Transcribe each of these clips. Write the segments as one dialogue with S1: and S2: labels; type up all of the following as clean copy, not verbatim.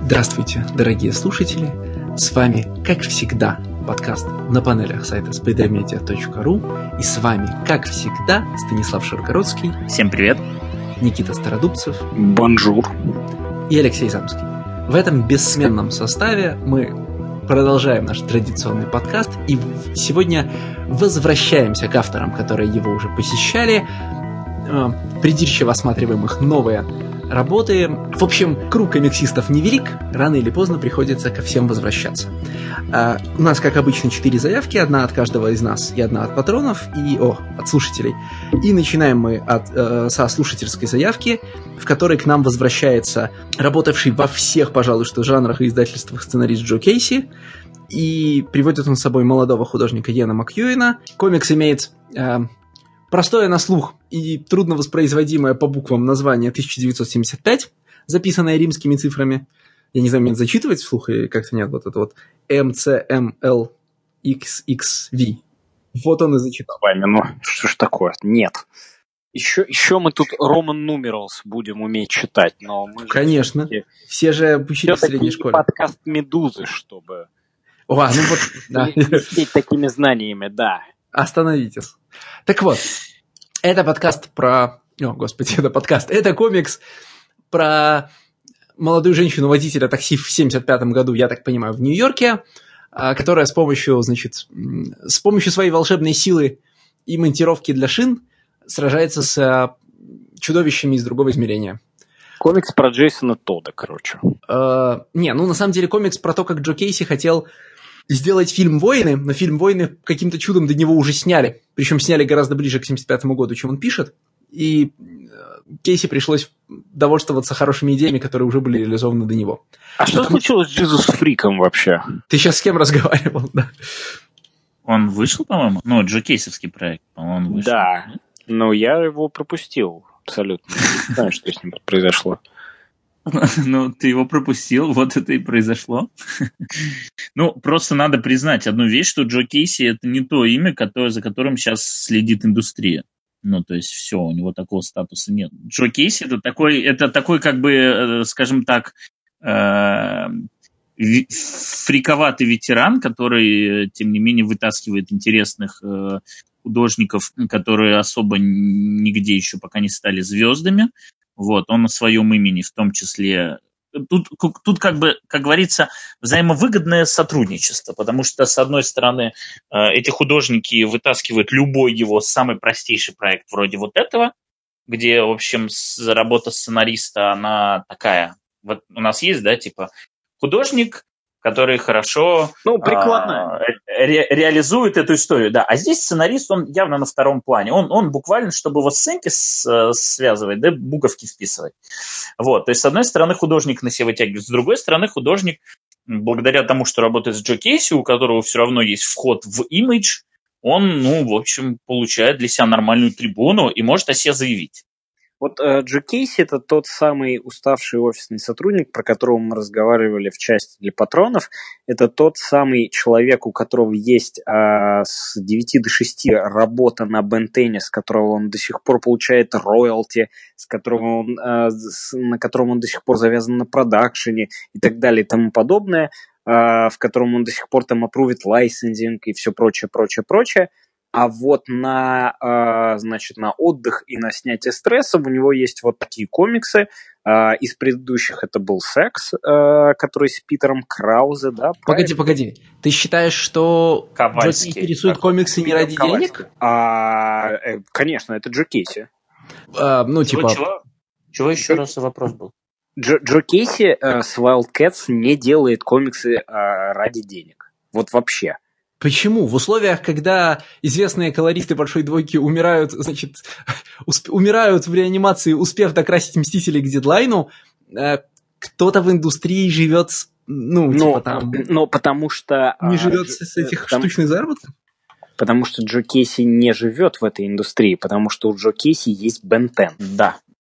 S1: Здравствуйте, дорогие слушатели! С вами, как всегда, подкаст на панелях сайта spidermedia.ru. И с вами, как всегда, Станислав Широкородский.
S2: Всем привет!
S1: Никита Стародубцев.
S3: Бонжур!
S1: И Алексей Замский. В этом бессменном составе мы продолжаем наш традиционный подкаст. И сегодня возвращаемся к авторам, которые его уже посещали. Придирчиво осматриваем их новые работы. В общем, круг комиксистов невелик, рано или поздно приходится ко всем возвращаться. У нас, как обычно, 4 заявки, одна от каждого из нас и одна от патронов, от слушателей. И начинаем мы со слушательской заявки, в которой к нам возвращается работавший во всех, пожалуй, что жанрах и издательствах сценарист Джо Кейси, и приводит он с собой молодого художника Йена Макьюэна. Комикс имеет простое на слух и трудно воспроизводимое по буквам название 1975, записанное римскими цифрами. Я не знаю, мне зачитывать вслух или как-то нет, вот это вот MCMLXXV. Вот он и зачитал.
S3: Ну, что ж такое? Нет. Еще мы тут Roman numerals будем уметь читать, но мы же...
S1: Конечно. Все же учились в средней школе.
S3: Подкаст «Медузы», чтобы...
S1: Да.
S3: Владеть такими знаниями, да.
S1: Остановитесь. Так вот, это подкаст про... Это комикс про молодую женщину-водителя такси в 1975 году, я так понимаю, в Нью-Йорке, которая с помощью своей волшебной силы и монтировки для шин сражается с чудовищами из другого измерения.
S3: Комикс про Джейсона Тодда, короче.
S1: На самом деле комикс про то, как Джо Кейси хотел сделать фильм «Войны», но фильм «Войны» каким-то чудом до него уже сняли. Причем сняли гораздо ближе к 1975 году, чем он пишет. И Кейси пришлось довольствоваться хорошими идеями, которые уже были реализованы до него.
S3: А что случилось с Джизус Фриком вообще?
S1: Ты сейчас с кем разговаривал? Да.
S2: Он вышел, по-моему? Джо Кейсовский проект, по-моему, он вышел.
S3: Да, но я его пропустил абсолютно. Не знаю, что с ним произошло.
S2: Ты его пропустил, вот это и произошло. Просто надо признать одну вещь, что Джо Кейси — это не то имя, за которым сейчас следит индустрия. То есть все, у него такого статуса нет. Джо Кейси — это такой, как бы, скажем так, фриковатый ветеран, который, тем не менее, вытаскивает интересных художников, которые особо нигде еще пока не стали звездами. Он на своем имени в том числе. Тут как бы, как говорится, взаимовыгодное сотрудничество, потому что, с одной стороны, эти художники вытаскивают любой его самый простейший проект вроде вот этого, где, в общем, работа сценариста, она такая. Вот у нас есть, да, типа художник, который хорошо реализует эту историю. Да. А здесь сценарист, он явно на втором плане. Он буквально, чтобы вот сценки связывать, да, буковки вписывать. То есть, с одной стороны, художник на себя вытягивает, с другой стороны, художник, благодаря тому, что работает с Джо Кейси, у которого все равно есть вход в имидж, он, в общем, получает для себя нормальную трибуну и может о себе заявить.
S3: Вот Джо Кейси – это тот самый уставший офисный сотрудник, про которого мы разговаривали в части для патронов. Это тот самый человек, у которого есть с 9 до 6 работа на Бентене, с которого он до сих пор получает роялти, на котором он до сих пор завязан на продакшене и так далее и тому подобное, в котором он до сих пор там апрувит лайсенсинг и все прочее. А вот на отдых и на снятие стресса у него есть вот такие комиксы. Из предыдущих это был «Секс», который с Питером Краузе, да?
S1: Погоди. Ты считаешь, что Джо Кейси рисует комиксы не ради денег?
S3: Конечно, это Джо Кейси.
S2: Чего еще раз вопрос был?
S3: Джо Кейси с Wildcats не делает комиксы ради денег. Вот вообще.
S1: Почему? В условиях, когда известные колористы большой двойки умирают в реанимации, успев докрасить «Мстителей» к дедлайну, кто-то в индустрии живет,
S3: потому что...
S1: Не живет с этих штучных заработков?
S3: Потому что Джо Кейси не живет в этой индустрии, потому что у Джо Кейси есть Бен 10.
S2: Да.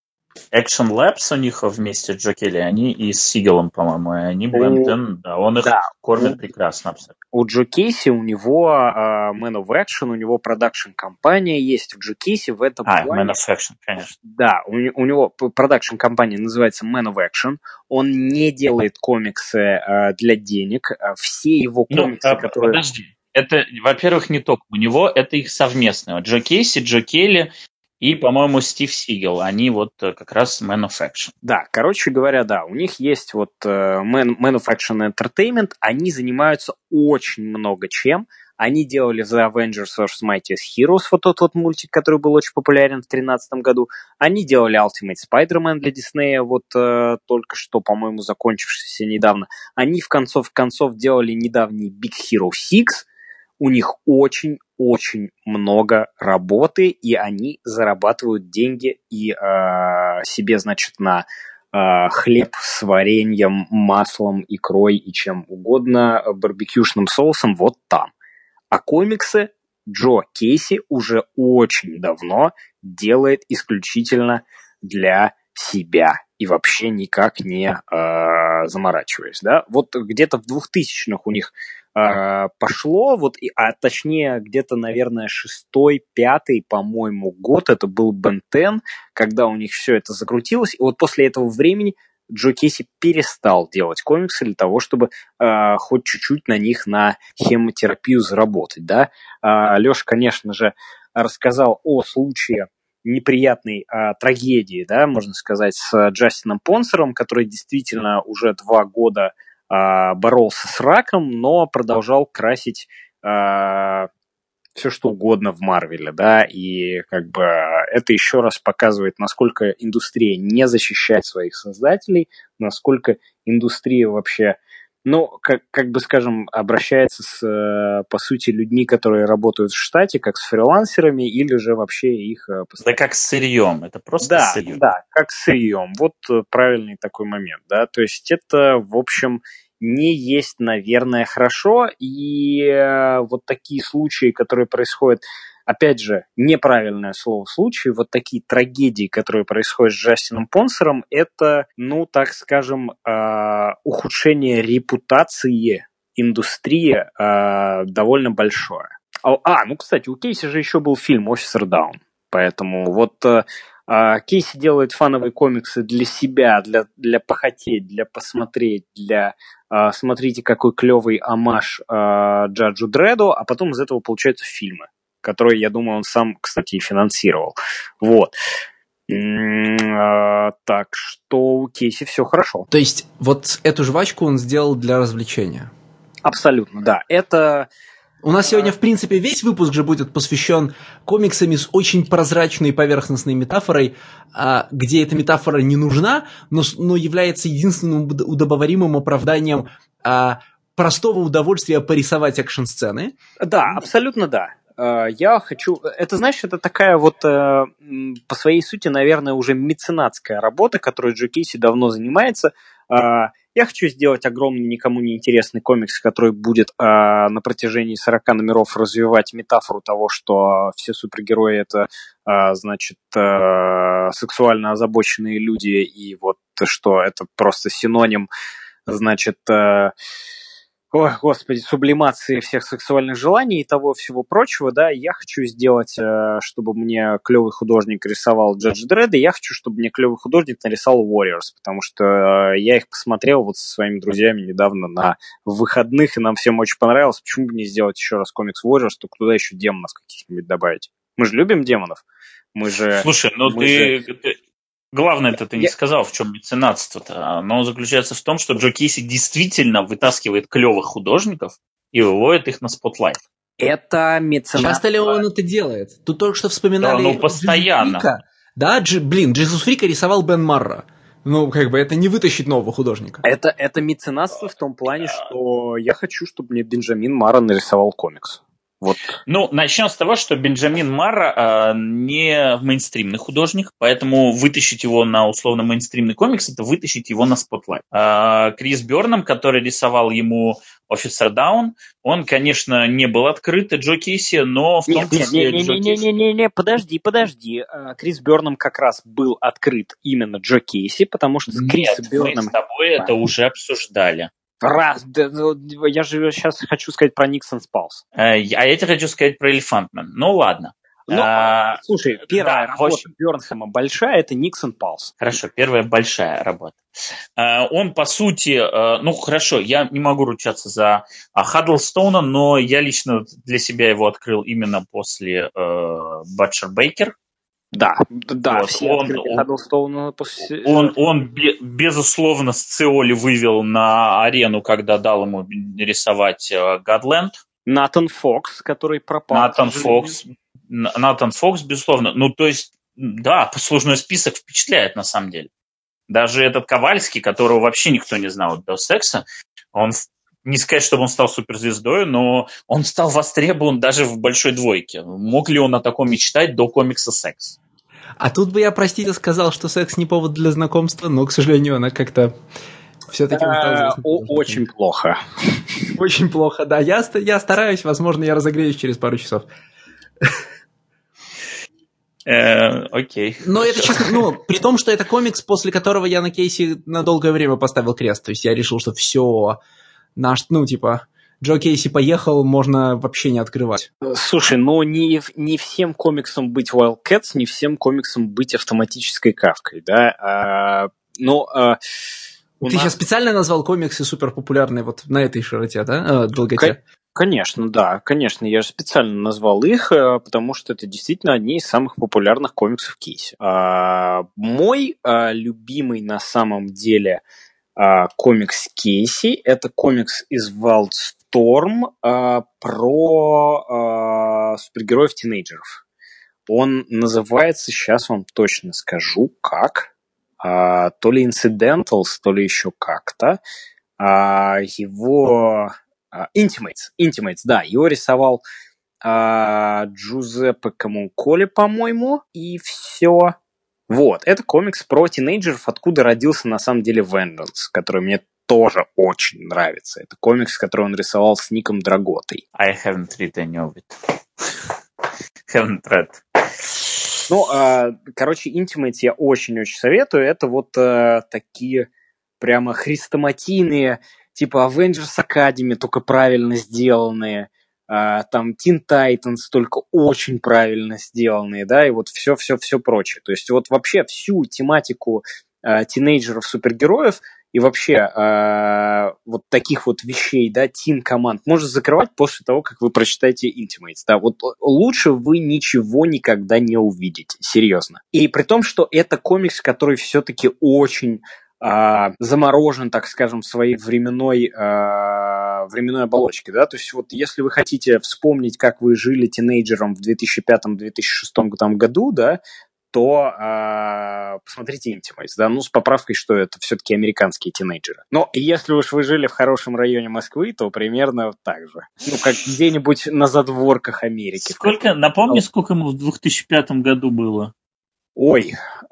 S2: Action Labs у них вместе с Джо Келли, они и с Сигелом, по-моему, и они Ben 10, да, он их кормит прекрасно абсолютно.
S3: У Джо Кейси, у него Man of Action, у него продакшн-компания есть. У Джо Кейси в этом плане...
S2: Man of Action, конечно.
S3: Да, у него продакшн-компания называется Man of Action. Он не делает комиксы для денег. Все его комиксы, которые...
S2: Подожди, это, во-первых, не только у него, это их совместное. Джо Кейси, Джо Келли и, по-моему, Стив Сигел. Они вот как раз Man of Action.
S3: Да, короче говоря, да, у них есть вот Man of Action Entertainment. Они занимаются очень много чем. Они делали The Avengers vs. Mightiest Heroes, вот тот вот мультик, который был очень популярен в 2013 году. Они делали Ultimate Spider-Man для Диснея, вот только что, по-моему, закончившийся недавно. Они в концов делали недавний Big Hero 6. У них очень-очень много работы, и они зарабатывают деньги и себе, значит, на хлеб с вареньем, маслом, икрой и чем угодно, барбекюшным соусом вот там. А комиксы Джо Кейси уже очень давно делает исключительно для себя и вообще никак не заморачиваясь. Да? Вот где-то в 2000-х у них пошло, вот, точнее, где-то, наверное, 6-5, по-моему, год, это был Ben 10, когда у них все это закрутилось, и вот после этого времени Джо Кейси перестал делать комиксы для того, чтобы хоть чуть-чуть на них на хемотерапию заработать, да. Леша, конечно же, рассказал о случае неприятной трагедии, да, можно сказать, с Джастином Понсером, который действительно уже 2 года боролся с раком, но продолжал красить все что угодно в Марвеле, да, и как бы это еще раз показывает, насколько индустрия не защищает своих создателей, насколько индустрия вообще, ну, как бы, скажем, обращается с, по сути, людьми, которые работают в штате, как с фрилансерами, или же вообще их...
S2: Да как с сырьем, это просто сырье.
S3: Да, как с сырьем, вот правильный такой момент, да, то есть это, в общем... не есть, наверное, хорошо, и вот такие случаи, которые происходят, опять же, неправильное слово случаи, вот такие трагедии, которые происходят с Джастином Понсером, это, ну, так скажем, ухудшение репутации индустрии довольно большое. Ну, кстати, у Кейси же еще был фильм «Officer Down», поэтому вот... Кейси делает фановые комиксы для себя, для похотеть, для посмотреть, для смотрите, какой клевый омаж Джаджу Дредду, а потом из этого получаются фильмы, которые, я думаю, он сам, кстати, и финансировал. Вот. Так что у Кейси все хорошо.
S1: То есть вот эту жвачку он сделал для развлечения?
S3: Абсолютно, да. Это...
S1: У нас сегодня, в принципе, весь выпуск же будет посвящен комиксами с очень прозрачной поверхностной метафорой, где эта метафора не нужна, но является единственным удобоваримым оправданием простого удовольствия порисовать экшн-сцены.
S3: Да, абсолютно да. Я хочу... Это, знаешь, это такая вот по своей сути, наверное, уже меценатская работа, которой Джо Кейси давно занимается. Я хочу сделать огромный, никому не интересный комикс, который будет на протяжении 40 номеров развивать метафору того, что все супергерои это, значит, сексуально озабоченные люди, и вот что это просто синоним, значит... Ой, господи, сублимации всех сексуальных желаний и того всего прочего, да, я хочу сделать, чтобы мне клевый художник рисовал Джадж Дрedd, и я хочу, чтобы мне клевый художник нарисовал Warriors, потому что я их посмотрел вот со своими друзьями недавно на выходных, и нам всем очень понравилось. Почему бы не сделать еще раз комикс Warriors, только туда еще демонов каких-нибудь добавить? Мы же любим демонов. Мы же...
S2: Слушай, ну главное-то ты не сказал, в чем меценатство-то. Оно заключается в том, что Джо Кейси действительно вытаскивает клевых художников и выводит их на спотлайт.
S3: Это меценатство.
S1: Часто ли он это делает? Тут только что вспоминали...
S2: Да, ну, постоянно.
S1: Да, Джизус Фрика рисовал Бен Марра. Ну, как бы, это не вытащить нового художника.
S3: Это меценатство в том плане, что я хочу, чтобы мне Бенджамин Марра нарисовал комикс. Вот.
S2: Ну, начнем с того, что Бенджамин Марра не мейнстримный художник, поэтому вытащить его на условно мейнстримный комикс – это вытащить его на спотлайт. Крис Бёрнам, который рисовал ему Officer Down, он, конечно, не был открыт Джо Кейси, но в том числе Джо Кейси...
S3: Не, подожди. Крис Бёрнам как раз был открыт именно Джо Кейси, потому что Крис Бёрнам...
S2: мы с тобой это уже обсуждали.
S3: Я же сейчас хочу сказать про Никсон Спалс.
S2: А я тебе хочу сказать про Элефантмен. Ну, ладно.
S3: Слушай, первая работа Бёрнхэма большая – это Никсон Палс.
S2: Хорошо, первая большая работа. Он, по сути, ну, хорошо, я не могу ручаться за Хаддлстоуна, но я лично для себя его открыл именно после Батчер Бейкер.
S3: Да, вот. Все Хаддлстоуна после...
S2: Он, безусловно, Сциоли вывел на арену, когда дал ему рисовать Гадленд.
S3: Натан Фокс, который пропал.
S2: Натан Фокс, безусловно. Ну, то есть, да, послужной список впечатляет, на самом деле. Даже этот Ковальский, которого вообще никто не знал до секса, он, не сказать, чтобы он стал суперзвездой, но он стал востребован даже в большой двойке. Мог ли он о таком мечтать до комикса «Секс»?
S1: А тут бы я, простите, сказал, что секс не повод для знакомства, но, к сожалению, она как-то все-таки
S3: очень плохо.
S1: Очень плохо, да. Я стараюсь, возможно, я разогреюсь через пару часов.
S2: Окей.
S1: Но это честно, при том, что это комикс, после которого я на Кейси на долгое время поставил крест. То есть я решил, что все, Джо Кейси поехал, можно вообще не открывать.
S3: Слушай, не всем комиксам быть Wildcats, не всем комиксам быть автоматической Кавкой, да?
S1: Ты сейчас специально назвал комиксы суперпопулярные вот на этой широте, да? Долготе?
S3: Конечно, да, конечно, я же специально назвал их, потому что это действительно одни из самых популярных комиксов Кейси. Мой любимый на самом деле комикс Кейси – это комикс из Wildstorm про супергероев-тинейджеров. Он называется, сейчас вам точно скажу, как, то ли Incidentals, то ли еще как-то. Его... Intimates, да, его рисовал Джузеппе Камунколи, по-моему, и все. Вот, это комикс про тинейджеров, откуда родился на самом деле Vengeance, который мне тоже очень нравится. Это комикс, который он рисовал с Ником Драготой.
S2: I haven't read any of it. Haven't read.
S3: Короче, Intimates я очень-очень советую. Это вот такие прямо хрестоматийные типа Avengers Academy, только правильно сделанные, там Teen Titans, только очень правильно сделанные, да, и вот все прочее. То есть вот вообще всю тематику тинейджеров-супергероев и вообще вот таких вот вещей, да, тин-команд можно закрывать после того, как вы прочитаете Intimates, да, вот лучше вы ничего никогда не увидите, серьезно. И при том, что это комикс, который все-таки очень заморожен, так скажем, своей временной оболочке, да, то есть вот если вы хотите вспомнить, как вы жили тинейджером в 2005-2006 году, да, то посмотрите Intimates, да, с поправкой, что это все-таки американские тинейджеры. Но если уж вы жили в хорошем районе Москвы, то примерно так же. Как где-нибудь на задворках Америки.
S2: Напомни, сколько ему в 2005 году было?
S3: Ой,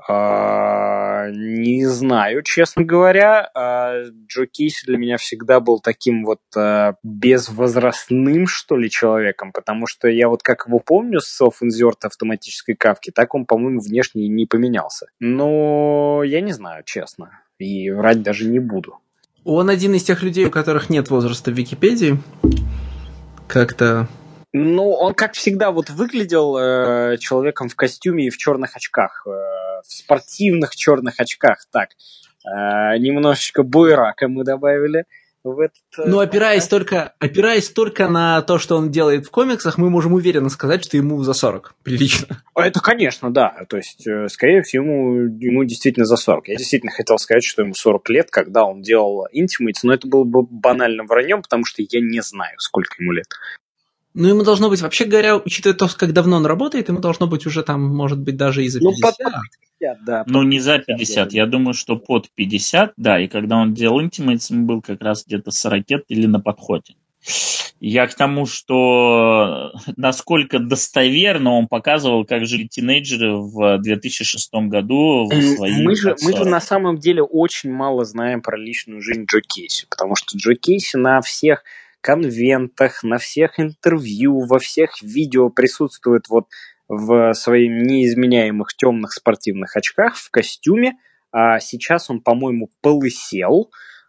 S3: не знаю, честно говоря. Джо Кейси для меня всегда был таким вот безвозрастным, что ли, человеком, потому что я вот как его помню с self-insert автоматической Кавки, так он, по-моему, внешне не поменялся. Но я не знаю, честно, и врать даже не буду.
S1: Он один из тех людей, у которых нет возраста в Википедии. Как-то...
S3: Он, как всегда, вот выглядел человеком в костюме и в черных очках, в спортивных черных очках, так. Немножечко буерака мы добавили в этот...
S1: опираясь только на то, что он делает в комиксах, мы можем уверенно сказать, что ему за 40. Прилично.
S3: Это, конечно, да. То есть, скорее всего, ему действительно за 40. Я действительно хотел сказать, что ему 40 лет, когда он делал Intimates, но это было бы банальным враньем, потому что я не знаю, сколько ему лет.
S1: Ему должно быть, вообще говоря, учитывая то, как давно он работает, ему должно быть уже там, может быть, даже и за 50.
S3: Под 50, да.
S2: Не за 50, я думаю, что под 50, да, и когда он делал Intimates, ему был как раз где-то 40 или на подходе. Я к тому, что насколько достоверно он показывал, как жили тинейджеры в 2006 году в свои
S3: Мы же
S2: 40.
S3: на самом деле очень мало знаем про личную жизнь Джо Кейси, потому что Джо Кейси на всех конвентах, на всех интервью, во всех видео присутствует вот в своих неизменяемых темных спортивных очках, в костюме. А сейчас он, по-моему, полысел,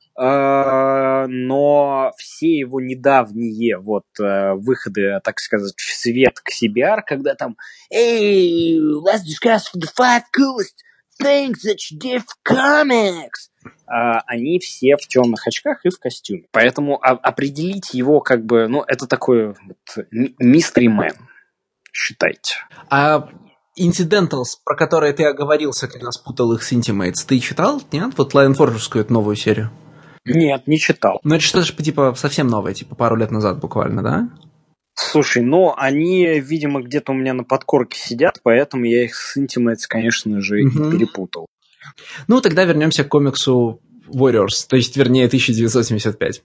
S3: но все его недавние выходы, так сказать, в свет к CBR, когда там «Hey, let's discuss the 5 coolest things that you did for comics», они все в темных очках и в костюме. Поэтому определить его это такой mystery man, считайте.
S1: А Incidentals, про которые ты оговорился, когда спутал их с Intimates, ты читал? Нет? Вот Lion Forge'скую эту новую серию?
S3: Нет, не читал.
S1: Ну, это что-то типа совсем новое, типа пару лет назад буквально, да?
S3: Слушай, они, видимо, где-то у меня на подкорке сидят, поэтому я их с Intimates, конечно же, и перепутал.
S1: Ну, тогда вернемся к комиксу Warriors, то есть, вернее, 1975.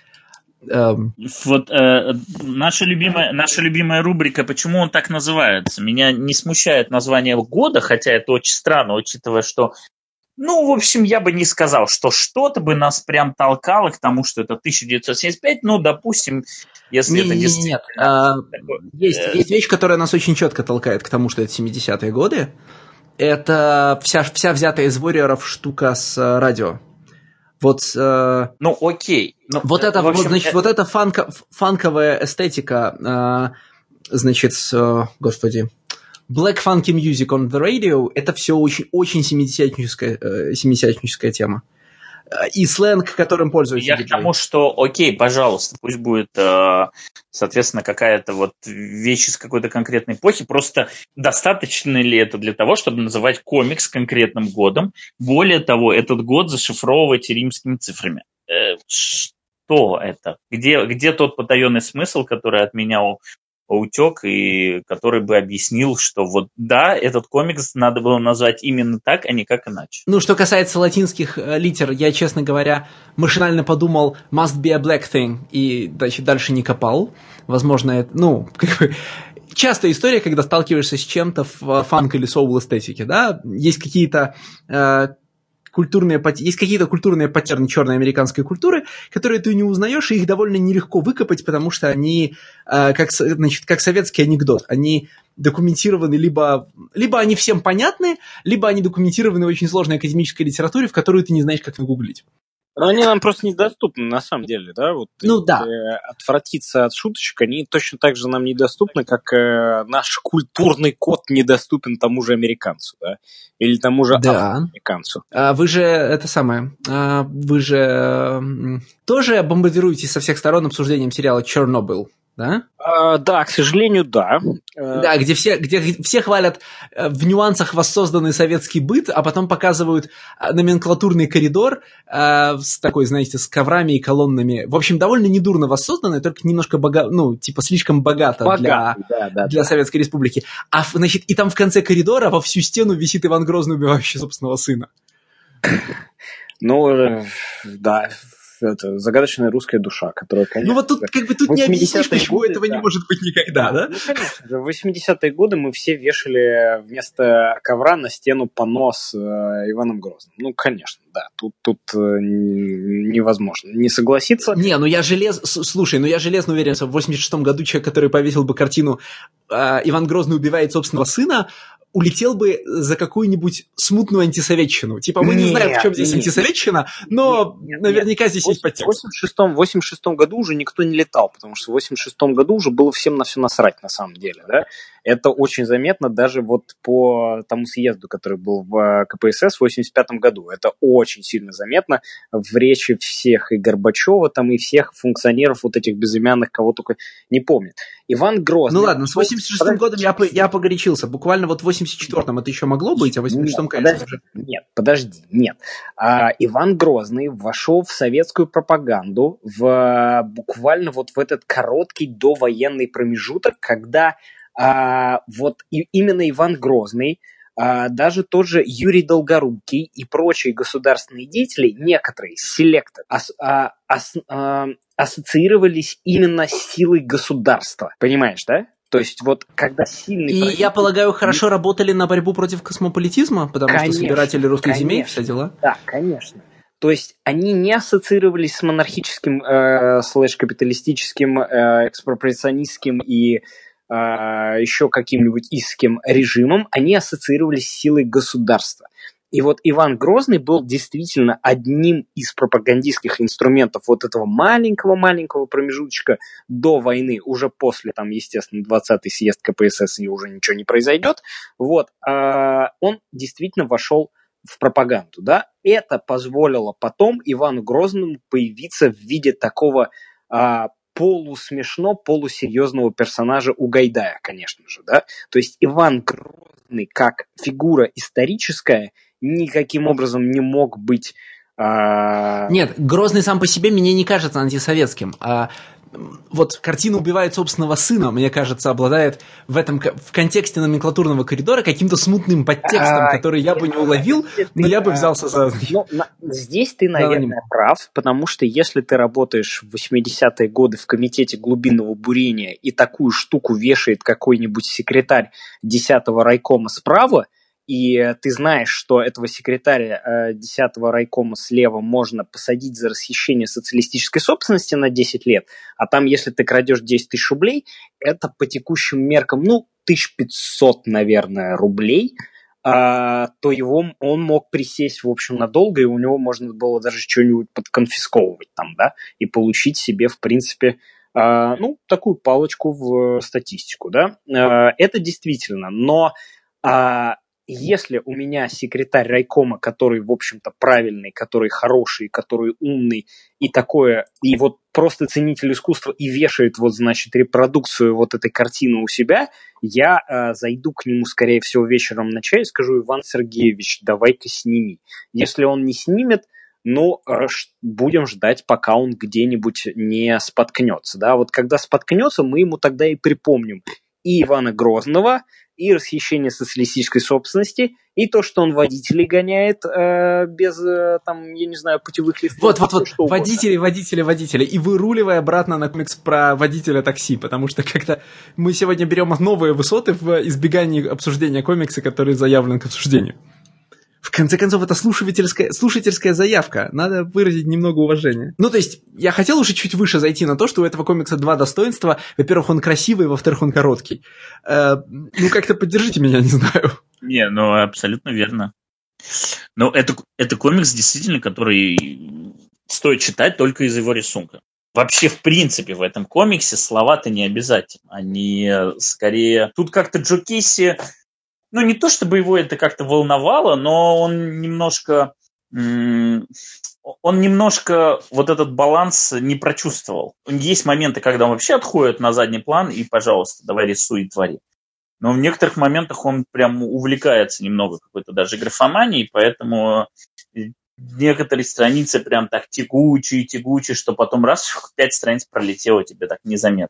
S2: Наша любимая рубрика, почему он так называется? Меня не смущает название года, хотя это очень странно, учитывая, что в общем, я бы не сказал, что что-то бы нас прям толкало к тому, что это 1975, допустим, если это действительно...
S1: Нет. Есть вещь, которая нас очень четко толкает к тому, что это 70-е годы. Это вся взятая из Warrior'ов штука с радио.
S2: Окей.
S1: Вот эта фанковая эстетика, господи... Black Funky Music on the Radio – это все очень 70-ническая тема. И сленг, которым пользуются
S2: диджеи. Я к тому, что, окей, пожалуйста, пусть будет, соответственно, какая-то вещь из какой-то конкретной эпохи, просто достаточно ли это для того, чтобы называть комикс конкретным годом? Более того, этот год зашифровывать римскими цифрами. Что это? Где тот потаенный смысл, который от меня утек, и который бы объяснил, что этот комикс надо было назвать именно так, а не как иначе.
S1: Что касается латинских литер, я, честно говоря, машинально подумал must be a black thing, и дальше не копал. Возможно, это, частая история, когда сталкиваешься с чем-то в фанк или соул эстетике, да, есть какие-то культурные паттерны черной американской культуры, которые ты не узнаешь, и их довольно нелегко выкопать, потому что они, как советский анекдот, они документированы либо они всем понятны, либо они документированы в очень сложной академической литературе, в которую ты не знаешь, как нагуглить.
S3: Но они нам просто недоступны, на самом деле, да?
S1: Да.
S3: Отвратиться от шуточек, они точно так же нам недоступны, как наш культурный код недоступен тому же американцу, да? Или тому же афроамериканцу.
S1: Вы же тоже бомбардируете со всех сторон обсуждением сериала «Чернобыль», да?
S3: Да, к сожалению, да.
S1: Да, где все хвалят в нюансах воссозданный советский быт, а потом показывают номенклатурный коридор с такой, знаете, с коврами и колоннами. В общем, довольно недурно воссозданный, только немножко слишком богато для Советской Республики. И там в конце коридора во всю стену висит Иван Грозный, убивающий собственного сына.
S3: Да. Это загадочная русская душа, которая, конечно...
S1: тут не объяснишь, почему этого не может быть никогда, да?
S3: Конечно же, в 80-е годы мы все вешали вместо ковра на стену понос Иваном Грозным. Конечно, да, тут невозможно не согласиться.
S1: Я железно уверен, что в 86-м году человек, который повесил бы картину «Иван Грозный убивает собственного сына», улетел бы за какую-нибудь смутную антисоветчину. Мы не знаем, в чем здесь антисоветчина, но наверняка здесь есть подтекст.
S3: В 86-м году уже никто не летал, потому что в 86-м году уже было всем на все насрать, на самом деле, да. Это очень заметно даже по тому съезду, который был в КПСС в 85-м году. Это очень сильно заметно в речи всех и Горбачева, и всех функционеров этих безымянных, кого только не помнят. Иван Грозный...
S1: Ладно, с 86-м годом я погорячился. Буквально в 84-м это еще могло быть, а в 86-м, конечно же...
S3: Нет. Иван Грозный вошел в советскую пропаганду буквально в этот короткий довоенный промежуток, когда именно Иван Грозный, даже тот же Юрий Долгорукий и прочие государственные деятели, некоторые селекторы, ассоциировались именно с силой государства. Понимаешь, да? То есть вот когда сильный...
S1: И, я полагаю, хорошо работали на борьбу против космополитизма, потому что собиратели русских земель, все дела?
S3: Да, конечно. То есть они не ассоциировались с монархическим, слэш-капиталистическим, экспроприационистским и еще каким-нибудь истским режимом, они ассоциировались с силой государства. И вот Иван Грозный был действительно одним из пропагандистских инструментов вот этого маленького-маленького промежуточка до войны, уже после, там, естественно, 20-й съезд КПСС, и уже ничего не произойдет. Вот, он действительно вошел в пропаганду, да. Это позволило потом Ивану Грозному появиться в виде такого полусмешно, полусерьезного персонажа у Гайдая, конечно же, да. То есть Иван Грозный как фигура историческая никаким образом не мог быть...
S1: Нет, Грозный сам по себе мне не кажется антисоветским. Вот картина «Убивает собственного сына», мне кажется, обладает в контексте номенклатурного коридора каким-то смутным подтекстом, который я бы не уловил, но я бы взялся за...
S3: Здесь ты, наверное, прав, потому что если ты работаешь в 80-е годы в комитете глубинного бурения и такую штуку вешает какой-нибудь секретарь 10-го райкома справа, и ты знаешь, что этого секретаря 10-го райкома слева можно посадить за расхищение социалистической собственности на 10 лет, а там, если ты крадешь 10 тысяч рублей, это по текущим меркам, 1500, наверное, рублей, то он мог присесть, в общем, надолго, и у него можно было даже что-нибудь подконфисковывать там, да, и получить себе, в принципе, такую палочку в статистику, да. Это действительно, но... Если у меня секретарь райкома, который, в общем-то, правильный, который хороший, который умный и такое, и вот просто ценитель искусства и вешает вот, значит, репродукцию вот этой картины у себя, я зайду к нему, скорее всего, вечером на чай и скажу: Иван Сергеевич, давай-ка сними. Если он не снимет, будем ждать, пока он где-нибудь не споткнется. Да? Вот когда споткнется, мы ему тогда и припомним и Ивана Грозного, и расхищение социалистической собственности, и то, что он водителей гоняет без, я не знаю, путевых листов.
S1: Вот, водители, и выруливая обратно на комикс про водителя такси, потому что как-то мы сегодня берем новые высоты в избегании обсуждения комикса, который заявлен к обсуждению. В конце концов, это слушательская заявка. Надо выразить немного уважения. То есть, я хотел уже чуть выше зайти на то, что у этого комикса два достоинства. Во-первых, он красивый, во-вторых, он короткий. Как-то поддержите меня, не знаю.
S2: Не, абсолютно верно. Это комикс, действительно, который стоит читать только из его рисунка. Вообще, в принципе, в этом комиксе слова-то не обязательно. Они скорее... Тут как-то Джо Кисси... не то чтобы его это как-то волновало, но он немножко вот этот баланс не прочувствовал. Есть моменты, когда он вообще отходит на задний план и, пожалуйста, давай рисуй и твори. Но в некоторых моментах он прям увлекается немного какой-то даже графоманией, поэтому некоторые страницы прям так тягучие, что потом раз 5 страниц пролетело тебе так незаметно.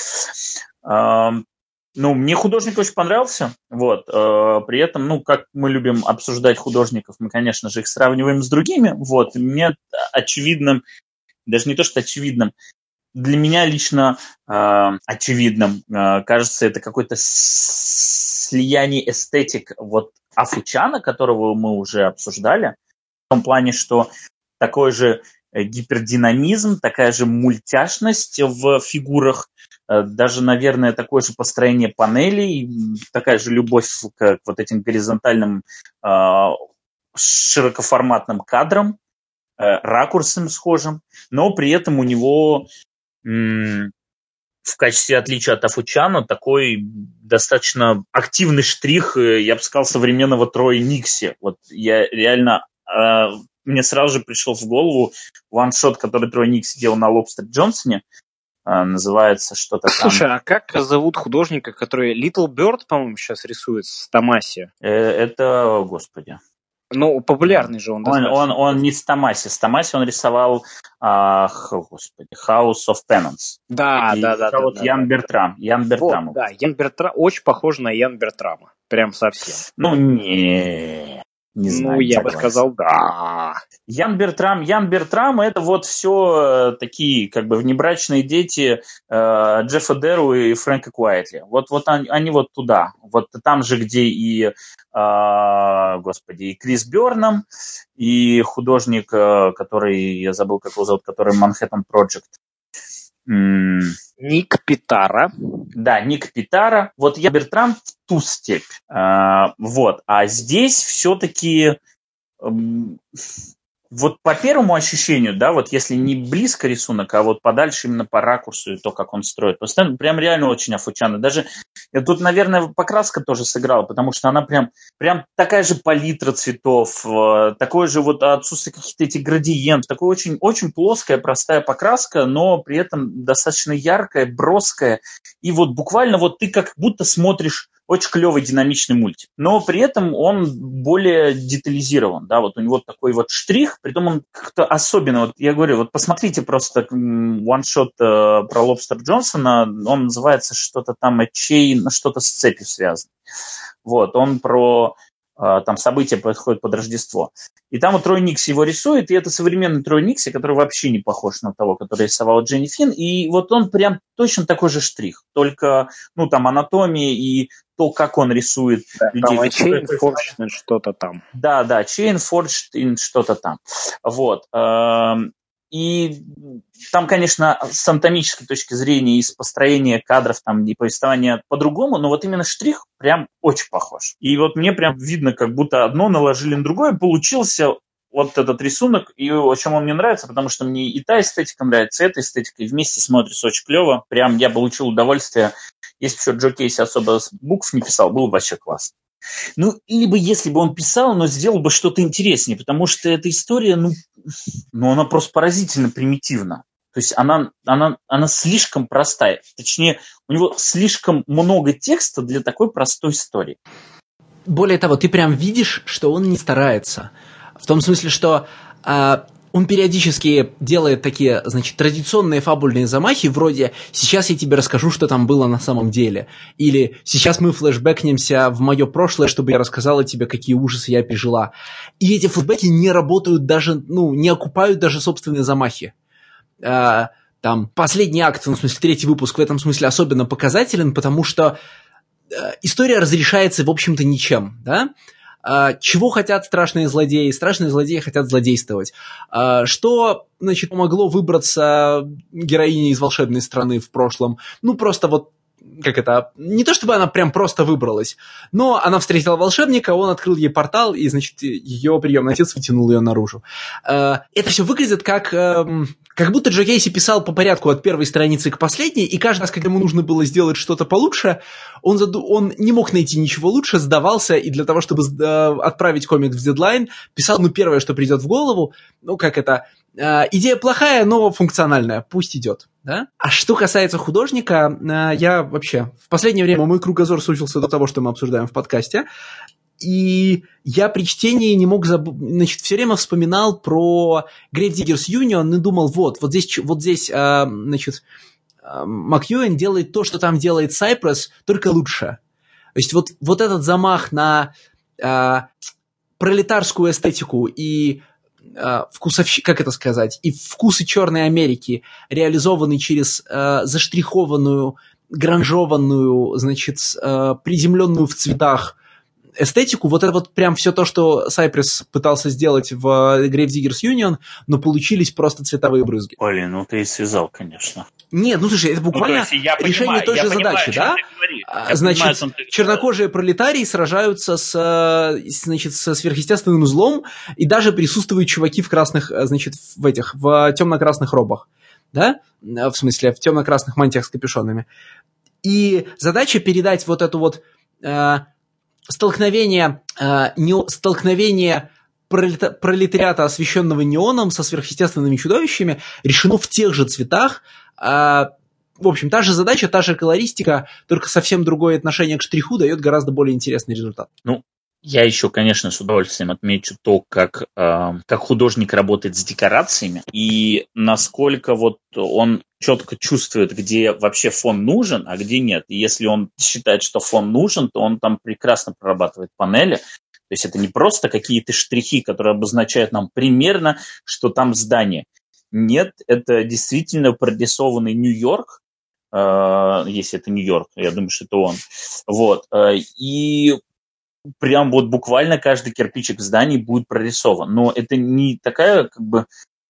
S2: Мне художник очень понравился, вот, при этом, как мы любим обсуждать художников, мы, конечно же, их сравниваем с другими, вот, мне очевидным, даже не то, что очевидным, для меня лично очевидным, кажется, это какое-то слияние эстетик вот Афучана, которого мы уже обсуждали, в том плане, что такой же гипердинамизм, такая же мультяшность в фигурах, даже, наверное, такое же построение панелей, такая же любовь к вот этим горизонтальным широкоформатным кадрам, ракурсам схожим, но при этом у него в качестве отличия от Афучана такой достаточно активный штрих, я бы сказал, современного Троя Никси. Вот я реально... Мне сразу же пришел в голову ваншот, который Трой Никси делал на Лобстер Джонсоне. Называется что-то там.
S3: Слушай, а как зовут художника, который Little Bird, по-моему, сейчас рисует с Томаси?
S2: Это, господи.
S3: Популярный же он.
S2: Он не с Томаси. С Томаси он рисовал, господи, House of Penance.
S3: Да.
S2: Вот Ян Бертрам. Ян Бертрам.
S3: Да, Ян Бертрам очень похож на Ян Бертрама. Прям совсем.
S2: Не. Не знаю.
S3: Ну, я бы сказал, да.
S2: Ян Бертрам это вот все такие как бы внебрачные дети Джеффа Деру и Фрэнка Куайтли. Вот они вот туда. Вот там же, где и, и Крис Бёрнам, и художник, который, я забыл, как его зовут, который Manhattan Project.
S3: Ник Питара.
S2: Да, Ник Питара. Вот Ян Бертрам в ту степь. Вот. А здесь все-таки вот по первому ощущению, да, вот если не близко рисунок, а вот подальше именно по ракурсу и то, как он строит, постоянно прям реально очень офучано. Даже тут, наверное, покраска тоже сыграла, потому что она прям такая же палитра цветов, такое же вот отсутствие каких-то этих градиентов, такая очень, очень плоская, простая покраска, но при этом достаточно яркая, броская. И вот буквально вот ты как будто смотришь очень клевый динамичный мультик. Но при этом он более детализирован, да, вот у него такой вот штрих, притом он как-то особенно, вот я говорю, вот посмотрите просто one-shot про Лобстер Джонсона, он называется что-то там chain, что-то с цепью связано. Вот, он про там события происходят под Рождество. И там вот Трой Никси его рисует, и это современный Трой Никси, который вообще не похож на того, который рисовал Дженни Финн, и вот он прям точно такой же штрих, только, ну, там, анатомия и то, как он рисует людей.
S3: Там Chain Forged что-то там.
S2: Да, Chain Forged что-то там. Вот. И там, конечно, с анатомической точки зрения и с построения кадров, там, и повествования по-другому, но вот именно штрих прям очень похож. И вот мне прям видно, как будто одно наложили на другое, получился вот этот рисунок, и о чем он мне нравится, потому что мне и та эстетика нравится, и эта эстетика, и вместе смотрится очень клево. Прям я получил удовольствие. Если бы еще Джо Кейси особо букв не писал, было бы вообще классно. Ну, либо если бы он писал, но сделал бы что-то интереснее, потому что эта история, ну она просто поразительно примитивна. То есть она слишком простая. Точнее, у него слишком много текста для такой простой истории.
S1: Более того, ты прям видишь, что он не старается. В том смысле, что он периодически делает такие, значит, традиционные фабульные замахи, вроде «сейчас я тебе расскажу, что там было на самом деле», или «сейчас мы флешбэкнемся в мое прошлое, чтобы я рассказала тебе, какие ужасы я пережила». И эти флешбеки не работают даже, не окупают даже собственные замахи. Там последний акт, в смысле, 3-й выпуск в этом смысле особенно показателен, потому что история разрешается, в общем-то, ничем, да? Чего хотят страшные злодеи? Страшные злодеи хотят злодействовать. Что, значит, помогло выбраться героине из волшебной страны в прошлом? Просто вот, как это, не то чтобы она прям просто выбралась, но она встретила волшебника, он открыл ей портал, и, значит, ее приемный отец вытянул ее наружу. Это все выглядит как будто Джо Кейси писал по порядку от первой страницы к последней, и каждый раз, когда ему нужно было сделать что-то получше, он не мог найти ничего лучше, сдавался, и для того, чтобы отправить комик в дедлайн, писал, первое, что придет в голову, идея плохая, но функциональная, пусть идет. Да? А что касается художника, я вообще... В последнее время мой кругозор сузился до того, что мы обсуждаем в подкасте, и я при чтении не мог значит, все время вспоминал про Grave Diggers Union и думал, вот здесь значит, МакЕуэн делает то, что там делает Сайпресс, только лучше. То есть вот этот замах на пролетарскую эстетику и и вкусы Черной Америки, реализованный через заштрихованную, гранжованную, значит, приземленную в цветах эстетику, вот это вот прям все то, что Сайпресс пытался сделать в Grave Diggers Union, но получились просто цветовые брызги.
S2: Блин, ты и связал, конечно.
S1: Нет, слушай, это буквально решение той же задачи, да? Значит, чернокожие пролетарии сражаются со сверхъестественным злом, и даже присутствуют чуваки в красных, значит, в темно-красных робах, да? В смысле, в темно-красных мантиях с капюшонами. И задача передать вот эту вот столкновение пролетариата, освещенного неоном, со сверхъестественными чудовищами, решено в тех же цветах. В общем, та же задача, та же колористика, только совсем другое отношение к штриху дает гораздо более интересный результат.
S2: Я еще, конечно, с удовольствием отмечу то, как художник работает с декорациями и насколько вот он четко чувствует, где вообще фон нужен, а где нет. И если он считает, что фон нужен, то он там прекрасно прорабатывает панели. То есть это не просто какие-то штрихи, которые обозначают нам примерно, что там здание. Нет, это действительно прорисованный Нью-Йорк, если это Нью-Йорк, я думаю, что это он. Вот. И прям вот буквально каждый кирпичик в здании будет прорисован. Но это не такая, как бы,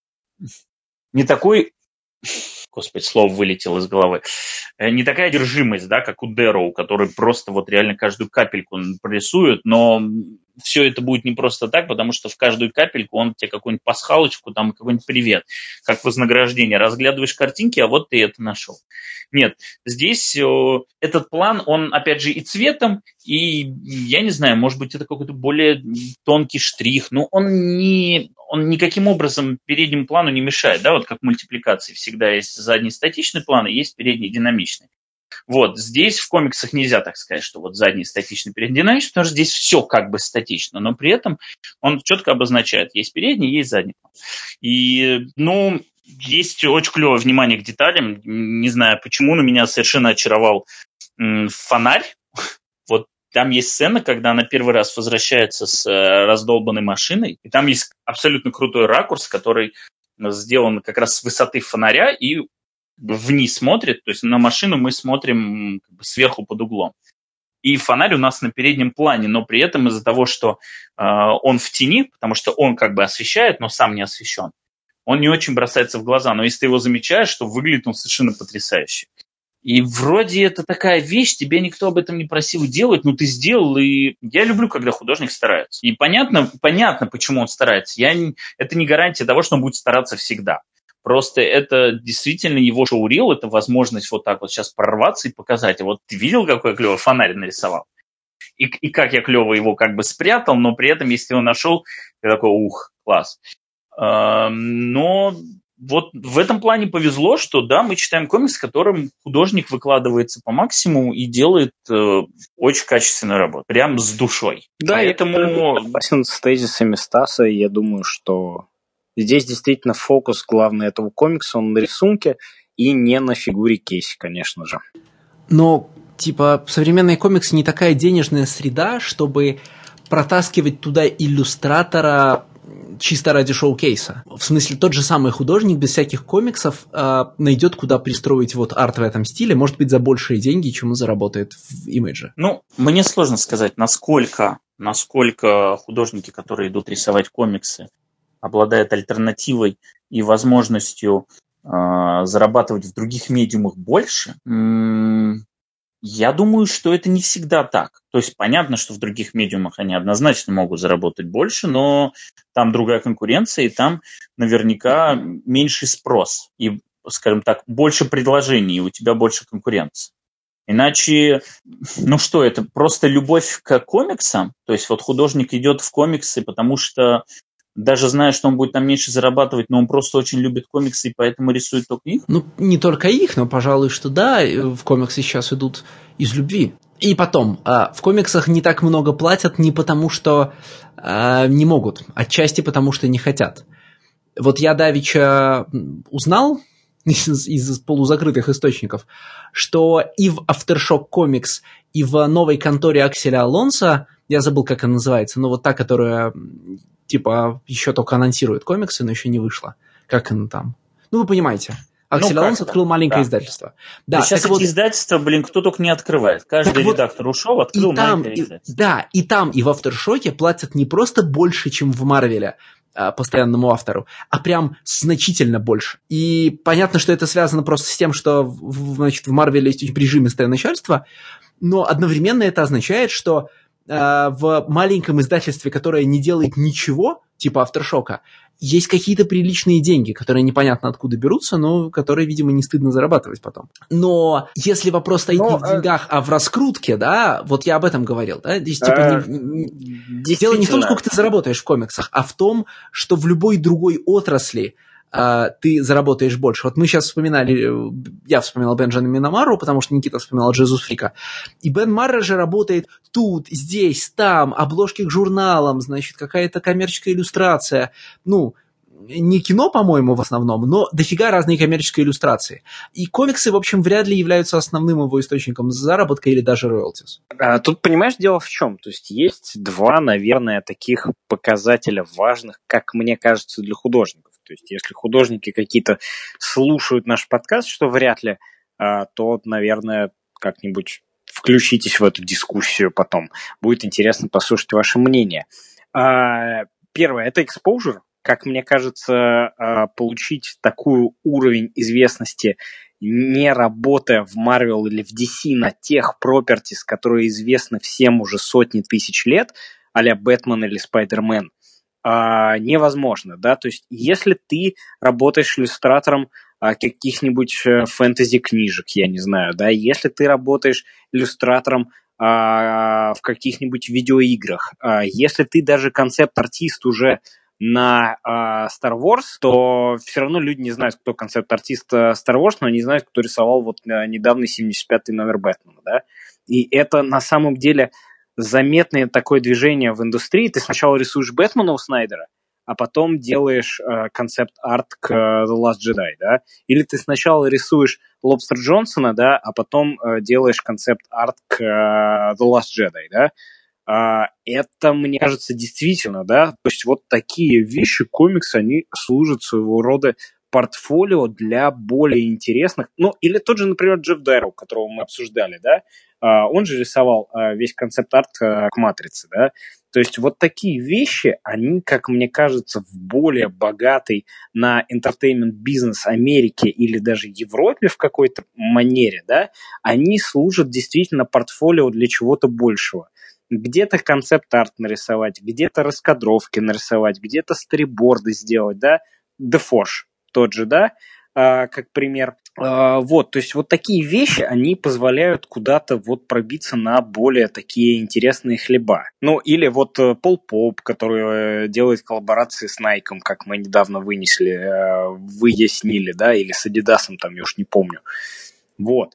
S2: не такой, господи, слово вылетело из головы, не такая одержимость, да, как у Дэроу, который просто вот реально каждую капельку прорисует, но все это будет не просто так, потому что в каждую капельку он тебе какую-нибудь пасхалочку, там какой-нибудь привет, как вознаграждение. Разглядываешь картинки, а вот ты это нашел. Нет, здесь этот план, он, опять же, и цветом, и, я не знаю, может быть, это какой-то более тонкий штрих, но он никаким образом переднему плану не мешает, да, вот как в мультипликации всегда есть задний статичный план и есть передний динамичный. Вот, здесь в комиксах нельзя так сказать, что вот задний статичный, передний динамичный, потому что здесь все как бы статично, но при этом он четко обозначает, есть передний, есть задний план. И, ну, есть очень клевое внимание к деталям, не знаю почему, но меня совершенно очаровал фонарь. Вот там есть сцена, когда она первый раз возвращается с раздолбанной машиной, и там есть абсолютно крутой ракурс, который сделан как раз с высоты фонаря и вниз смотрит, то есть на машину мы смотрим как бы сверху под углом. И фонарь у нас на переднем плане, но при этом из-за того, что он в тени, потому что он как бы освещает, но сам не освещен, он не очень бросается в глаза. Но если ты его замечаешь, то выглядит он совершенно потрясающе. И вроде это такая вещь, тебя никто об этом не просил делать, но ты сделал, и я люблю, когда художник старается. И понятно, почему он старается. Это не гарантия того, что он будет стараться всегда. Просто это действительно его шоурил, это возможность вот так вот сейчас прорваться и показать. А вот ты видел, какой я клевый фонарь нарисовал? И как я клево его как бы спрятал, но при этом, если его нашел, ты такой, класс. Но вот в этом плане повезло, что да, мы читаем комикс, в котором художник выкладывается по максимуму и делает очень качественную работу, прям с душой.
S3: Да,
S2: поэтому...
S3: я согласен с тезисами Стаса, и я думаю, что здесь действительно фокус главный этого комикса, он на рисунке и не на фигуре Кейси, конечно же.
S1: Но, типа, современный комикс не такая денежная среда, чтобы протаскивать туда иллюстратора чисто ради шоу-кейса. В смысле, тот же самый художник без всяких комиксов найдет, куда пристроить вот арт в этом стиле, может быть, за большие деньги, чем он заработает в имидже.
S2: Ну, мне сложно сказать, насколько художники, которые идут рисовать комиксы, обладают альтернативой и возможностью зарабатывать в других медиумах больше. Я думаю, что это не всегда так. То есть понятно, что в других медиумах они однозначно могут заработать больше, но там другая конкуренция, и там наверняка меньший спрос. И, скажем так, больше предложений, и у тебя больше конкуренции. Иначе, ну что, это просто любовь к комиксам? То есть вот художник идет в комиксы, потому что даже зная, что он будет там меньше зарабатывать, но он просто очень любит комиксы и поэтому рисует только их?
S1: Ну, не только их, но, пожалуй, что да, в комиксы сейчас идут из любви. И потом, в комиксах не так много платят не потому, что не могут, отчасти потому, что не хотят. Вот я давеча узнал из полузакрытых источников, что и в Aftershock Comics, и в новой конторе Акселя Алонсо, я забыл, как она называется, но вот та, которая... типа, еще только анонсирует комиксы, но еще не вышло. Как оно там? Ну, вы понимаете. Аксель Алонсо открыл маленькое издательство.
S2: Да, сейчас эти издательства, кто только не открывает. Каждый редактор ушел, открыл маленькое издательство.
S1: Да, и там, и в Aftershock'е платят не просто больше, чем в Марвеле постоянному автору, а прям значительно больше. И понятно, что это связано просто с тем, что значит, в Марвеле есть очень прижимистое начальство, но одновременно это означает, что в маленьком издательстве, которое не делает ничего, типа Aftershoc'а, есть какие-то приличные деньги, которые непонятно откуда берутся, но которые, видимо, не стыдно зарабатывать потом. Но если вопрос стоит не в деньгах, а в раскрутке, да, вот я об этом говорил, да, здесь типа дело не в том, сколько ты заработаешь в комиксах, а в том, что в любой другой отрасли ты заработаешь больше. Вот мы сейчас я вспоминал Бенджамина Марру, потому что Никита вспоминал Джезус Фрика. И Бен Марра же работает тут, здесь, там, обложки к журналам, значит, какая-то коммерческая иллюстрация. Ну, не кино, по-моему, в основном, но дофига разные коммерческие иллюстрации. И комиксы, в общем, вряд ли являются основным его источником заработка или даже роялтис.
S3: Тут, понимаешь, дело в чем? То есть есть два, наверное, таких показателя важных, как мне кажется, для художников. То есть если художники какие-то слушают наш подкаст, что вряд ли, то, наверное, как-нибудь включитесь в эту дискуссию потом. Будет интересно послушать ваше мнение. Первое – это exposure. Как мне кажется, получить такой уровень известности, не работая в Marvel или в DC на тех properties, которые известны всем уже сотни тысяч лет, а-ля Бэтмен или Спайдермен, невозможно, да, то есть если ты работаешь иллюстратором каких-нибудь фэнтези-книжек, я не знаю, да, если ты работаешь иллюстратором в каких-нибудь видеоиграх, если ты даже концепт-артист уже на Star Wars, то все равно люди не знают, кто концепт-артист Star Wars, но они знают, кто рисовал вот недавний 75-й номер Бэтмена, да, и это на самом деле заметное такое движение в индустрии. Ты сначала рисуешь Бэтмена у Снайдера, а потом делаешь концепт-арт к The Last Jedi, да? Или ты сначала рисуешь Лобстер Джонсона, да, а потом делаешь концепт-арт к The Last Jedi, да? Это, мне кажется, действительно, да, то есть вот такие вещи, комиксы, они служат своего рода портфолио для более интересных, ну, или тот же, например, Джефф Дайроу, которого мы обсуждали, да, он же рисовал весь концепт-арт к «Матрице», да, то есть вот такие вещи, они, как мне кажется, в более богатой на entertainment-бизнес Америке или даже Европе в какой-то манере, да, они служат действительно портфолио для чего-то большего. Где-то концепт-арт нарисовать, где-то раскадровки нарисовать, где-то сториборды сделать, да, The Forge тот же, да, как пример. Вот, то есть вот такие вещи, они позволяют куда-то вот пробиться на более такие интересные хлеба. Ну, или вот Пол Поуп, который делает коллаборации с Nike, как мы недавно выяснили, да, или с Adidas, там, я уж не помню. Вот,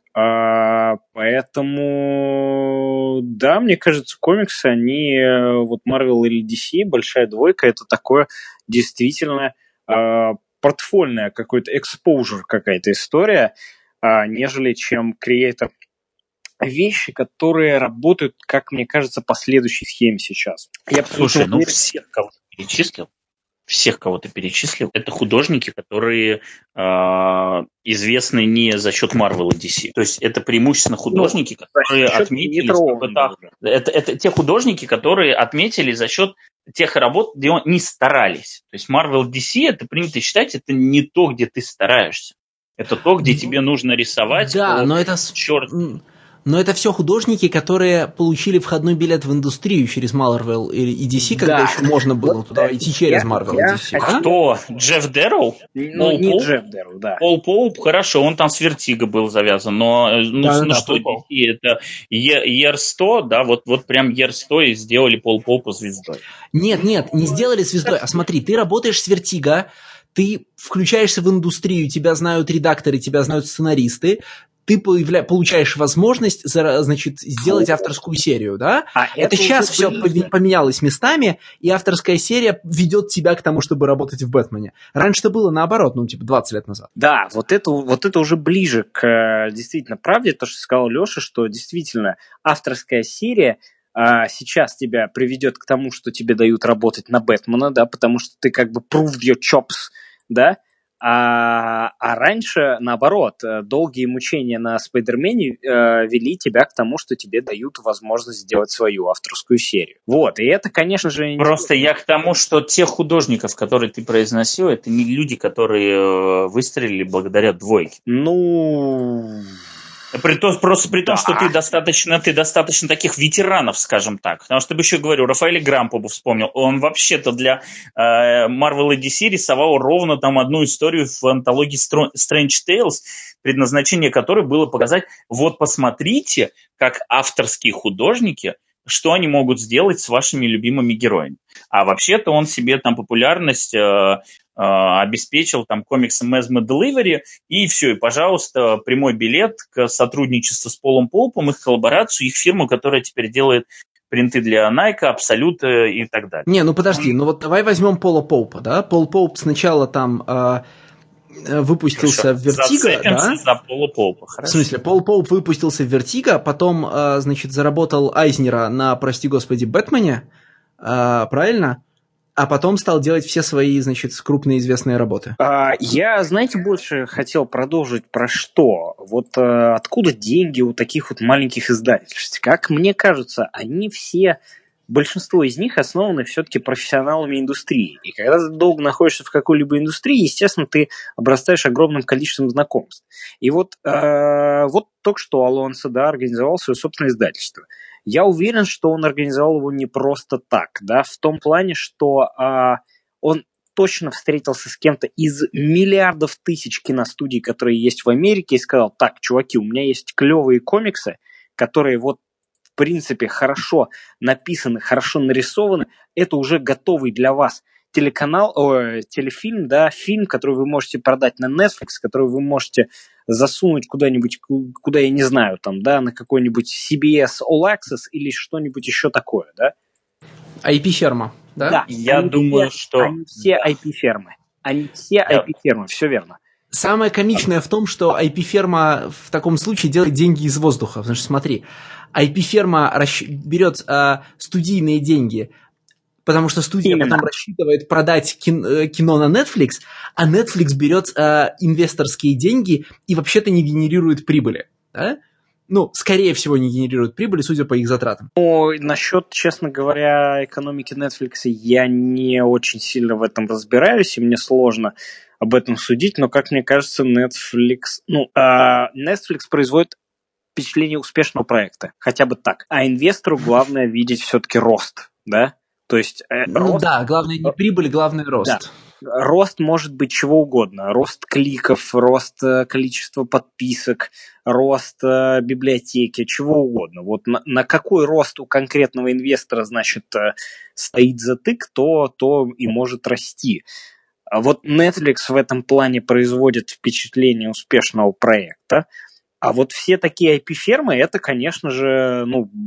S3: поэтому, да, мне кажется, комиксы, они, вот Marvel или DC, большая двойка, это такое действительно портфольное какой-то exposure какая-то история, нежели чем креатор вещи, которые работают, как мне кажется, по следующей схеме сейчас.
S2: Слушай, ну всех, кого ты перечислил, это художники, которые известны не за счет Marvel и DC. То есть это преимущественно художники, которые отметили... Это те художники, которые отметили за счет тех работ, где они старались. То есть Marvel и DC, это принято считать, это не то, где ты стараешься. Это то, где тебе нужно рисовать.
S1: Да, но это... Но это все художники, которые получили входной билет в индустрию через Marvel и DC, когда еще можно было туда идти через Marvel и DC.
S2: Кто? Джефф Дэрроу?
S3: Ну, не Джефф Дэрроу, да.
S2: Пол Поуп, хорошо, он там с Vertigo был завязан, но что, DC это Year 100, да, вот прям Year 100 и сделали Пол Поупа звездой.
S1: Нет, не сделали звездой, а смотри, ты работаешь с Vertigo, ты включаешься в индустрию, тебя знают редакторы, тебя знают сценаристы, ты получаешь возможность, значит, сделать авторскую серию, да? Это сейчас все поменялось местами, и авторская серия ведет тебя к тому, чтобы работать в Бэтмене. Раньше-то было наоборот, 20 лет назад.
S3: Да, вот это уже ближе к действительно правде, то, что сказал Леша, что действительно авторская серия сейчас тебя приведет к тому, что тебе дают работать на Бэтмена, да, потому что ты как бы proved your chops, да, а раньше, наоборот, долгие мучения на Спайдермене вели тебя к тому, что тебе дают возможность сделать свою авторскую серию. Вот, и это, конечно же...
S2: Просто я к тому, что тех художников, которые ты произносил, это не люди, которые выстрелили благодаря двойке.
S3: Ну...
S2: Просто при том, что ты достаточно таких ветеранов, скажем так. Потому что, еще говорю, Рафаэля Грампо вспомнил. Он вообще-то для Marvel и DC рисовал ровно там одну историю в антологии Strange Tales, предназначение которой было показать, вот посмотрите, как авторские художники, что они могут сделать с вашими любимыми героями. А вообще-то он себе там популярность обеспечил там комиксом Mesmo Delivery, и все, и, пожалуйста, прямой билет к сотрудничеству с Полом Поупом, их коллаборацию, их фирму, которая теперь делает принты для Nike, Absolute и так далее.
S1: Не, ну подожди, ну вот давай возьмем Пола Поупа, да? Пол Поуп сначала там выпустился в Vertigo, да?
S2: За Пола Поупа, хорошо.
S1: В смысле, Пол Поуп выпустился в Vertigo, потом, значит, заработал Айзнера на, прости господи, Бэтмене, правильно? А потом стал делать все свои, значит, крупные известные работы.
S3: Я, знаете, больше хотел продолжить про что? Вот откуда деньги у таких вот маленьких издательств? Как мне кажется, они все, большинство из них основаны все-таки профессионалами индустрии. И когда ты долго находишься в какой-либо индустрии, естественно, ты обрастаешь огромным количеством знакомств. И вот только что Алонсо, да, организовал свое собственное издательство. Я уверен, что он организовал его не просто так, да, в том плане, что он точно встретился с кем-то из миллиардов тысяч киностудий, которые есть в Америке, и сказал: так, чуваки, у меня есть клевые комиксы, которые вот в принципе хорошо написаны, хорошо нарисованы, это уже готовый для вас телефильм, да, фильм, который вы можете продать на Netflix, который вы можете засунуть куда-нибудь, куда я не знаю, там, да, на какой-нибудь CBS All Access или что-нибудь еще такое, да?
S1: IP-ферма, да?
S3: Да.
S2: Я думаю, что...
S3: Они все IP-фермы. Они все IP-фермы, все верно.
S1: Самое комичное в том, что IP-ферма в таком случае делает деньги из воздуха. Потому что смотри, IP-ферма берет студийные деньги, потому что студия потом рассчитывает продать кино на Netflix, а Netflix берет инвесторские деньги и вообще-то не генерирует прибыли. Да? Ну, скорее всего, не генерирует прибыли, судя по их затратам.
S3: Ну, насчет, честно говоря, экономики Netflix я не очень сильно в этом разбираюсь, и мне сложно об этом судить, но, как мне кажется, Netflix производит впечатление успешного проекта, хотя бы так. А инвестору главное видеть все-таки рост, да? То есть рост...
S1: да, главное не прибыль, главное рост.
S3: Да. Рост может быть чего угодно. Рост кликов, рост количества подписок, рост библиотеки, чего угодно. Вот на какой рост у конкретного инвестора, значит, стоит затык, то и может расти. А вот Netflix в этом плане производит впечатление успешного проекта. А вот все такие IP-фермы, это, конечно же,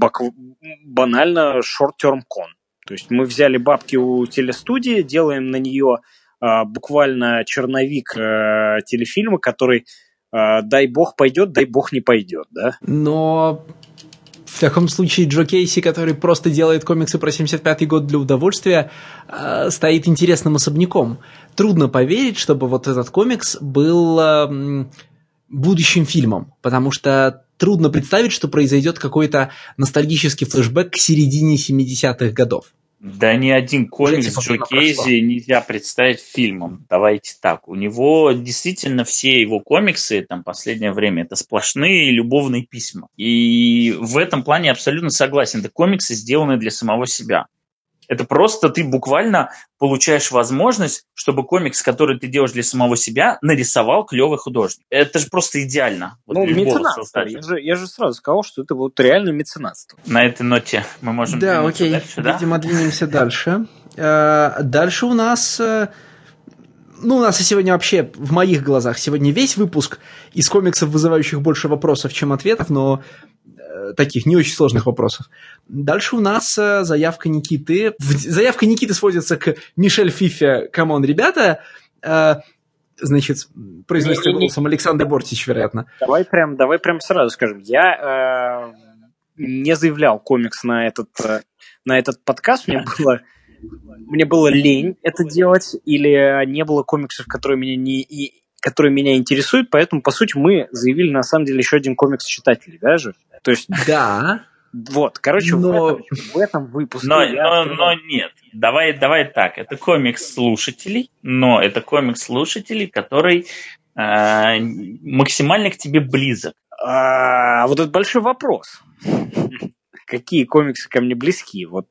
S3: банально short-term con. То есть мы взяли бабки у телестудии, делаем на нее буквально черновик телефильма, который, дай бог пойдет, дай бог не пойдет, да?
S1: Но в таком случае Джо Кейси, который просто делает комиксы про 75-й год для удовольствия, стоит интересным особняком. Трудно поверить, чтобы вот этот комикс был будущим фильмом, потому что трудно представить, что произойдет какой-то ностальгический флешбэк к середине 70-х годов.
S2: Да ни один комикс Джо Кейси нельзя представить фильмом. Давайте так. У него действительно все его комиксы, там, последнее время, это сплошные любовные письма. И в этом плане абсолютно согласен. Это комиксы, сделанные для самого себя. Это просто ты буквально получаешь возможность, чтобы комикс, который ты делаешь для самого себя, нарисовал клевый художник. Это же просто идеально. Вот
S3: меценатство. Я же сразу сказал, что это вот реально меценатство.
S2: На этой ноте мы можем
S1: двинуться
S2: дальше, да?
S1: Видимо, двинемся дальше. Дальше у нас... у нас и сегодня вообще, в моих глазах, сегодня весь выпуск из комиксов, вызывающих больше вопросов, чем ответов, но таких не очень сложных вопросов. Дальше у нас заявка Никиты. Заявка Никиты сводится к Мишель Фифе. Камон, ребята. Значит, произносится голосом Александр Бортич, вероятно.
S3: Давай прям сразу скажем. Я не заявлял комикс на этот подкаст. Мне было лень это делать, или не было комиксов, которые меня интересуют, поэтому, по сути, мы заявили, на самом деле, еще один комикс читателей, да же? То есть... Да. Вот, короче, в этом выпуске...
S2: Но нет, давай так, это комикс слушателей, который максимально к тебе близок.
S3: Вот это большой вопрос. Какие комиксы ко мне близки? Вот...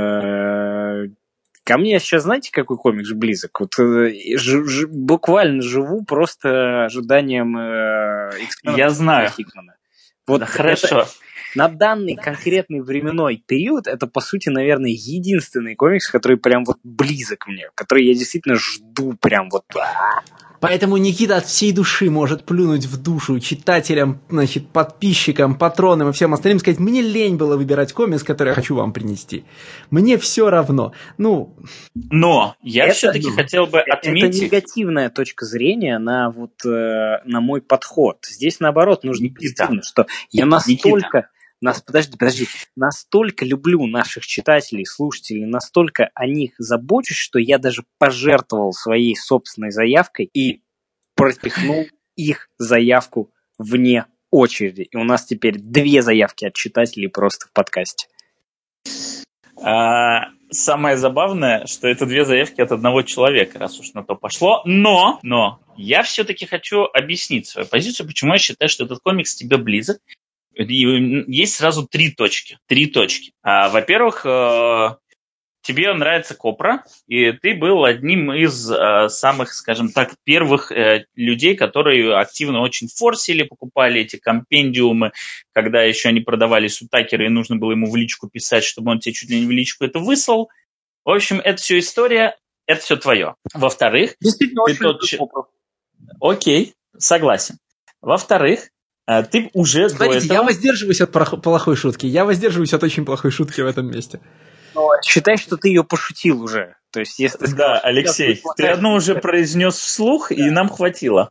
S3: Ко мне сейчас, знаете, какой комикс близок? Вот буквально живу просто ожиданием X-Men.
S2: Я знаю.
S3: Хикмана. Вот да, хорошо. На данный конкретный временной период это, по сути, наверное, единственный комикс, который прям вот близок мне, который я действительно жду прям вот...
S1: Поэтому Никита от всей души может плюнуть в душу читателям, значит, подписчикам, патронам и всем остальным, сказать, мне лень было выбирать комикс, который я хочу вам принести. Мне все равно. Ну...
S2: Но я все-таки хотел бы отметить...
S3: Это негативная точка зрения на мой подход. Здесь, наоборот, нужно позитивно, что я настолько... Подожди. Настолько люблю наших читателей, слушателей, настолько о них забочусь, что я даже пожертвовал своей собственной заявкой и пропихнул их заявку вне очереди. И у нас теперь 2 заявки от читателей просто в подкасте.
S2: Самое забавное, что это 2 заявки от одного человека, раз уж на то пошло. Но я все-таки хочу объяснить свою позицию, почему я считаю, что этот комикс тебе близок. Есть сразу 3 точки. Во-первых, тебе нравится Копра, и ты был одним из самых, скажем так, первых людей, которые активно очень форсили, покупали эти компендиумы, когда еще они продавались у Такера, и нужно было ему в личку писать, чтобы он тебе чуть ли не в личку это выслал. В общем, это все история, это все твое. Во-вторых, Окей, согласен. Во-вторых, ты уже
S1: Смотрите, я воздерживаюсь от плохой шутки. Я воздерживаюсь от очень плохой шутки в этом месте.
S3: Считай, что ты ее пошутил уже. То есть, если ты
S2: сказал, Алексей, ты одну уже произнес вслух, и нам хватило.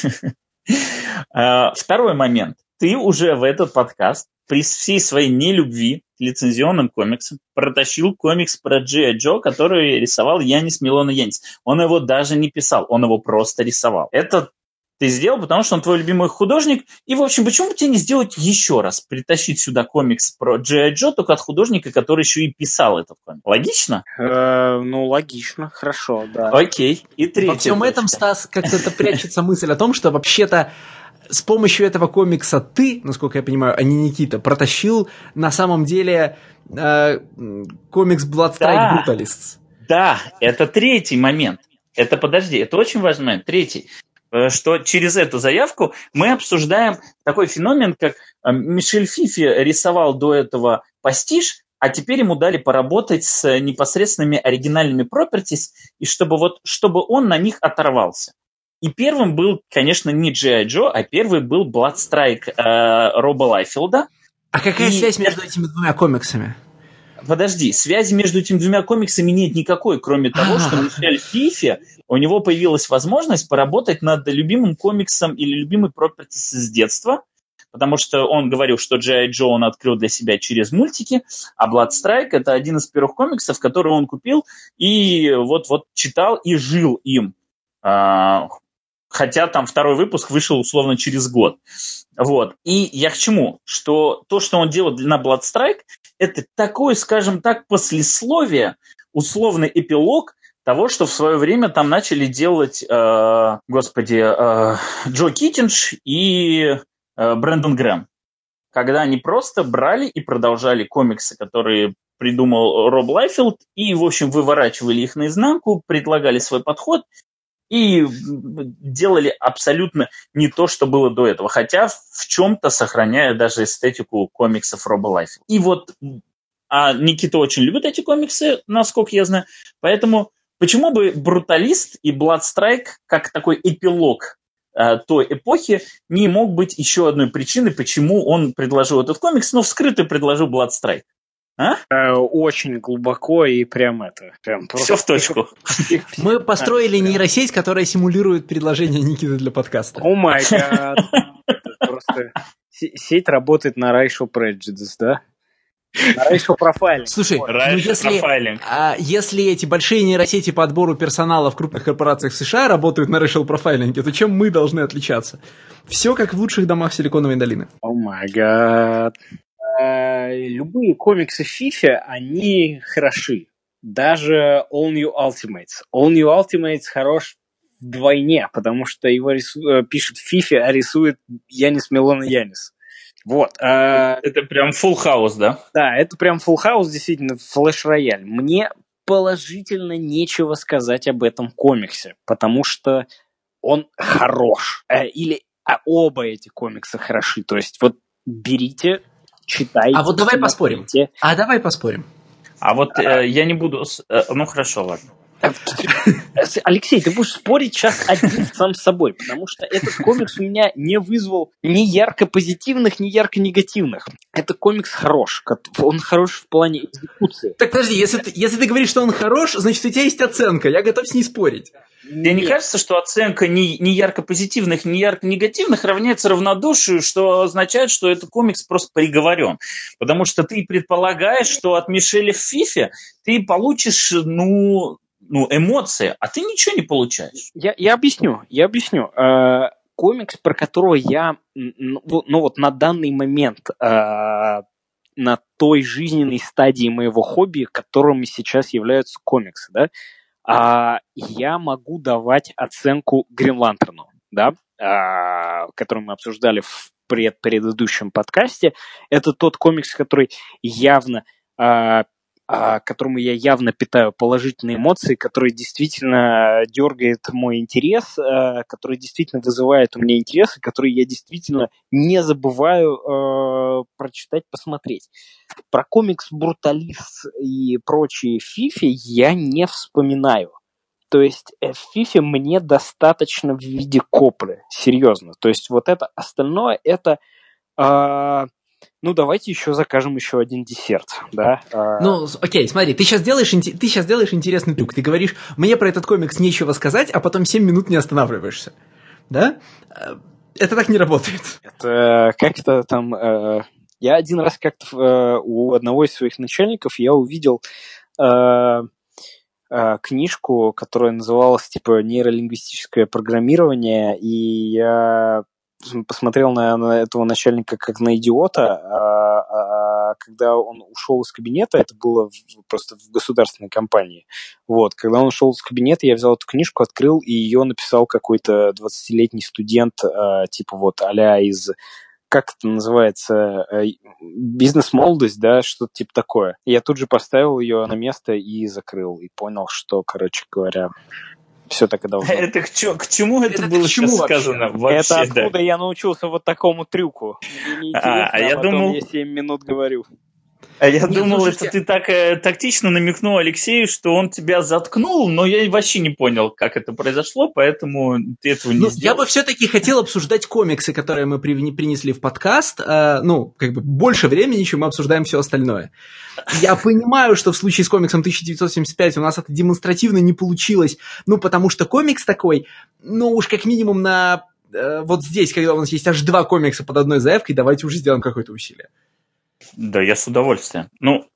S2: Второй момент. Ты уже в этот подкаст при всей своей нелюбви к лицензионным комиксам протащил комикс про G.I. Joe, который рисовал Янис Милона Янис. Он его даже не писал, он его просто рисовал. Это ты сделал, потому что он твой любимый художник. И, в общем, почему бы тебе не сделать еще раз? Притащить сюда комикс про G.I. Joe, только от художника, который еще и писал этот комикс. Логично?
S3: Логично. Хорошо, да.
S2: Окей. И третья.
S1: Во всем этом, Стас, как-то прячется мысль о том, что вообще-то с помощью этого комикса ты, насколько я понимаю, а не Никита, протащил на самом деле комикс Bloodstrike Brutalists.
S2: Да, это третий момент. Это очень важный момент. Третий. Что через эту заявку мы обсуждаем такой феномен, как Мишель Фифи рисовал до этого пастиш, а теперь ему дали поработать с непосредственными оригинальными properties, и чтобы он на них оторвался. И первым был, конечно, не G.I. Joe, а первый был Bloodstrike Роба Лайфилда.
S1: А какая связь между этими 2 комиксами?
S2: Подожди, связи между этими 2 комиксами нет никакой, кроме того, что Мишель Фифи, у него появилась возможность поработать над любимым комиксом или любимой property с детства, потому что он говорил, что G.I. Joe он открыл для себя через мультики, а Bloodstrike – это один из первых комиксов, который он купил и вот читал и жил им. Хотя там 2-й выпуск вышел условно через год. Вот. И я к чему? Что то, что он делал на Bloodstrike, это такое, скажем так, послесловие, условный эпилог того, что в свое время там начали делать, Джо Киттиндж и Брэндон Грэм. Когда они просто брали и продолжали комиксы, которые придумал Роб Лайфилд, и, в общем, выворачивали их наизнанку, предлагали свой подход и делали абсолютно не то, что было до этого, хотя в чем-то сохраняя даже эстетику комиксов Роба Лайфилда. И Никита очень любит эти комиксы, насколько я знаю, поэтому почему бы Бруталист и Bloodstrike, как такой эпилог той эпохи, не мог быть еще одной причиной, почему он предложил этот комикс, но вскрыто предложил Bloodstrike?
S3: Очень глубоко и прям
S2: все в точку.
S1: Мы построили нейросеть, которая симулирует предложение Никиты для подкаста.
S3: О май гад. Просто сеть работает на racial prejudice, да? На racial profiling.
S1: Слушай, если эти большие нейросети по отбору персонала в крупных корпорациях США работают на racial profiling, то чем мы должны отличаться? Все как в лучших домах Силиконовой долины.
S3: О май гад. Любые комиксы Фифи, они хороши. Даже All New Ultimates. All New Ultimates хорош вдвойне, потому что его пишет Фифи, а рисует Янис Милона Янис. Вот.
S2: Это прям Full House, да?
S3: Да, это прям Full House, действительно, флэш-рояль. Мне положительно нечего сказать об этом комиксе, потому что он хорош. Оба эти комикса хороши. То есть берите... читайте.
S1: А вот давай поспорим.
S3: Давай поспорим.
S2: Я не буду... Ну, хорошо, ладно.
S3: Алексей, ты будешь спорить сейчас один сам с собой, потому что этот комикс у меня не вызвал ни ярко позитивных, ни ярко негативных. Этот комикс хорош. Он хорош в плане экзекуции.
S1: Так подожди, если ты говоришь, что он хорош, значит, у тебя есть оценка. Я готов с ней спорить.
S2: Тебе не кажется, что оценка ни ярко позитивных, ни ярко негативных равняется равнодушию, что означает, что этот комикс просто приговорен? Потому что ты предполагаешь, что от Мишеля в Фифе ты получишь, эмоции, а ты ничего не получаешь.
S3: Я объясню. Комикс, про которого я, на данный момент, на той жизненной стадии моего хобби, которыми сейчас являются комиксы, да, я могу давать оценку Грин Лантерну, да, который мы обсуждали в предыдущем подкасте. Это тот комикс, который которому я явно питаю положительные эмоции, который действительно дергает мой интерес, который действительно вызывает у меня интерес, и который я действительно не забываю прочитать, посмотреть. Про комикс «Бруталист» и прочие фифи я не вспоминаю. То есть в фифе мне достаточно в виде коплы, серьезно. То есть вот это остальное, это... давайте еще закажем еще один десерт, да?
S1: Окей, смотри, ты сейчас делаешь интересный трюк. Ты говоришь, мне про этот комикс нечего сказать, а потом 7 минут не останавливаешься. Да? Это так не работает.
S3: Это как-то там... Я один раз как-то у одного из своих начальников я увидел книжку, которая называлась типа «Нейролингвистическое программирование», и я посмотрел на этого начальника как на идиота, когда он ушел из кабинета, это было просто в государственной компании. Вот, когда он ушел из кабинета, я взял эту книжку, открыл, и ее написал какой-то 20-летний студент, типа вот а-ля из... Как это называется? Бизнес-молодость, да, что-то типа такое. Я тут же поставил ее на место и закрыл. И понял, что, короче говоря, все так и должно.
S2: Это к чему это было сейчас сказано?
S3: Вообще, это откуда я научился вот такому трюку. Мне интересно,
S2: я думал...
S3: я 7 минут говорю.
S2: Я думал, это ты так тактично намекнул Алексею, что он тебя заткнул, но я вообще не понял, как это произошло, поэтому ты этого не сделал.
S1: Я бы все-таки хотел обсуждать комиксы, которые мы принесли в подкаст, больше времени, чем мы обсуждаем все остальное. Я понимаю, что в случае с комиксом 1975 у нас это демонстративно не получилось, потому что комикс такой, уж как минимум на вот здесь, когда у нас есть аж 2 комикса под одной заявкой, давайте уже сделаем какое-то усилие.
S2: Да, я с удовольствием.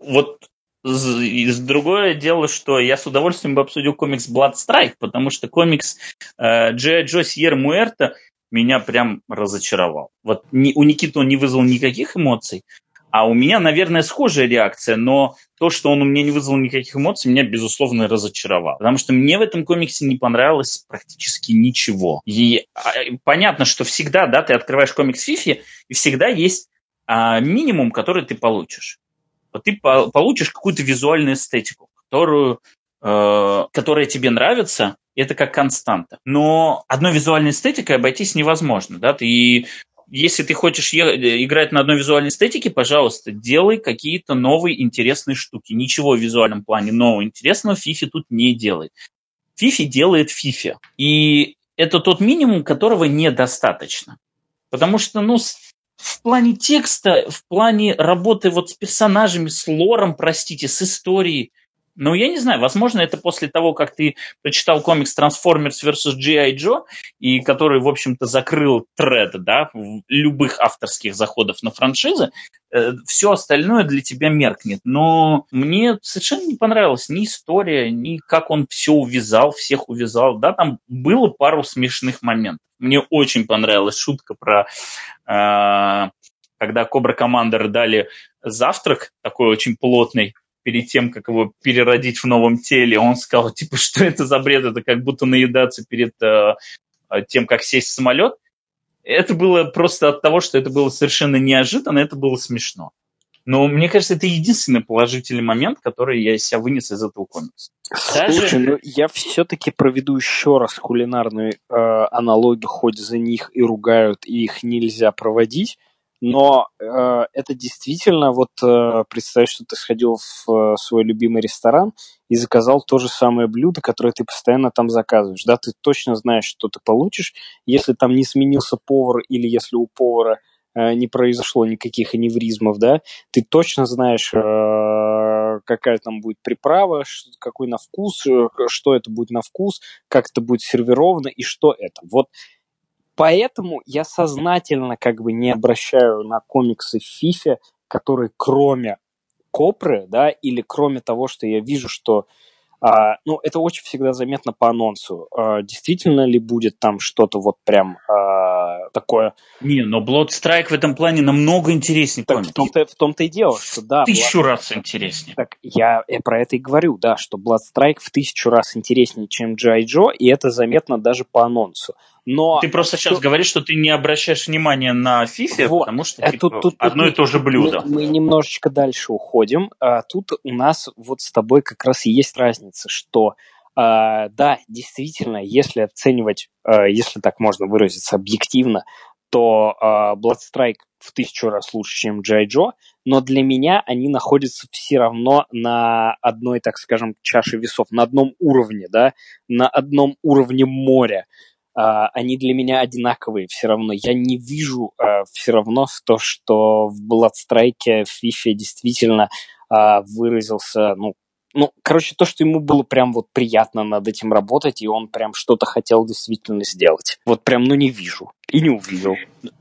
S2: Другое дело, что я с удовольствием бы обсудил комикс Blood Strike, потому что комикс G.I. Joe Sierra Muerta меня прям разочаровал. Вот у Никиты он не вызвал никаких эмоций, а у меня, наверное, схожая реакция, но то, что он у меня не вызвал никаких эмоций, меня, безусловно, разочаровало. Потому что мне в этом комиксе не понравилось практически ничего. И понятно, что всегда, да, ты открываешь комикс Фифи, и всегда есть минимум, который ты получишь. Вот ты получишь какую-то визуальную эстетику, которая тебе нравится, это как константа. Но одной визуальной эстетикой обойтись невозможно. Да? Если ты хочешь играть на одной визуальной эстетике, пожалуйста, делай какие-то новые интересные штуки. Ничего в визуальном плане нового интересного Фифи тут не делает. Фифи делает Фифи. И это тот минимум, которого недостаточно. Потому что, в плане текста, в плане работы вот с персонажами, с лором, с историей, я не знаю, возможно, это после того, как ты прочитал комикс Transformers vs. G.I. Joe, и который, в общем-то, закрыл тред, да, любых авторских заходов на франшизы, все остальное для тебя меркнет. Но мне совершенно не понравилась ни история, ни как он всех увязал. Да, там было пару смешных моментов. Мне очень понравилась шутка про... когда Кобра Командер дали завтрак, такой очень плотный, перед тем, как его переродить в новом теле, он сказал, что это за бред, это как будто наедаться перед тем, как сесть в самолет. Это было просто от того, что это было совершенно неожиданно, это было смешно. Но мне кажется, это единственный положительный момент, который я из себя вынес из этого комикса.
S3: Слушай, я все-таки проведу еще раз кулинарную аналогию, хоть за них и ругают, и их нельзя проводить. Но это действительно, вот представь, что ты сходил в свой любимый ресторан и заказал то же самое блюдо, которое ты постоянно там заказываешь. Да, ты точно знаешь, что ты получишь, если там не сменился повар или если у повара не произошло никаких аневризмов, да, ты точно знаешь, какая там будет приправа, какой на вкус, что это будет на вкус, как это будет сервировано и что это. Вот поэтому я сознательно как бы не обращаю на комиксы в FIFA, которые кроме Копры, да, или кроме того, что я вижу, что ну, это очень всегда заметно по анонсу. Действительно ли будет там что-то вот прям такое...
S2: Не, но Blood Strike в этом плане намного интереснее
S3: комикс. В том-то и дело, что да...
S2: 1000 раз интереснее.
S3: Так, я про это и говорю, да, что Blood Strike в 1000 раз интереснее, чем G.I. Joe, и это заметно даже по анонсу. Но
S2: ты просто сейчас говоришь, что ты не обращаешь внимания на FIFA, вот, потому что тут одно и то же блюдо.
S3: Мы немножечко дальше уходим. Тут у нас вот с тобой как раз и есть разница, что да, действительно, если оценивать, если так можно выразиться, объективно, то Blood Strike в 1000 раз лучше, чем G.I. Joe, но для меня они находятся все равно на одной, так скажем, чаше весов, на одном уровне, да, на одном уровне моря. Они для меня одинаковые все равно. Я не вижу все равно в то, что в Bloodstrike в FIFA действительно выразился, короче, то, что ему было прям вот приятно над этим работать, и он прям что-то хотел действительно сделать. Вот прям, не вижу. И не увидел.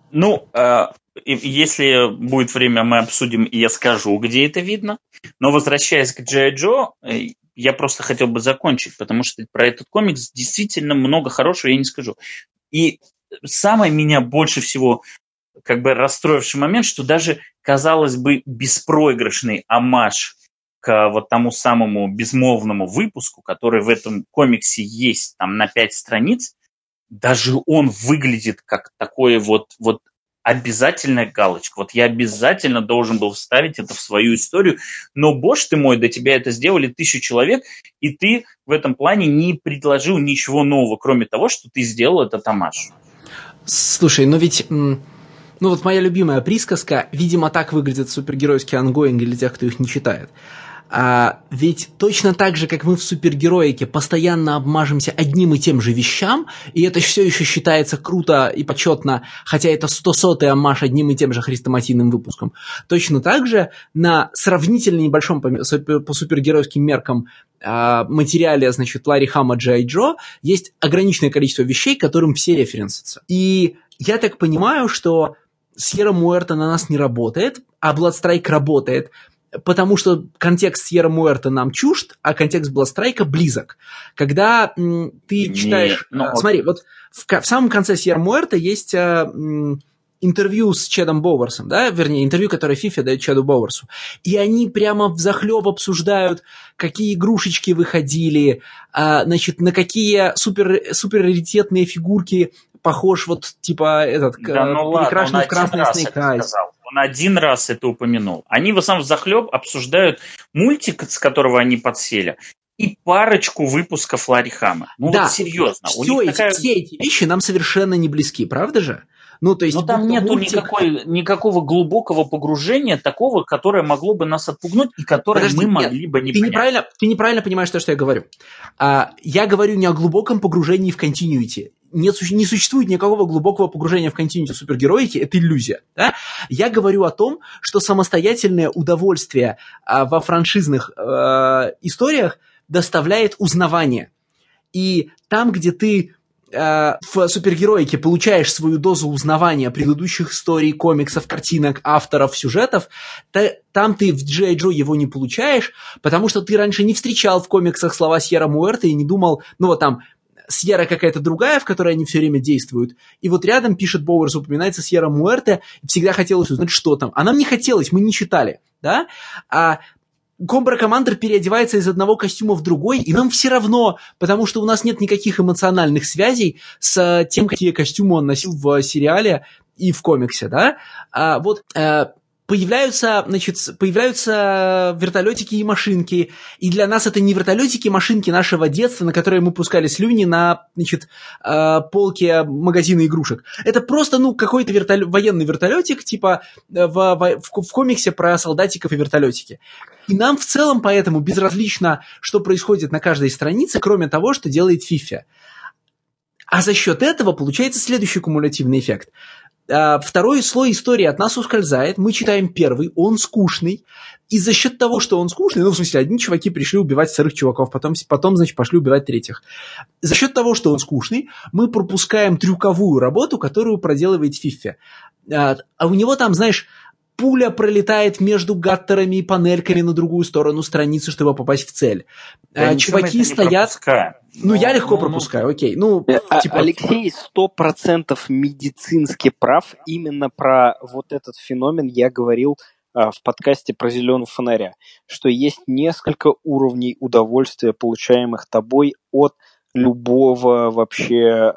S2: Если будет время, мы обсудим, и я скажу, где это видно. Но возвращаясь к G.I. Joe, я просто хотел бы закончить, потому что про этот комикс действительно много хорошего я не скажу. И самое меня больше всего как бы расстроивший момент, что даже, казалось бы, беспроигрышный оммаж к вот тому самому безмолвному выпуску, который в этом комиксе есть там на 5 страниц, даже он выглядит как такое вот обязательная галочка. Вот я обязательно должен был вставить это в свою историю, но, боже ты мой, до тебя это сделали 1000 человек, и ты в этом плане не предложил ничего нового, кроме того, что ты сделал этот оммаж.
S1: Слушай, но ведь... вот моя любимая присказка, видимо, так выглядят супергеройские ангоинги для тех, кто их не читает. Ведь точно так же, как мы в супергероике постоянно обмажемся одним и тем же вещам, и это все еще считается круто и почетно, хотя это 100-й оммаж одним и тем же хрестоматийным выпуском, точно так же на сравнительно небольшом по супергеройским меркам материале, значит, Ларри Хама G.I. Joe есть ограниченное количество вещей, к которым все референсятся. И я так понимаю, что Сьерра Муэрта на нас не работает, а Bloodstrike работает, потому что контекст Сьерра Муэрта нам чужд, а контекст Bloodstrike близок. Когда ты читаешь... Смотри, вот в самом конце Сьерра Муэрта есть интервью с Чедом Боуэрсом, да, вернее, интервью, которое FIFA дает Чеду Боуэрсу. И они прямо взахлеб обсуждают, какие игрушечки выходили, значит, на какие суперраритетные фигурки похож вот, типа, перекрашенный в красный Snake Eyes.
S2: Он один раз это упомянул. Они в основном взахлеб обсуждают мультик, с которого они подсели, и парочку выпусков Ларри Хама.
S1: Да, вот серьезно. Все эти вещи нам совершенно не близки, правда же?
S2: Но там нету никакого глубокого погружения такого, которое могло бы нас отпугнуть и которое мы могли бы не понять.
S1: Ты неправильно понимаешь то, что я говорю. Я говорю не о глубоком погружении в континьюити. Не существует никакого глубокого погружения в континьюити супергероики, это иллюзия. Да? Я говорю о том, что самостоятельное удовольствие во франшизных историях доставляет узнавание. И там, где ты в супергероике получаешь свою дозу узнавания предыдущих историй, комиксов, картинок, авторов, сюжетов, там ты в G.I. Joe его не получаешь, потому что ты раньше не встречал в комиксах слова Сьерра Муэрта и не думал, там Сьерра какая-то другая, в которой они все время действуют, и вот рядом, пишет Боуэрс, упоминается Сьерра Муэрта, и всегда хотелось узнать, что там. А нам не хотелось, мы не читали, да? Комбра Командер переодевается из одного костюма в другой, и нам все равно, потому что у нас нет никаких эмоциональных связей с тем, какие костюмы он носил в сериале и в комиксе, да? появляются вертолетики и машинки, и для нас это не вертолетики и машинки нашего детства, на которые мы пускали слюни на, полке магазина игрушек. Это просто, какой-то военный вертолетик, типа в комиксе про солдатиков и вертолетики. И нам в целом поэтому безразлично, что происходит на каждой странице, кроме того, что делает FIFA. А за счет этого получается следующий кумулятивный эффект. Второй слой истории от нас ускользает, мы читаем первый, он скучный, и за счет того, что он скучный, в смысле, одни чуваки пришли убивать вторых чуваков, потом, пошли убивать третьих. За счет того, что он скучный, мы пропускаем трюковую работу, которую проделывает FIFA. А у него там, пуля пролетает между гаттерами и панельками на другую сторону страницы, чтобы попасть в цель. Чуваки стоят... я легко пропускаю, окей.
S3: Алексей 100% медицински прав. Именно про вот этот феномен я говорил в подкасте про «Зеленого фонаря», что есть несколько уровней удовольствия, получаемых тобой от любого вообще...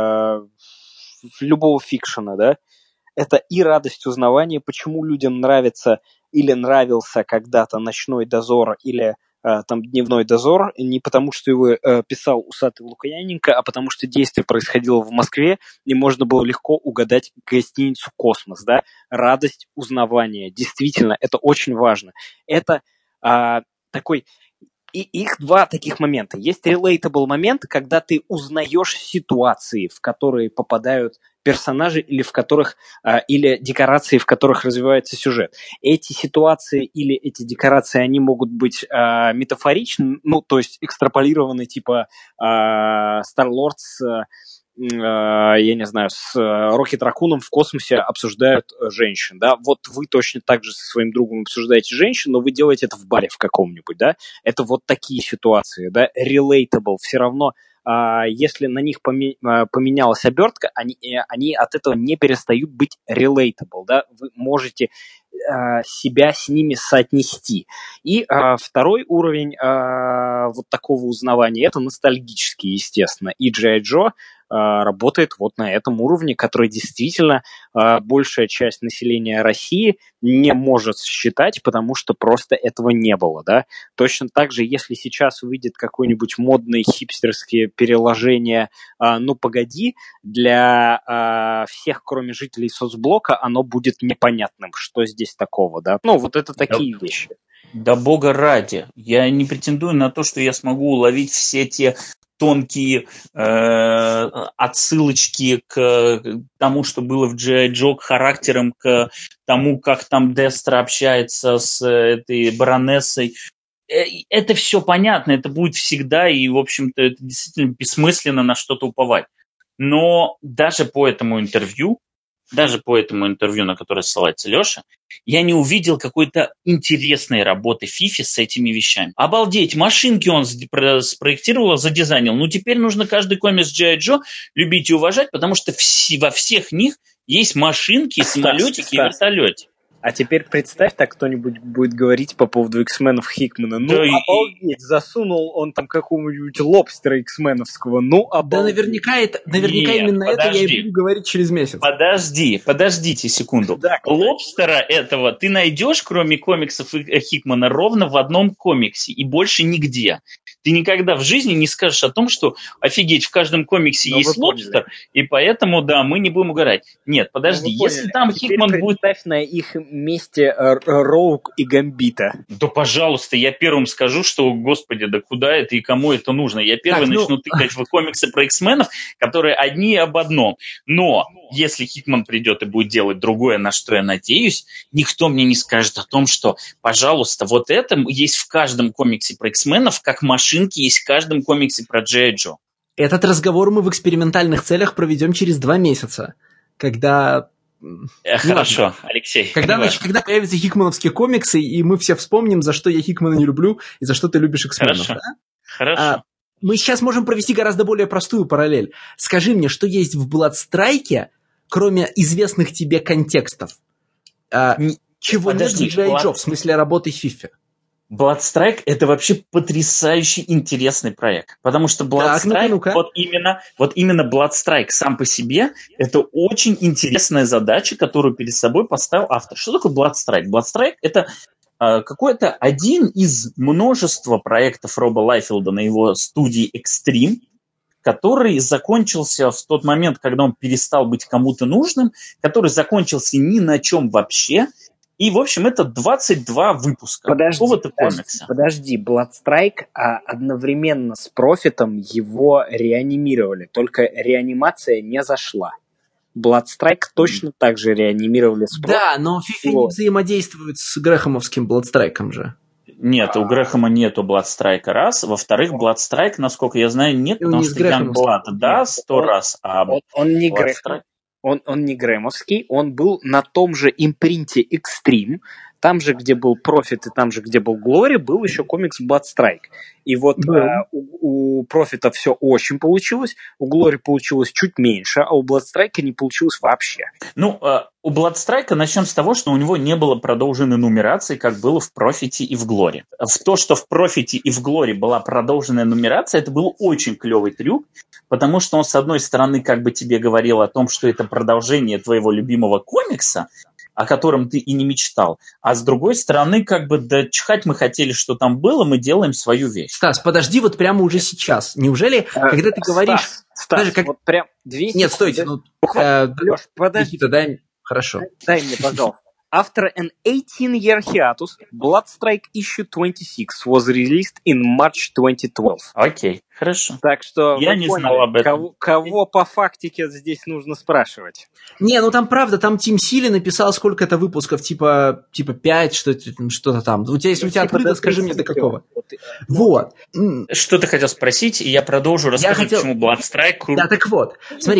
S3: любого фикшена, да? Это и радость узнавания, почему людям нравится или нравился когда-то «Ночной дозор» или «Дневной дозор», не потому, что его писал усатый Лукьяненко, а потому что действие происходило в Москве, и можно было легко угадать гостиницу «Космос». Да? Радость узнавания. Действительно, это очень важно. Это такой... И их два таких момента. Есть relatable момент, когда ты узнаешь ситуации, в которые попадают персонажи или в которых или декорации, в которых развивается сюжет. Эти ситуации или эти декорации, они могут быть метафоричны, то есть экстраполированы, типа Star-Lord я не знаю, с Рокет Ракуном в космосе обсуждают женщин, да, вот вы точно так же со своим другом обсуждаете женщин, но вы делаете это в баре в каком-нибудь, да, это вот такие ситуации, да, relatable, все равно, если на них поменялась обертка, они от этого не перестают быть relatable, да, вы можете себя с ними соотнести. И второй уровень вот такого узнавания, это ностальгический, естественно, и G.I. Joe работает вот на этом уровне, который действительно большая часть населения России не может считать, потому что просто этого не было, да. Точно так же, если сейчас выйдет какое-нибудь модное хипстерское переложение «Ну, погоди», для всех, кроме жителей соцблока, оно будет непонятным, что здесь такого, да. Вот это такие вещи.
S2: Да бога ради. Я не претендую на то, что я смогу уловить все те тонкие отсылочки к тому, что было в G.I. Joe, к характерам, к тому, как там Дестро общается с этой баронессой. Это все понятно, это будет всегда, и, в общем-то, это действительно бессмысленно на что-то уповать. Но даже по этому интервью, на которое ссылается Леша, я не увидел какой-то интересной работы FIFA с этими вещами. Обалдеть, машинки он спроектировал, задизайнил. Теперь нужно каждый комикс G.I. Joe любить и уважать, потому что во всех них есть машинки, самолетики и вертолетики.
S3: А теперь представь, так кто-нибудь будет говорить по поводу X-менов Хикмана. Обалдеть, засунул он там какого-нибудь лобстера X-меновского, обалдеть.
S1: Да наверняка именно это я и буду говорить через месяц.
S2: Подождите секунду. Да, лобстера этого ты найдешь, кроме комиксов Хикмана, ровно в одном комиксе и больше нигде. Ты никогда в жизни не скажешь о том, что офигеть, в каждом комиксе есть лобстер, и поэтому, да, мы не будем угорать. Нет, подожди, если там Хикман будет...
S3: Представь на их месте Роук и Гамбита.
S2: Да, пожалуйста, я первым скажу, что, господи, да куда это и кому это нужно? Я первый начну тыкать в комиксы про X-менов, которые одни об одном. Но если Хикман придет и будет делать другое, на что я надеюсь, никто мне не скажет о том, что, пожалуйста, вот это есть в каждом комиксе про X-менов, как машинки есть в каждом комиксе про G.I. Joe.
S1: Этот разговор мы в экспериментальных целях проведем через 2 месяца, когда...
S2: Хорошо, Алексей.
S1: Когда появятся хикмановские комиксы, и мы все вспомним, за что я Хикмана не люблю, и за что ты любишь X-менов.
S2: Хорошо.
S1: Мы сейчас можем провести гораздо более простую параллель. Скажи мне, что есть в Bloodstrike, кроме известных тебе контекстов? Чего нет в G.I. Joe, в смысле работы FIFA?
S2: Bloodstrike — это вообще потрясающий интересный проект, потому что Bloodstrike,
S1: Так,
S2: вот именно Bloodstrike сам по себе, это очень интересная задача, которую перед собой поставил автор. Что такое Bloodstrike? Bloodstrike — это какой-то один из множества проектов Роба Лайфилда на его студии Extreme, который закончился в тот момент, когда он перестал быть кому-то нужным, который закончился ни на чем вообще. И, в общем, это 22 выпуска какого-то комикса.
S3: Подожди, Bloodstrike одновременно с Профитом его реанимировали, только реанимация не зашла. Bloodstrike точно так же реанимировали с Профитом.
S1: Да, но FIFA не взаимодействует с Грэхэмовским Bloodstrike'ом же.
S2: Нет, у Грэхэма нету Bloodstrike'a раз. Во-вторых, Bloodstrike, насколько я знаю, нет, потому что Youngblood, да, 100 раз.
S3: Он не Грэхэм. Он не грэмовский, он был на том же импринте Extreme, там же, где был Profit и там же, где был Glory, был еще комикс Bloodstrike. И вот у Profit'а все очень получилось, у Glory получилось чуть меньше, а у Bloodstrike'a не получилось вообще.
S2: Ну, у Bloodstrike'a начнем с того, что у него не было продолженной нумерации, как было в Profit'е и в Glory. В то, что в Profit'е и в Glory была продолженная нумерация, это был очень клевый трюк, потому что он, с одной стороны, как бы тебе говорил о том, что это продолжение твоего любимого комикса, о котором ты и не мечтал, а с другой стороны, как бы, да чихать мы хотели, что там было, мы делаем свою вещь.
S1: Стас, подожди вот прямо уже сейчас. Неужели, когда ты говоришь...
S3: Стас, даже как... вот прям 2 секунды.
S1: Нет, стойте,
S3: Лёш, подожди.
S1: Никита, дай... Хорошо.
S3: Дай мне, пожалуйста. After an 18-year hiatus, Bloodstrike issue 26 was released in March 2012.
S2: Окей, хорошо.
S3: Так что
S2: я не знал об этом.
S3: Кого по фактике здесь нужно спрашивать?
S1: Не, ну там правда, там Тим Сили написал сколько-то выпусков, типа 5, что-то там. У тебя, если у тебя открыто, скажи мне, до какого. Вот.
S2: Что ты хотел спросить, и я продолжу рассказывать, почему Bloodstrike круто.
S1: Да, так вот. Смотри,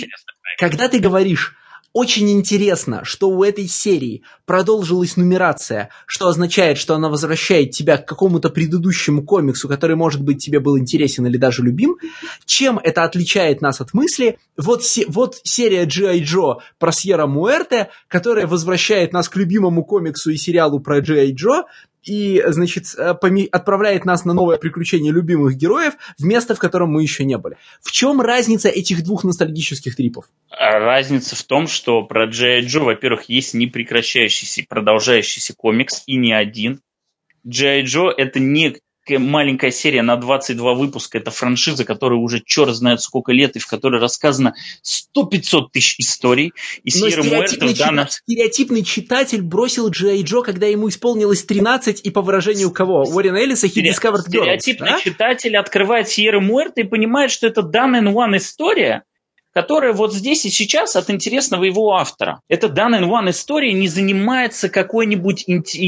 S1: когда ты говоришь... Очень интересно, что у этой серии продолжилась нумерация, что означает, что она возвращает тебя к какому-то предыдущему комиксу, который, может быть, тебе был интересен или даже любим. Чем это отличает нас от мысли? Вот серия G.I. Joe про Сьерра Муэрте, которая возвращает нас к любимому комиксу и сериалу про G.I. Joe, и, значит, отправляет нас на новое приключение любимых героев в место, в котором мы еще не были. В чем разница этих двух ностальгических трипов?
S2: Разница в том, что про G.I. Joe, во-первых, есть непрекращающийся, продолжающийся комикс, и не один. G.I. Joe — это не маленькая серия на 22 выпуска, это франшиза, которая уже черт знает сколько лет, и в которой рассказано 100-500 тысяч историй. И
S1: стереотипный читатель бросил G.I. Joe, когда ему исполнилось 13, и по выражению кого? Уоррена Эллиса, he discovered girls.
S2: Стереотипный читатель открывает Сьерра Муэрте и понимает, что это done in one история, которая вот здесь и сейчас от интересного его автора. Эта done in one история не занимается какой-нибудь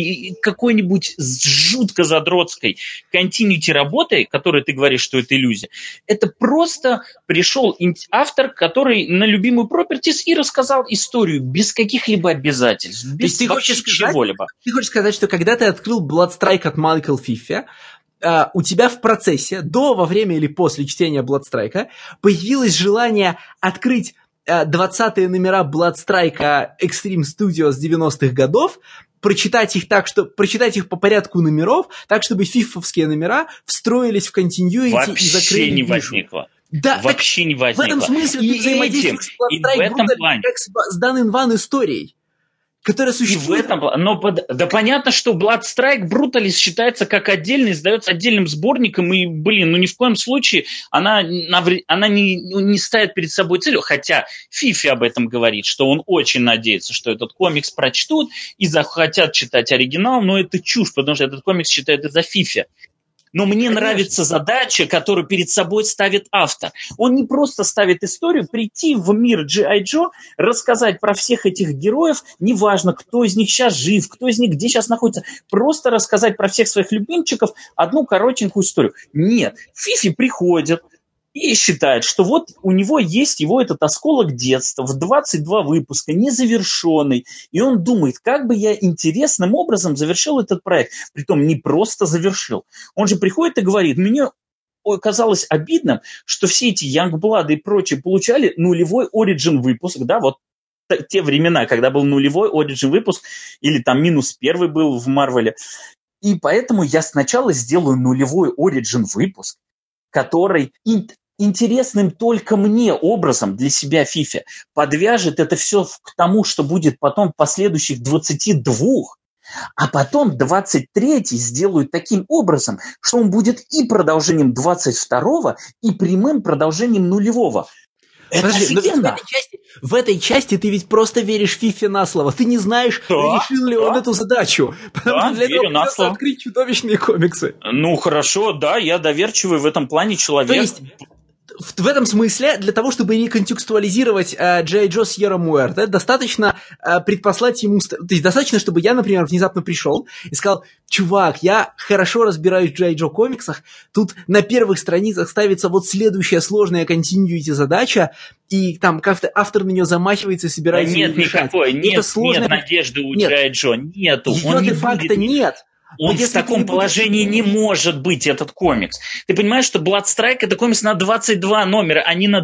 S2: жутко задротской континьюти работой, которой ты говоришь, что это иллюзия. Это просто пришел автор, который на любимую properties и рассказал историю без каких-либо обязательств, без чего-либо.
S1: Ты хочешь сказать, что когда ты открыл Bloodstrike от Майкл Фиффи, у тебя в процессе, во время или после чтения Bloodstrike'a, появилось желание открыть 20-е номера Bloodstrike'a Extreme Studios 90-х годов, прочитать их по порядку номеров, так, чтобы фиффовские номера встроились в континьюити и закрыли
S2: не возникло.
S1: Да,
S2: вообще не возникло.
S1: В этом смысле ты взаимодействуешь с Bloodstrike как с Done in One историей, которая существует.
S2: Да понятно, что Bloodstrike Brutalis считается как отдельный, издается отдельным сборником, и, ни в коем случае она не ставит перед собой целью, хотя Фифи об этом говорит, что он очень надеется, что этот комикс прочтут и захотят читать оригинал, но это чушь, потому что этот комикс считает из-за Фифи. Но мне нравится задача, которую перед собой ставит автор. Он не просто ставит историю, прийти в мир G.I. Joe, рассказать про всех этих героев, неважно, кто из них сейчас жив, кто из них где сейчас находится, просто рассказать про всех своих любимчиков одну коротенькую историю. Нет, Фифи приходит и считает, что вот у него есть его этот осколок детства в 22 выпуска, незавершенный. И он думает, как бы я интересным образом завершил этот проект. Притом не просто завершил. Он же приходит и говорит, мне казалось обидным, что все эти Youngblood и прочие получали нулевой origin выпуск, да, вот те времена, когда был нулевой origin выпуск, или там -1 был в Марвеле. И поэтому я сначала сделаю нулевой Origin выпуск, который интересным только мне образом для себя FIFA подвяжет это все к тому, что будет потом в последующих 22, а потом 23-й сделают таким образом, что он будет и продолжением 22-го, и прямым продолжением нулевого. Это
S1: Подожди,
S2: офигенно.
S1: В этой части ты ведь просто веришь Фифе на слово. Ты не знаешь, решил ли он эту задачу. Потому что для этого придется открыть чудовищные комиксы.
S2: Ну, хорошо, да, я доверчивый в этом плане человек.
S1: То есть, в этом смысле, для того, чтобы реконтекстуализировать G.I. Joe Sierra Muerte, достаточно предпослать ему... То есть, достаточно, чтобы я, например, внезапно пришел и сказал: чувак, я хорошо разбираюсь в G.I. Joe комиксах, тут на первых страницах ставится вот следующая сложная continuity задача, и там как-то автор на нее замахивается и собирается
S2: нет никакой, нет надежды у G.I. Joe, нету.
S1: Ее де-факто нет.
S2: Он в таком положении не может быть, этот комикс. Ты понимаешь, что Bloodstrike — это комикс на 22 номера, а не на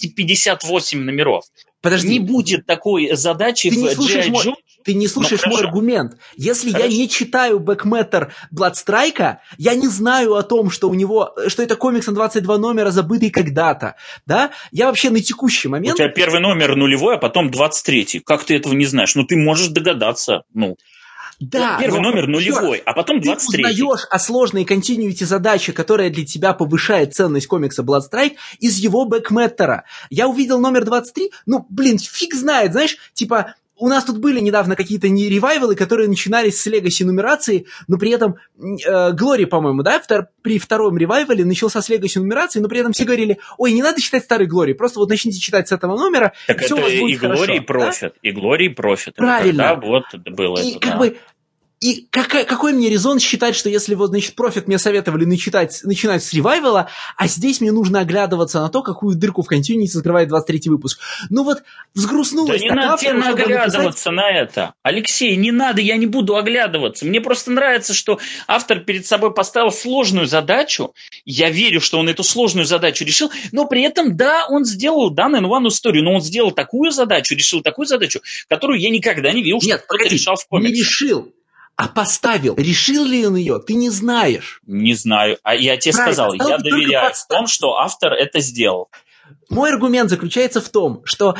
S2: 258 номеров.
S1: Подожди.
S2: Не будет такой задачи в G.I. Joe.
S1: Ты не слушаешь мой аргумент. Если я не читаю бэкметтер Bloodstrike, я не знаю о том, что у него, что это комикс на 22 номера, забытый когда-то. Да? Я вообще на текущий момент...
S2: У тебя первый номер нулевой, а потом 23-й. Как ты этого не знаешь? Ну, ты можешь догадаться.
S1: Да,
S2: первый номер нулевой, а потом 23-й.
S1: Ты узнаешь о сложной continuity задаче, которая для тебя повышает ценность комикса Bloodstrike, из его бэкметтера. Я увидел номер 23, фиг знает, знаешь, типа... У нас тут были недавно какие-то ревайвалы, которые начинались с легаси нумерации, но при этом Глори, по-моему, да, при втором ревайвале начался с легаси нумерации, но при этом все говорили: ой, не надо читать старый Глори, просто вот начните читать с этого номера,
S2: так
S1: и все у вас будет хорошо.
S2: Глори и Профит, да? И Глори и Профит.
S1: Правильно.
S2: Это вот было
S1: и
S2: это, да.
S1: И какой мне резон считать, что если вот, значит, Профит мне советовали начинать с ревайвала, а здесь мне нужно оглядываться на то, какую дырку в континуите закрывает 23-й выпуск. Ну вот, взгрустнулось.
S2: Да не надо тебе оглядываться на это. Алексей, не надо, я не буду оглядываться. Мне просто нравится, что автор перед собой поставил сложную задачу. Я верю, что он эту сложную задачу решил, но при этом, да, он сделал данную one историю, но он сделал такую задачу, решил такую задачу, которую я никогда не видел, что кто-то решал в комиксе.
S1: Не решил. А поставил. Решил ли он ее? Ты не знаешь.
S2: Не знаю. А я тебе сказал, я доверяю в том, что автор это сделал.
S1: Мой аргумент заключается в том, что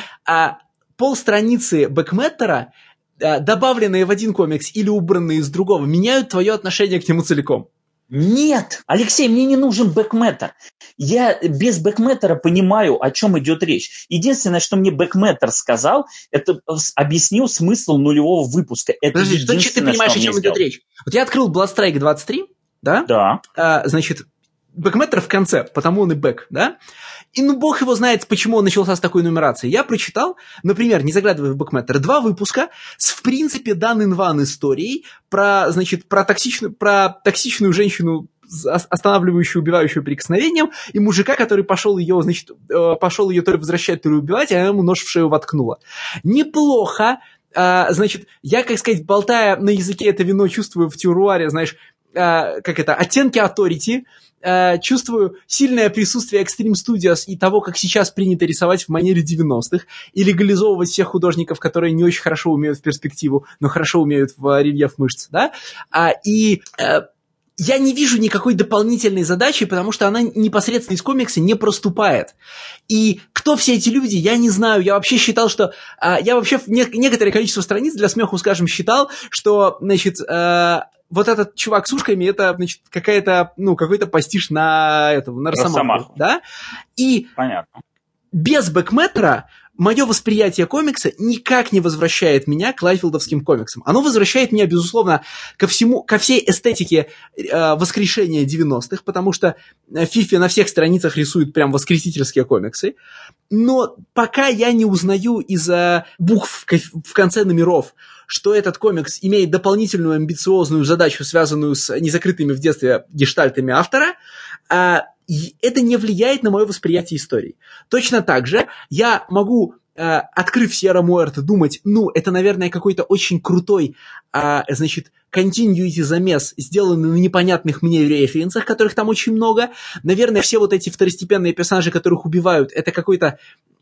S1: полстраницы бэкметтера, добавленные в один комикс или убранные из другого, меняют твое отношение к нему целиком.
S2: Нет, Алексей, мне не нужен бэкметтер. Я без бэкметтера понимаю, о чем идет речь. Единственное, что мне бэкметтер сказал, это объяснил смысл нулевого выпуска. Это
S1: подожди, что ты понимаешь, о чем идет речь? Вот я открыл Bloodstrike 23, да?
S2: Да.
S1: Значит, бэкметтер в конце, потому он и бэк, да? И бог его знает, почему он начался с такой нумерацией. Я прочитал, например, не заглядывая в бэкметтер, 2 выпуска с, в принципе, done-in-one историей про токсичную женщину, останавливающую, убивающую прикосновением, и мужика, который пошел ее то ли возвращать, то ли убивать, а она ему нож в шею воткнула. Неплохо. Значит, я, как сказать, болтая на языке это вино, чувствую в теруаре, знаешь, оттенки authority, чувствую сильное присутствие Extreme Studios и того, как сейчас принято рисовать в манере 90-х, и легализовывать всех художников, которые не очень хорошо умеют в перспективу, но хорошо умеют в рельеф мышц, да, я не вижу никакой дополнительной задачи, потому что она непосредственно из комикса не проступает. И кто все эти люди, я не знаю. Я вообще считал, что... я вообще некоторое количество страниц, для смеху, скажем, считал, что, значит... вот этот чувак с ушками, это, значит, какой-то пастиш на Росомаху, да? И
S2: понятно.
S1: Без бэкметтера мое восприятие комикса никак не возвращает меня к лайфилдовским комиксам. Оно возвращает меня, безусловно, ко всей эстетике воскрешения 90-х, потому что Фифи на всех страницах рисует прям воскресительские комиксы. Но пока я не узнаю из букв в конце номеров, что этот комикс имеет дополнительную амбициозную задачу, связанную с незакрытыми в детстве гештальтами автора, это не влияет на мое восприятие истории. Точно так же я могу, открыв Sierra Muerte, думать, это, наверное, какой-то очень крутой, continuity замес, сделанный на непонятных мне референсах, которых там очень много. Наверное, все вот эти второстепенные персонажи, которых убивают, это какой-то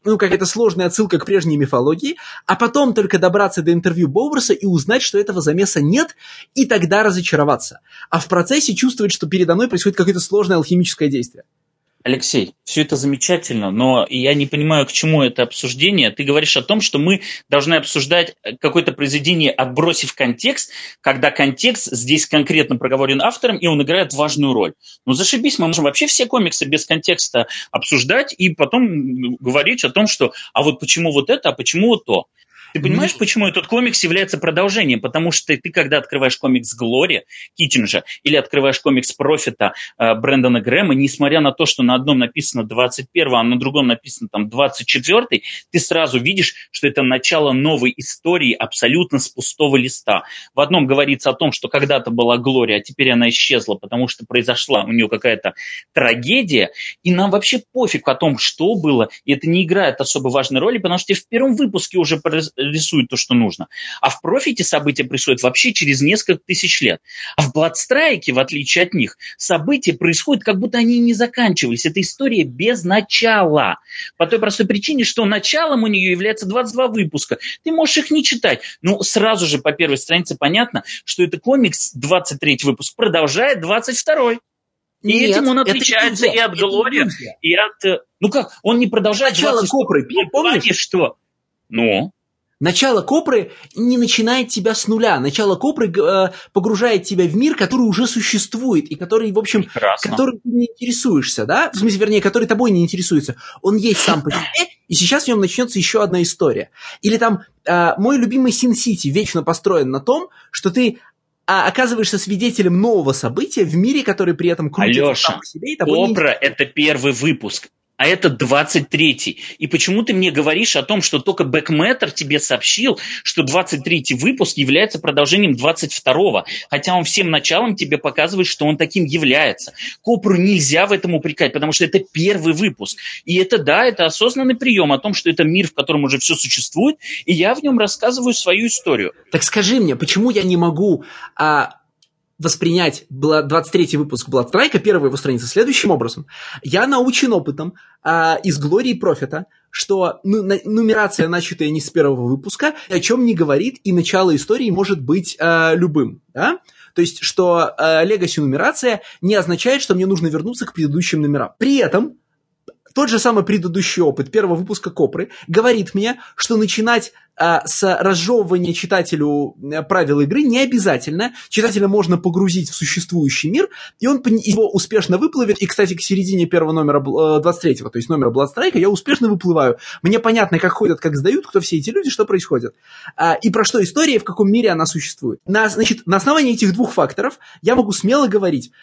S1: какая-то сложная отсылка к прежней мифологии, а потом только добраться до интервью Боуберса и узнать, что этого замеса нет, и тогда разочароваться. А в процессе чувствовать, что передо мной происходит какое-то сложное алхимическое действие.
S2: Алексей, все это замечательно, но я не понимаю, к чему это обсуждение. Ты говоришь о том, что мы должны обсуждать какое-то произведение, отбросив контекст, когда контекст здесь конкретно проговорен автором, и он играет важную роль. Ну, зашибись, мы можем вообще все комиксы без контекста обсуждать и потом говорить о том, что а вот почему вот это, а почему вот то. Ты понимаешь, почему этот комикс является продолжением? Потому что ты, когда открываешь комикс Глори Китинджа или открываешь комикс Профита Брэндона Грэма, несмотря на то, что на одном написано 21, а на другом написано там 24, ты сразу видишь, что это начало новой истории абсолютно с пустого листа. В одном говорится о том, что когда-то была Глория, а теперь она исчезла, потому что произошла у нее какая-то трагедия, и нам вообще пофиг о том, что было, и это не играет особо важной роли, потому что в первом выпуске уже рисует то, что нужно. А в Профите события происходят вообще через несколько тысяч лет. А в Бладстрайке, в отличие от них, события происходят, как будто они не заканчивались. Это история без начала. По той простой причине, что началом у нее является 22 выпуска. Ты можешь их не читать. Но сразу же по первой странице понятно, что это комикс 23 выпуск продолжает 22-й. И
S1: Нет,
S2: этим он отличается и от Глории, и от... Ну как, он не продолжает...
S1: Начало Копры, помнишь?
S2: Что? Ну...
S1: Начало Копры не начинает тебя с нуля. Начало Копры погружает тебя в мир, который уже существует, и который, в общем, который ты не интересуешься, да? В смысле, вернее, который тобой не интересуется. Он есть сам по себе, и сейчас в нем начнется еще одна история. Или там мой любимый Син-Сити вечно построен на том, что ты оказываешься свидетелем нового события в мире, который при этом крутится сам по себе.
S2: Алеша, Копра – это первый выпуск. А это 23-й. И почему ты мне говоришь о том, что только Бэкмэттер тебе сообщил, что 23-й выпуск является продолжением 22-го, хотя он всем началом тебе показывает, что он таким является. Копру нельзя в этом упрекать, потому что это первый выпуск. И это, да, это осознанный прием о том, что это мир, в котором уже все существует, и я в нем рассказываю свою историю.
S1: Так скажи мне, почему я не могу... воспринять 23-й выпуск Бладстрайка, первая его страница, следующим образом. Я научен опытом из Глории и Профита, что нумерация, начатая не с первого выпуска, о чем не говорит, и начало истории может быть любым. Да? То есть, что легаси-нумерация не означает, что мне нужно вернуться к предыдущим номерам. При этом тот же самый предыдущий опыт первого выпуска Копры говорит мне, что начинать с разжевывания читателю правил игры не обязательно. Читателя можно погрузить в существующий мир, и он его успешно выплывет. И, кстати, к середине первого номера 23-го, то есть номера Бладстрайка, я успешно выплываю. Мне понятно, как ходят, как сдают, кто все эти люди, что происходит. И про что история, в каком мире она существует. Значит, на основании этих двух факторов я могу смело говорить.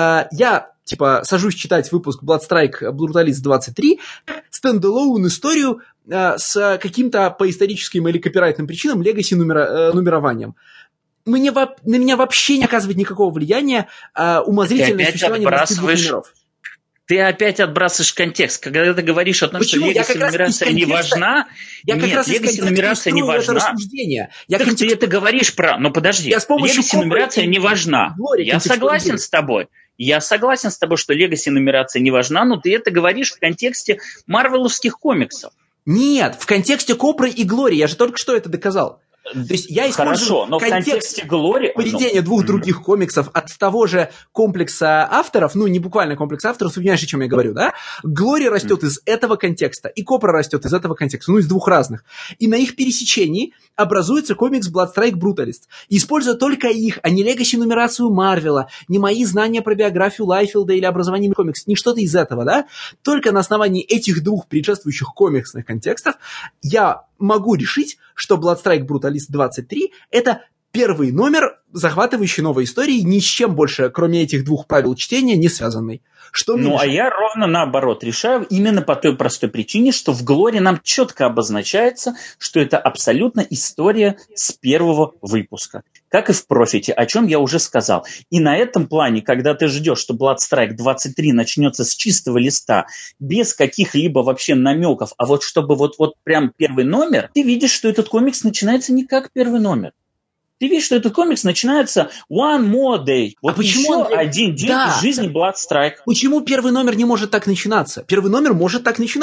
S1: Я сажусь читать выпуск Bloodstrike Brutalist 23, стендалоун историю с каким-то по историческим или копирайтным причинам легаси нумерованием. На меня вообще не оказывает никакого влияния умозрительное существование 22 номеров.
S2: Ты опять отбрасываешь контекст. Когда ты говоришь о том,
S1: почему?
S2: Что легаси-нумерация не важна, легаси-нумерация не важна. Так ты это говоришь про... Ну подожди, легаси-нумерация не важна. Я согласен с тобой. Я согласен с тобой, что легаси-нумерация не важна, но ты это говоришь в контексте марвеловских комиксов.
S1: Нет, в контексте Копры и Глории. Я же только что это доказал. То есть я использую
S2: но в контексте Глории
S1: поведения двух других комиксов от того же комплекса авторов, не буквально комплекс авторов, ты понимаешь, о чем я говорю, да? Глория растет из этого контекста, и Копра растет из этого контекста, из двух разных. И на их пересечении образуется комикс Bloodstrike Brutalist. И используя только их, а не легаси-нумерацию Марвела, не мои знания про биографию Лайфилда или образование комикс, не что-то из этого, да? Только на основании этих двух предшествующих комиксных контекстов я могу решить, что Bloodstrike Brutalist 23 – это первый номер, захватывающий новой истории, ни с чем больше, кроме этих двух правил чтения, не связанный.
S2: А я ровно наоборот решаю, именно по той простой причине, что в Глории нам четко обозначается, что это абсолютно история с первого выпуска. Как и в Профите, о чем я уже сказал. И на этом плане, когда ты ждешь, что Bloodstrike 23 начнется с чистого листа, без каких-либо вообще намеков, а вот чтобы вот прям первый номер, ты видишь, что этот комикс начинается не как первый номер. Ты видишь, что этот комикс начинается One More Day. Вот еще один день из жизни Bloodstrike.
S1: Почему первый номер не может так начинаться? Первый номер может так начинаться.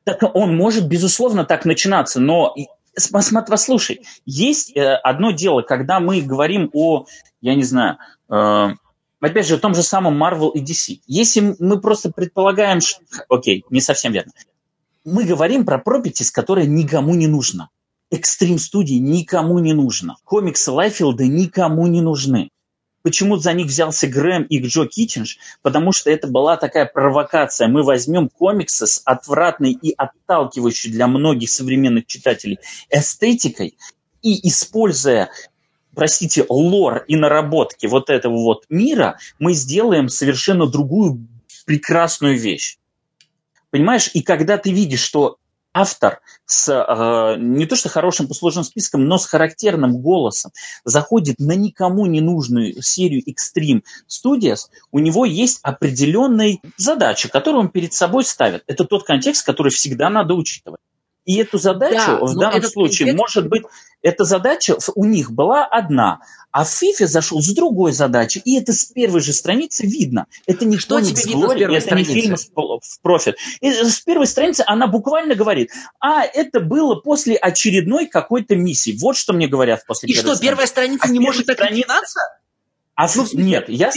S2: Так он может, безусловно, так начинаться, но послушай, есть одно дело, когда мы говорим о, я не знаю, опять же, о том же самом Marvel и DC. Если мы просто предполагаем, что... Окей, не совсем верно. Мы говорим про properties, которые никому не нужно. Extreme Studio никому не нужно. Комиксы Лайфилда никому не нужны. Почему за них взялся Грэм и Джо Китченш? Потому что это была такая провокация. Мы возьмем комиксы с отвратной и отталкивающей для многих современных читателей эстетикой и, используя, простите, лор и наработки вот этого вот мира, мы сделаем совершенно другую прекрасную вещь. Понимаешь? И когда ты видишь, что автор с не то что хорошим послужным списком, но с характерным голосом заходит на никому не нужную серию Extreme Studios, у него есть определенные задачи, которые он перед собой ставит. Это тот контекст, который всегда надо учитывать. И эту задачу в данном случае, может быть, эта задача у них была одна, а в FIFA зашел с другой задачей, и это с первой же страницы видно. Это не
S1: что тебе видно с первой страницы?
S2: Не фильм в профит. И с первой страницы она буквально говорит, это было после очередной какой-то миссии. Вот что мне говорят после первой страницы.
S1: И что, первая страница не может так начинаться?
S2: Нет, я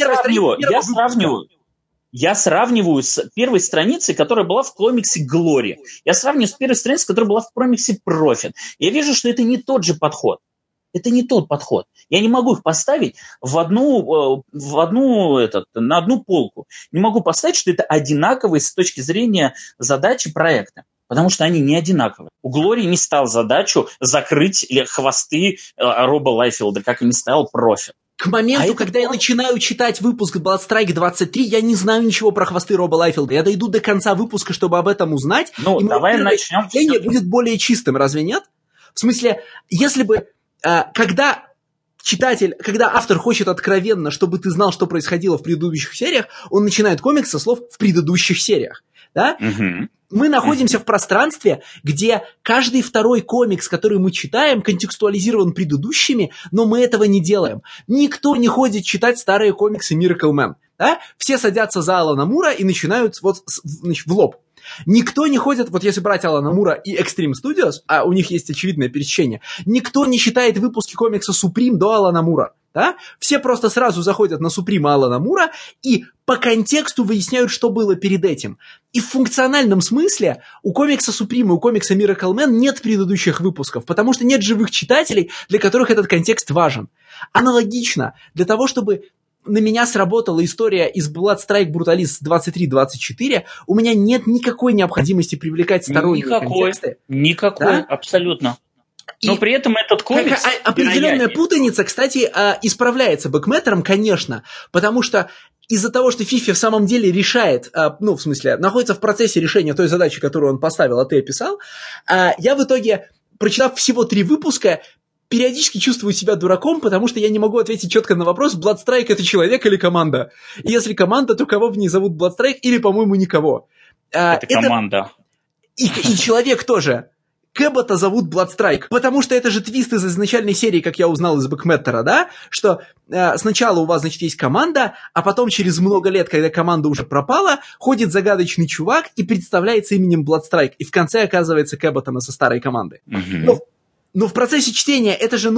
S2: сравниваю с первой страницей, которая была в комиксе «Глори». Я сравниваю с первой страницей, которая была в комиксе «Профит». Я вижу, что это не тот же подход. Это не тот подход. Я не могу их поставить на одну полку. Не могу поставить, что это одинаковые с точки зрения задачи проекта. Потому что они не одинаковые. У Глори не стал задачу закрыть хвосты Роба Лайфилда, как и не ставил Профит.
S1: К моменту, когда я начинаю читать выпуск Bloodstrike 23, я не знаю ничего про хвосты Роба Лайфилда. Я дойду до конца выпуска, чтобы об этом узнать.
S2: Ну, давай начнем.
S1: Впечатление будет более чистым, разве нет? В смысле, если бы... Когда автор хочет откровенно, чтобы ты знал, что происходило в предыдущих сериях, он начинает комикс со слов «в предыдущих сериях». Да?
S2: Угу.
S1: Мы находимся в пространстве, где каждый второй комикс, который мы читаем, контекстуализирован предыдущими, но мы этого не делаем. Никто не ходит читать старые комиксы Miracle Man. Да? Все садятся за Алана Мура и начинают в лоб. Никто не ходит, вот если брать Алана Мура и Extreme Studios, а у них есть очевидное пересечение, никто не читает выпуски комикса Supreme до Алана Мура. Да? Все просто сразу заходят на Суприма Алана Мура и по контексту выясняют, что было перед этим. И в функциональном смысле у комикса Суприма и у комикса Miracle Man нет предыдущих выпусков, потому что нет живых читателей, для которых этот контекст важен. Аналогично, для того, чтобы на меня сработала история из Bloodstrike Brutalis 23-24, у меня нет никакой необходимости привлекать сторонние контексты.
S2: Никакой, да? Абсолютно. Но при этом этот комикс...
S1: Определенная путаница, кстати, исправляется бэкмэттером, конечно, потому что из-за того, что FIFA в самом деле решает, находится в процессе решения той задачи, которую он поставил, а ты описал, я в итоге, прочитав всего 3 выпуска, периодически чувствую себя дураком, потому что я не могу ответить четко на вопрос, Bloodstrike это человек или команда. И если команда, то кого в ней зовут Bloodstrike или, по-моему, никого.
S2: Это команда.
S1: И человек тоже. Кэббота зовут Bloodstrike, потому что это же твист из изначальной серии, как я узнал из бэкмэттера, да, что сначала у вас, значит, есть команда, а потом через много лет, когда команда уже пропала, ходит загадочный чувак и представляется именем Bloodstrike, и в конце оказывается Кэбботом со старой команды. Но в процессе чтения это же,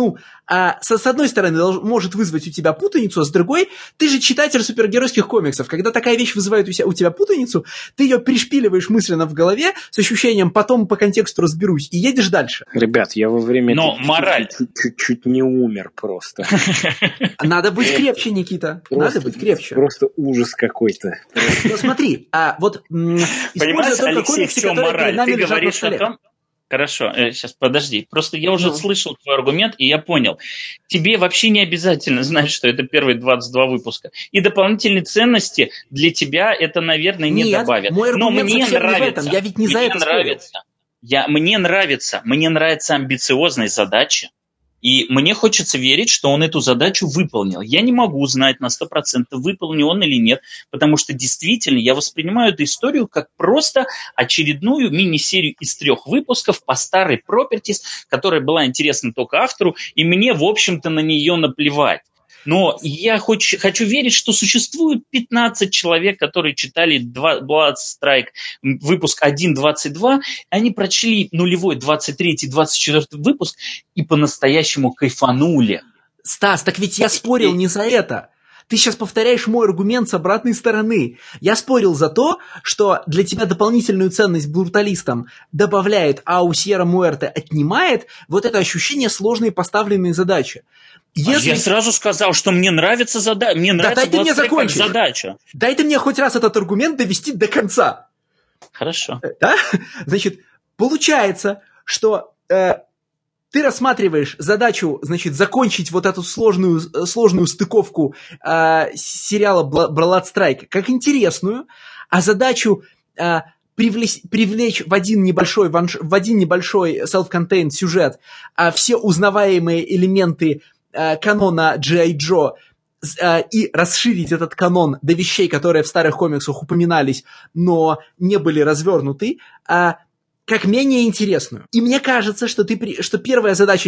S1: с одной стороны, может вызвать у тебя путаницу, а с другой, ты же читатель супергеройских комиксов. Когда такая вещь вызывает у тебя путаницу, ты ее пришпиливаешь мысленно в голове с ощущением «потом по контексту разберусь» и едешь дальше.
S3: Ребят, я во время...
S2: Но мораль...
S3: Чуть не умер просто.
S1: Надо быть крепче, Никита. Надо быть крепче.
S3: Просто ужас какой-то.
S1: Ну смотри,
S2: понимаешь, Алексей, в чем мораль? Ты говоришь о том... Хорошо, сейчас подожди. Просто я уже слышал твой аргумент, и я понял. Тебе вообще не обязательно знать, что это первые 22 выпуска. И дополнительные ценности для тебя это, наверное, не добавят.
S1: Мой аргумент
S2: но мне нравится.
S1: В этом. Я ведь не за это спорю.
S2: Мне нравятся амбициозные задачи. И мне хочется верить, что он эту задачу выполнил. Я не могу узнать на 100%, выполнил он или нет, потому что действительно я воспринимаю эту историю как просто очередную мини-серию из 3 выпусков по старой Properties, которая была интересна только автору, и мне, в общем-то, на нее наплевать. Но я хочу верить, что существует 15 человек, которые читали Blood Strike, выпуск 1.22, они прочли нулевой, 23, 24 выпуск и по-настоящему кайфанули.
S1: Стас, так ведь я спорил не за это. Ты сейчас повторяешь мой аргумент с обратной стороны. Я спорил за то, что для тебя дополнительную ценность бруталистам добавляет, а у Сьерра Муэрте отнимает вот это ощущение сложной поставленной задачи.
S2: Если... Я сразу сказал, что мне нравится задача. Мне нравится как задача.
S1: Дай ты мне хоть раз этот аргумент довести до конца.
S2: Хорошо.
S1: Да? Значит, получается, что... ты рассматриваешь задачу, значит, закончить вот эту сложную стыковку сериала Blood Strike как интересную, а задачу привлечь в один небольшой self-contained сюжет все узнаваемые элементы канона G.I. Joe и расширить этот канон до вещей, которые в старых комиксах упоминались, но не были развернуты, как менее интересную. И мне кажется, что первую задачу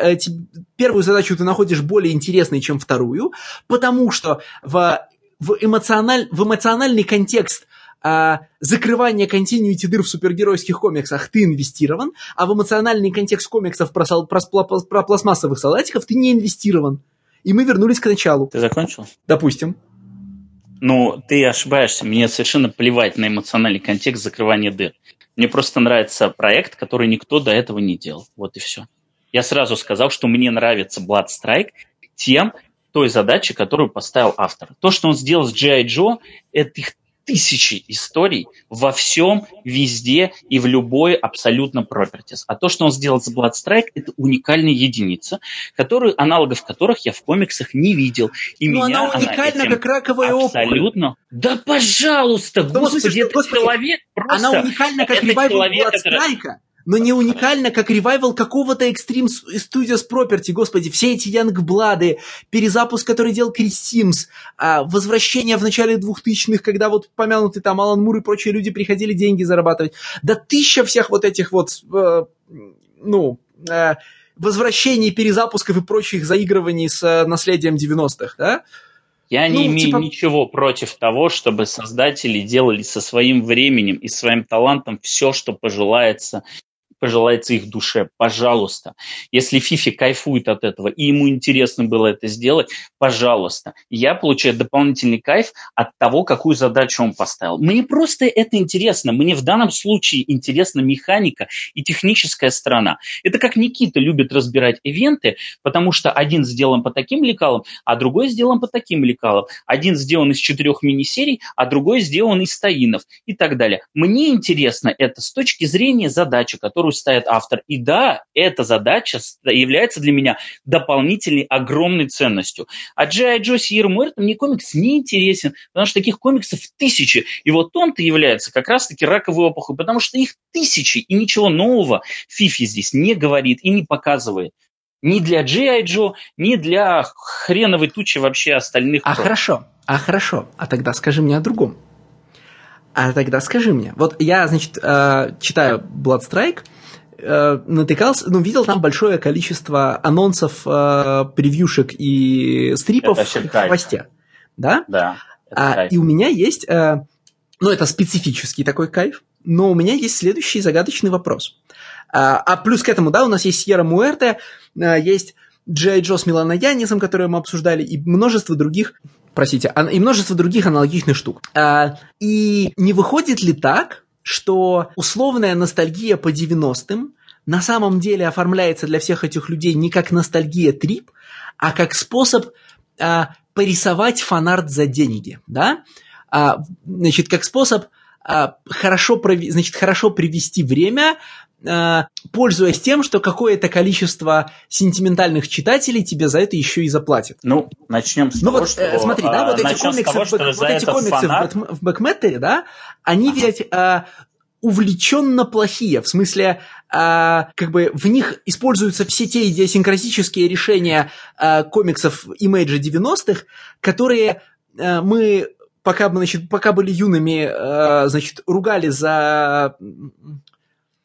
S1: ты находишь более интересной, чем вторую, потому что в эмоциональный контекст закрывания континьюити дыр в супергеройских комиксах ты инвестирован, а в эмоциональный контекст комиксов про пластмассовых солдатиков ты не инвестирован. И мы вернулись к началу.
S2: Ты закончил?
S1: Допустим.
S2: Ну, ты ошибаешься. Мне совершенно плевать на эмоциональный контекст закрывания дыр. Мне просто нравится проект, который никто до этого не делал. Вот и все. Я сразу сказал, что мне нравится Blood Strike той задачей, которую поставил автор. То, что он сделал с G.I. Joe, это их тысячи историй во всем, везде и в любой абсолютно properties. А то, что он сделал с Blood Strike, это уникальная единица, аналогов которых я в комиксах не видел. И
S1: но она уникальна, как раковая опухоль.
S2: Абсолютно. Да, пожалуйста, господи, этот человек просто...
S1: Она уникальна, как ревайвал Blood Strike, но не уникально, как ревайвал какого-то Extreme Studios Property. Господи, все эти Янгблады, перезапуск, который делал Крис Симс, возвращение в начале 2000-х, когда вот помянутый там Алан Мур и прочие люди приходили деньги зарабатывать. Да тысяча всех вот этих вот, возвращений, перезапусков и прочих заигрываний с наследием 90-х, да?
S2: Я не имею ничего против того, чтобы создатели делали со своим временем и своим талантом все, что пожелается их душе, пожалуйста. Если Фифи кайфует от этого, и ему интересно было это сделать, пожалуйста. Я получаю дополнительный кайф от того, какую задачу он поставил. Мне просто это интересно. Мне в данном случае интересна механика и техническая сторона. Это как Никита любит разбирать ивенты, потому что один сделан по таким лекалам, а другой сделан по таким лекалам. Один сделан из 4 мини-серий, а другой сделан из таинов и так далее. Мне интересно это с точки зрения задачи, которую ставит автор. И да, эта задача является для меня дополнительной огромной ценностью. А G.I. Joe Сьерра Муэрте мне комикс не интересен, потому что таких комиксов тысячи. И вот он-то является как раз-таки раковой опухолью, потому что их тысячи, и ничего нового Фифи здесь не говорит и не показывает. Ни для G.I. Joe, ни для хреновой тучи вообще остальных.
S1: Хорошо. А тогда скажи мне о другом. Вот я, значит, читаю Blood Strike, натыкался, видел там большое количество анонсов, превьюшек и стрипов в хвосте. Да?
S2: Да.
S1: И у меня есть, это специфический такой кайф, но у меня есть следующий загадочный вопрос. Плюс к этому, да, у нас есть Сьерра Муэрте, есть G.I. Joe с Милана Янисом, которые мы обсуждали, и множество других аналогичных штук. И не выходит ли так, что условная ностальгия по 90-м на самом деле оформляется для всех этих людей не как ностальгия-трип, а как способ порисовать фанарт за деньги, да? Значит, как способ хорошо привести время, пользуясь тем, что какое-то количество сентиментальных читателей тебе за это еще и заплатит.
S2: Начнем с того, что...
S1: Смотри, да, вот эти комиксы в Бэкмэттере, да, они ведь увлеченно плохие, в смысле, в них используются все те идиосинкразические решения комиксов имейджа 90-х, которые мы, пока были юными, ругали за...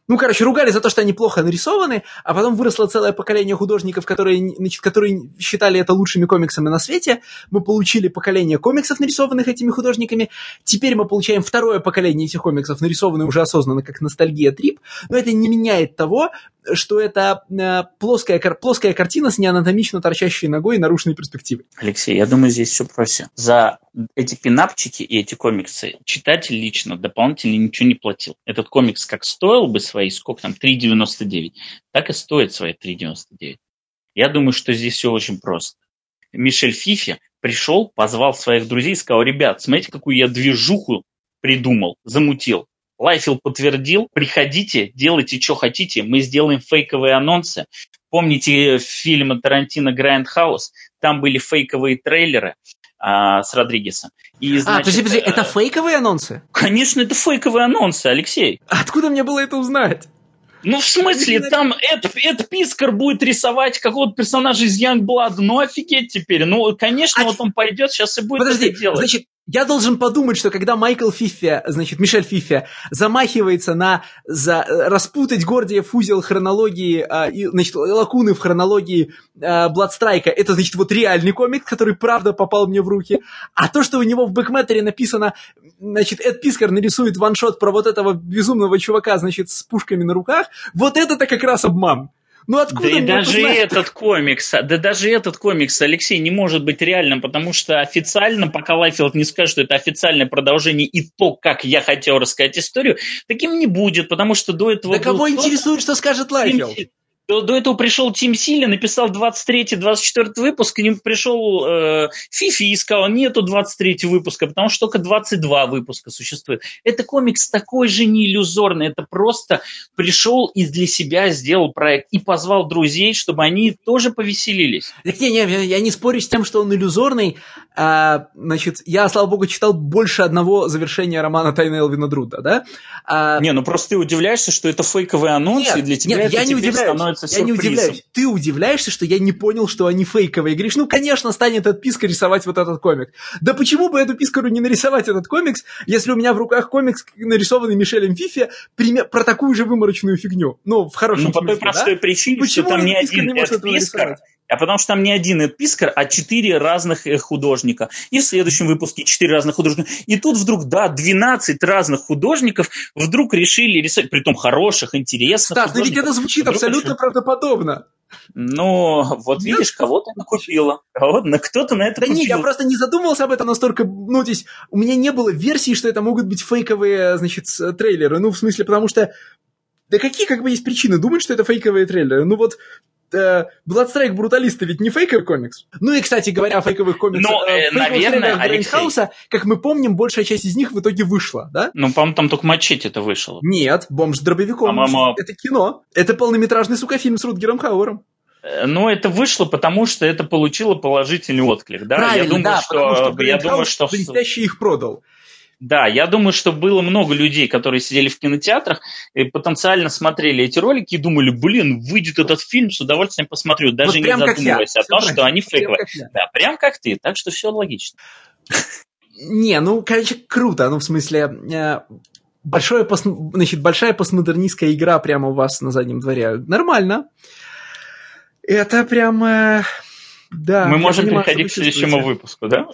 S1: Ну, короче, ругали за то, что они плохо нарисованы, а потом выросло целое поколение художников, которые считали это лучшими комиксами на свете. Мы получили поколение комиксов, нарисованных этими художниками. Теперь мы получаем второе поколение этих комиксов, нарисованные уже осознанно, как ностальгия трип. Но это не меняет того, что это плоская картина с неанатомично торчащей ногой и нарушенной перспективой.
S2: Алексей, я думаю, здесь все проще. За эти пинапчики и эти комиксы читатель лично дополнительно ничего не платил. Этот комикс как стоил бы свои, сколько там, 3,99, так и стоит свои 3,99. Я думаю, что здесь все очень просто. Мишель Фифи пришел, позвал своих друзей и сказал: ребят, смотрите, какую я движуху придумал, замутил. Лайфилд подтвердил: приходите, делайте, что хотите, мы сделаем фейковые анонсы. Помните фильм Тарантино «Грайндхаус»? Там были фейковые трейлеры с Родригесом. И, значит,
S1: подожди, это фейковые анонсы?
S2: Конечно, это фейковые анонсы, Алексей.
S1: Откуда мне было это узнать?
S2: Ну, в смысле, там Эд Пискар будет рисовать какого-то персонажа из Youngblood. Ну, офигеть теперь. Ну, конечно, вот он пойдет сейчас и будет это делать.
S1: Значит, я должен подумать, что когда Мишель Фифи замахивается распутать Гордиев узел хронологии, лакуны в хронологии Бладстрайка, это, значит, вот реальный комик, который правда попал мне в руки. А то, что у него в бэкмэттере написано, значит, Эд Пискар нарисует ваншот про вот этого безумного чувака, значит, с пушками на руках, вот это-то как раз обман. Ну, откуда
S2: да и даже этот комикс, Алексей, не может быть реальным, потому что официально, пока Лайфилд не скажет, что это официальное продолжение и то, как я хотел рассказать историю, таким не будет, потому что до этого...
S1: Да кого интересует, что скажет Лайфилд?
S2: До этого пришел Тим Силли, написал 23-24 выпуск, к нему пришел Фифи и сказал: нету 23 выпуска, потому что только 22 выпуска существует. Это комикс такой же не иллюзорный, это просто пришел и для себя сделал проект и позвал друзей, чтобы они тоже повеселились.
S1: Я не спорю с тем, что он иллюзорный. Значит, я, слава богу, читал больше одного завершения романа «Тайны Элвина Друда», да?
S2: Ну просто ты удивляешься, что это фейковый анонс, и для тебя это теперь становится...
S1: Я не удивляюсь. Ты удивляешься, что я не понял, что они фейковые. И говоришь, ну, конечно, станет Эд Пискар рисовать вот этот комик. Да почему бы Эду Пискару не нарисовать этот комикс, если у меня в руках комикс, нарисованный Мишелем Фифи, про такую же выморочную фигню? Ну, в хорошем смысле,
S2: по той простой причине, что там не один Эд Пискар, потому что там не один Эд Пискар, а 4 разных художника. И в следующем выпуске 4 разных художника. И тут вдруг, 12 разных художников вдруг решили рисовать, притом хороших, интересных
S1: художников. Стас, ну ведь это звучит абсолютно правдоподобно.
S2: Ну, вот видишь, кого-то накупило. Кто-то на это купил.
S1: Да нет, я просто не задумывался об этом настолько. Ну, то есть, у меня не было версии, что это могут быть фейковые, значит, трейлеры. Ну, в смысле, потому что... Да какие есть причины думать, что это фейковые трейлеры? Ну, вот... Bloodstrike Бруталиста ведь не фейковый комикс. Ну и, кстати говоря, о фейковых комиксах.
S2: Наверное,
S1: Грайндхауса, как мы помним, большая часть из них в итоге вышла, да?
S2: Ну, по-моему, там только Мачете это вышло.
S1: Нет, Бомж с дробовиком. Это кино. Это полнометражный, фильм с Рутгером Хауэром.
S2: Ну, это вышло, потому что это получило положительный отклик, да?
S1: Правильно, я думаю, что блестяще их продал.
S2: Да, я думаю, что было много людей, которые сидели в кинотеатрах и потенциально смотрели эти ролики и думали: выйдет этот фильм, с удовольствием посмотрю, даже вот не задумываясь о том, что они фейковые. Да, прям как ты, так что все логично.
S1: Не, ну, короче, круто, ну, в смысле, большая постмодернистская игра прямо у вас на заднем дворе. Нормально. Это прям... Да,
S2: мы можем переходить к следующему выпуску, да?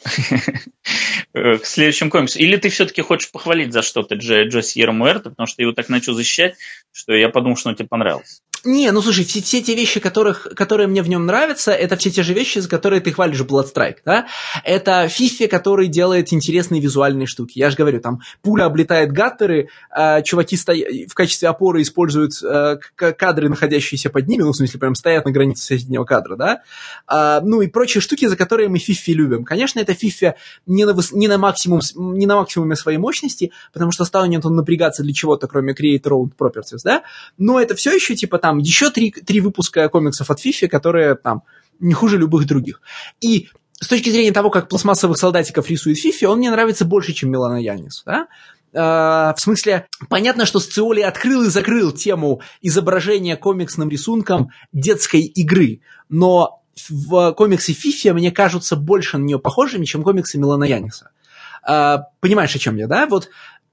S2: К следующему комиксу. Или ты все-таки хочешь похвалить за что-то Джо Сьерра Муэрто, потому что я его так начал защищать, что я подумал, что он тебе понравился.
S1: Не, ну слушай, все те вещи, которые мне в нем нравятся, это все те же вещи, за которые ты хвалишь Bloodstrike, да? Это Фифи, который делает интересные визуальные штуки. Я же говорю, там пуля облетает гаттеры, чуваки в качестве опоры используют кадры, находящиеся под ними, ну, в смысле, прям стоят на границе соседнего кадра, да? Ну и прочие штуки, за которые мы Фифи любим. Конечно, это Фифи не на максимуме своей мощности, потому что станет он напрягаться для чего-то, кроме Create Own Properties, да? Но это все еще типа там еще 3 выпуска комиксов от Фифи, которые там не хуже любых других. И с точки зрения того, как пластмассовых солдатиков рисует Фифи, он мне нравится больше, чем Милана Янис, да? В смысле, понятно, что Сциоли открыл и закрыл тему изображения комиксным рисунком детской игры, но в комиксы Фифи мне кажутся больше на нее похожими, чем комиксы Милана Яниса. Понимаешь, о чем я, да? Вот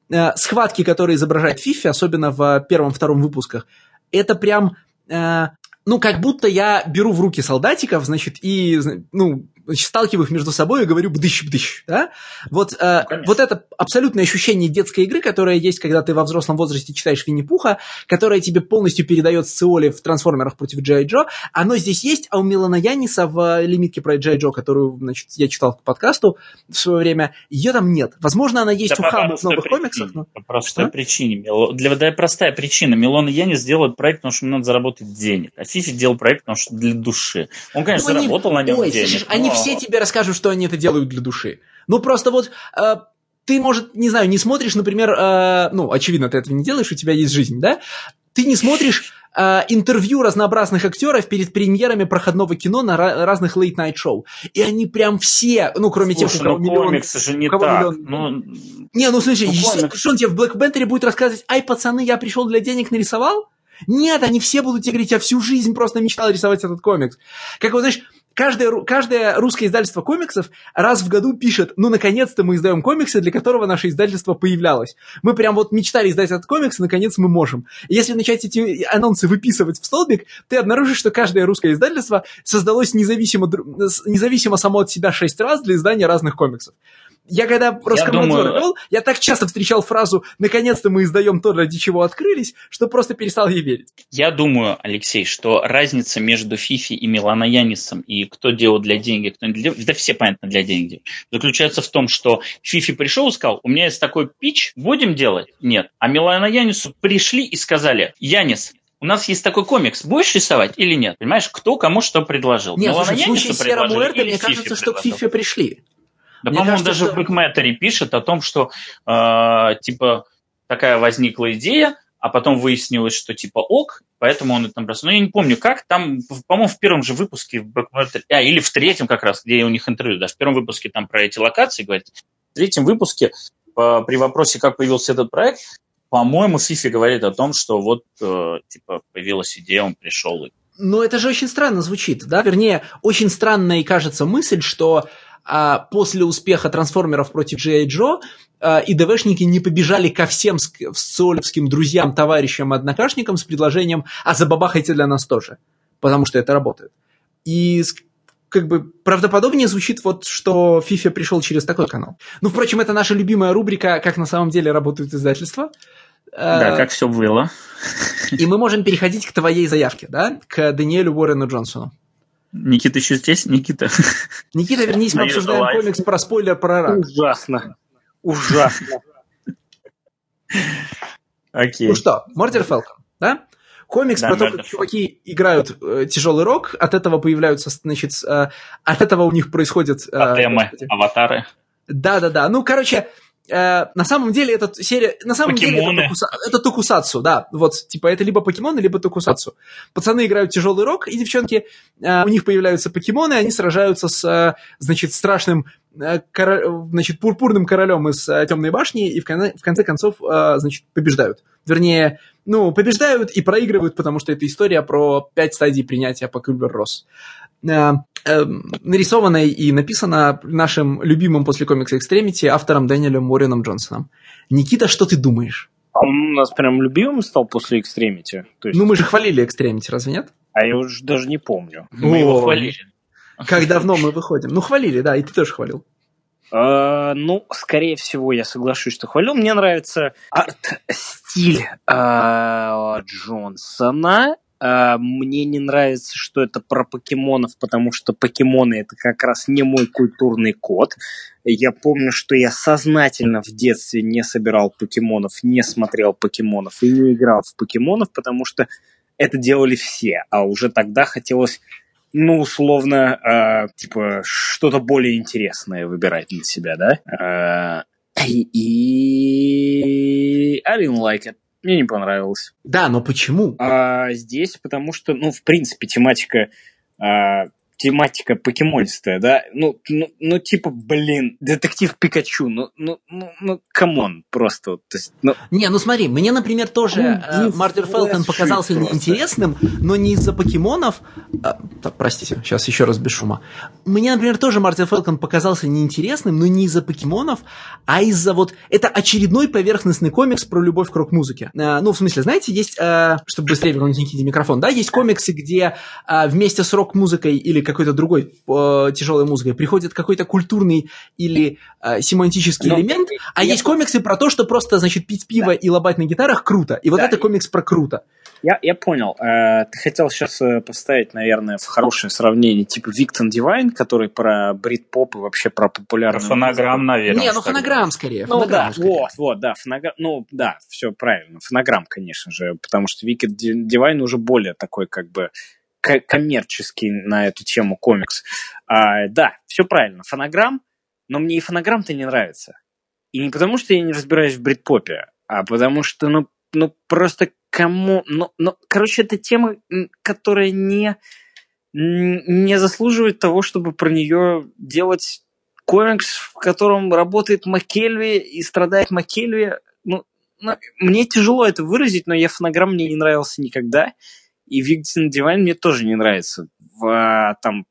S1: схватки, которые изображает Фифи, особенно в первом-втором выпусках, это прям, как будто я беру в руки солдатиков, значит, и, сталкиваю их между собой и говорю бдыщ-бдыщ, да? Вот это абсолютное ощущение детской игры, которое есть, когда ты во взрослом возрасте читаешь Винни-Пуха, которое тебе полностью передает Сциоли в «Трансформерах против Джей Джо», оно здесь есть, а у Милана Яниса в лимитке про Джей Джо, которую, значит, я читал по подкасту в свое время, ее там нет. Возможно, она есть у Хама в новых комиксах.
S2: По простой причине. Простая причина. Милана Янис делает проект, потому что ему надо заработать денег, а Фифи делал проект, потому что для души. Он, конечно, заработал на нем денег.
S1: Слушай, они все тебе расскажут, что они это делают для души. Просто вот ты, может, не знаю, не смотришь, например, очевидно, ты этого не делаешь, у тебя есть жизнь, да? Ты не смотришь интервью разнообразных актеров перед премьерами проходного кино на разных лейт-найт-шоу. И они прям все, кроме тех, у кого миллион...
S2: комиксы же не так.
S1: Слушай, что он тебе в Блэк Пантере будет рассказывать: ай, пацаны, я пришел для денег, нарисовал? Нет, они все будут тебе говорить: я всю жизнь просто мечтал рисовать этот комикс. Как вот, знаешь, каждое русское издательство комиксов раз в году пишет: наконец-то мы издаем комиксы, для которого наше издательство появлялось. Мы прям вот мечтали издать этот комикс, и наконец мы можем. И если начать эти анонсы выписывать в столбик, ты обнаружишь, что каждое русское издательство создалось независимо само от себя 6 раз для издания разных комиксов. Я когда Роскомнадзор вел, я так часто встречал фразу «наконец-то мы издаем то, ради чего открылись», что просто перестал ей верить.
S2: Я думаю, Алексей, что разница между Фифи и Милана Янисом и кто делал для денег, кто не для денег, да все понятно для денег, заключается в том, что Фифи пришел и сказал: у меня есть такой питч, будем делать? Нет. А Милана Янису пришли и сказали: Янис, у нас есть такой комикс, будешь рисовать или нет? Понимаешь, кто кому что предложил?
S1: Нет, слушай, в случае с Сьерра Муэрте, мне кажется, что к Фифи пришли.
S2: Да, по-моему, даже в Бэкмэттере пишет о том, что такая возникла идея, а потом выяснилось, что ок, поэтому он это там бросил. Я не помню, как там, по-моему, в первом же выпуске в Бэкмэттере, или в третьем как раз, где у них интервью, даже в первом выпуске там про эти локации говорят, в третьем выпуске при вопросе, как появился этот проект, по-моему, Фифи говорит о том, что появилась идея, он пришел.
S1: Но это же очень странно звучит, да? Вернее, очень странная и кажется мысль, что после успеха «Трансформеров против Джей Джо» ИДВшники не побежали ко всем сциолевским друзьям, товарищам, однокашникам с предложением: а забабахайте для нас тоже, потому что это работает. И правдоподобнее звучит что Фифи пришел через такой канал. Впрочем, это наша любимая рубрика «Как на самом деле работают издательства».
S2: Да, как все было.
S1: И мы можем переходить к твоей заявке, да? К Дэниелу Уоррену Джонсону.
S2: Никита еще здесь? Никита,
S1: вернись, мы обсуждаем комикс про спойлер про рак.
S3: Ужасно.
S2: Окей.
S1: Что, Мордер Фелкон, да? Комикс про то, как чуваки играют тяжелый рок, от этого появляются, значит, от этого у них происходят...
S2: аватары.
S1: Да. На самом деле это серия... На самом
S2: покемоны.
S1: деле это токусацу, да. Это либо покемоны, либо токусацу. Пацаны играют тяжелый рок, и девчонки, у них появляются покемоны, они сражаются с, страшным, пурпурным королем из Темной башни, и в конце концов, побеждают. Вернее, побеждают и проигрывают, потому что это история про 5 стадий принятия по Кюльбер-Росс. Нарисована и написана нашим любимым после комикса Extremity автором Дэниелем Уорреном Джонсоном. Никита, что ты думаешь?
S3: Он у нас прям любимым стал после Extremity?
S1: Мы же хвалили Extremity, разве нет?
S3: А я уже даже не помню.
S2: Мы его хвалили.
S1: Как давно мы выходим? Хвалили, да, и ты тоже хвалил.
S3: Скорее всего, я соглашусь, что хвалил. Мне нравится арт-стиль Джонсона. Мне не нравится, что это про покемонов, потому что покемоны — это как раз не мой культурный код. Я помню, что я сознательно в детстве не собирал покемонов, не смотрел покемонов и не играл в покемонов, потому что это делали все. А уже тогда хотелось, условно, что-то более интересное выбирать для себя, да? И I didn't like it. Мне не понравилось.
S1: Да, но почему?
S3: Здесь, потому что, в принципе, тематика тематика покемонистая, да? Ну, типа, блин, детектив Пикачу, камон, просто. То есть,
S1: Не, ну смотри, мне, например, тоже Мартир Фелкон показался неинтересным, но не из-за покемонов. Простите, сейчас еще раз без шума. Мне, например, тоже Мартир Фелкон показался неинтересным, но не из-за покемонов, а из-за вот... Это очередной поверхностный комикс про любовь к рок-музыке. Ну, в смысле, знаете, есть, чтобы быстрее вернуть Никите микрофон, да, есть комиксы, где вместе с рок-музыкой или какой-то другой тяжелой музыкой приходит какой-то культурный или семантический элемент, а есть комиксы про то, что просто, значит, пить пиво и лобать на гитарах круто. И вот это комикс про круто.
S3: Я понял. Ты хотел сейчас поставить, наверное, в хорошее сравнение типа Виктон Дивайн, который про брит-поп и вообще про популярную...
S2: Про фонограмм, наверное.
S1: Не, фонограмм скорее.
S3: Ну да, фонограмм. Ну да, все правильно. Фонограмм, конечно же, потому что Виктон Дивайн уже более такой как бы коммерческий на эту тему комикс. Да, все правильно. Фонограмм, но мне и фонограмм-то не нравится. И не потому, что я не разбираюсь в брит-попе, а потому что, просто кому... короче, это тема, которая не заслуживает того, чтобы про нее делать комикс, в котором работает МакКельви и страдает МакКельви. Мне тяжело это выразить, но фонограмм мне не нравился никогда. И Виктон Дивайн мне тоже не нравится. Там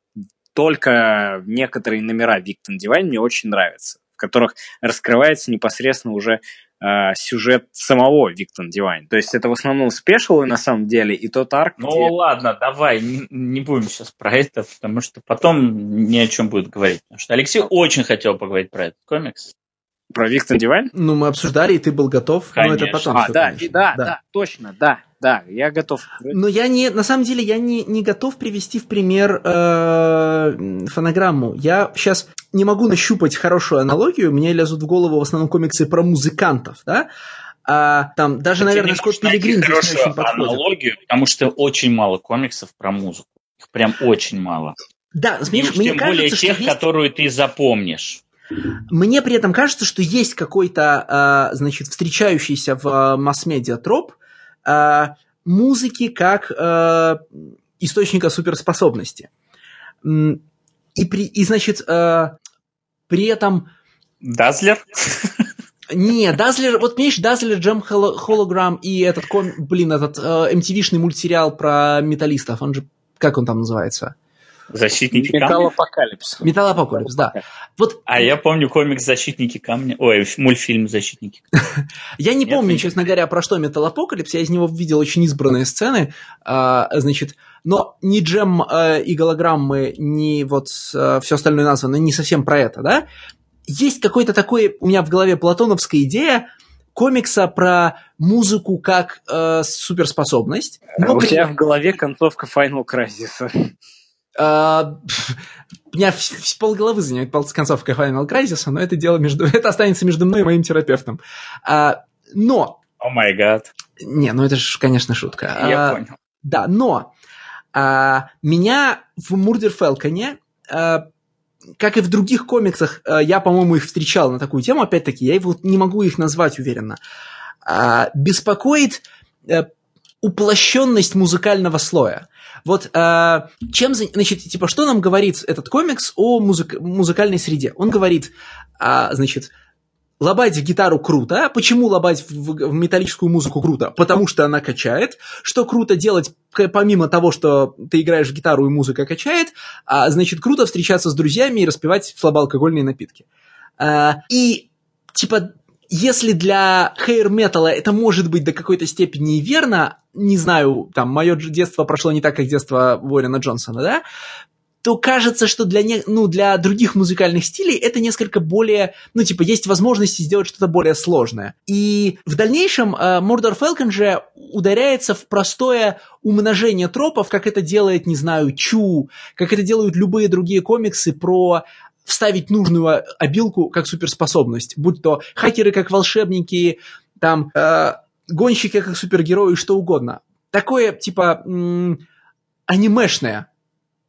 S3: только некоторые номера Виктон Дивайн мне очень нравятся, в которых раскрывается непосредственно уже сюжет самого Виктон Дивайн. То есть это в основном спешалы на самом деле, и тот арк,
S2: ладно, давай, не будем сейчас про это, потому что потом ни о чем будет говорить. Потому что Алексей очень хотел поговорить про этот комикс.
S3: Про Виктон Дивайн?
S1: Ну, мы обсуждали, и ты был готов.
S2: Конечно.
S1: Но это потом.
S3: Да, точно, да, я готов.
S1: Но на самом деле, я не готов привести в пример фонограмму. Я сейчас не могу нащупать хорошую аналогию, мне лезут в голову в основном комиксы про музыкантов, да? Там даже, наверное, Скотт Пилигрим здесь не очень подходит.
S2: Аналогию, потому что очень мало комиксов про музыку. Их прям очень мало.
S1: Да, знаешь, мне
S2: тем
S1: кажется,
S2: более
S1: что
S2: тех,
S1: есть...
S2: которую ты запомнишь.
S1: Мне при этом кажется, что есть какой-то, значит, встречающийся в масс-медиа троп музыки как источника суперспособности. И значит, при этом...
S2: Дазлер?
S1: Не, Дазлер, вот понимаешь, Дазлер, Джем Холограм и этот MTV-шный мультсериал про металлистов, он же, как он там называется?
S2: Защитники камня?
S3: Металлопокалипс.
S1: Металлопокалипс, да. Вот...
S2: я помню комикс «Защитники камня». Ой, мультфильм «Защитники».
S1: Я не помню, честно говоря, про что Металлопокалипс. Я из него видел очень избранные сцены. Значит, но ни Джем и голограммы, ни вот все остальное названо не совсем про это, да? Есть какой-то такой у меня в голове платоновская идея комикса про музыку как суперспособность.
S3: У тебя в голове концовка Final Crisis.
S1: Меня полголовы занимает концовка Final Crisis, но это останется между мной и моим терапевтом. Но...
S2: О май гад.
S1: Не, это же, конечно, шутка.
S2: Я понял.
S1: Да, но меня в Мурдер Фелконе, как и в других комиксах, я, по-моему, их встречал на такую тему, опять-таки, я не могу их назвать уверенно, беспокоит уплощенность музыкального слоя. Вот значит, типа, что нам говорит этот комикс о музыкальной среде? Он говорит, значит, лобать в гитару круто. Почему лобать в металлическую музыку круто? Потому что она качает. Что круто делать, помимо того, что ты играешь в гитару и музыка качает, значит, круто встречаться с друзьями и распивать слабоалкогольные напитки. И, типа, если для хэйр-металла это может быть до какой-то степени верно, не знаю, там, мое детство прошло не так, как детство Уоррена Джонсона, да, то кажется, что для других музыкальных стилей это несколько более, есть возможности сделать что-то более сложное. И в дальнейшем Мурдер Фелкон же ударяется в простое умножение тропов, как это делает, не знаю, Чу, как это делают любые другие комиксы про вставить нужную обилку как суперспособность, будь то хакеры как волшебники, там, гонщики как супергерои, что угодно. Такое, типа, анимешное.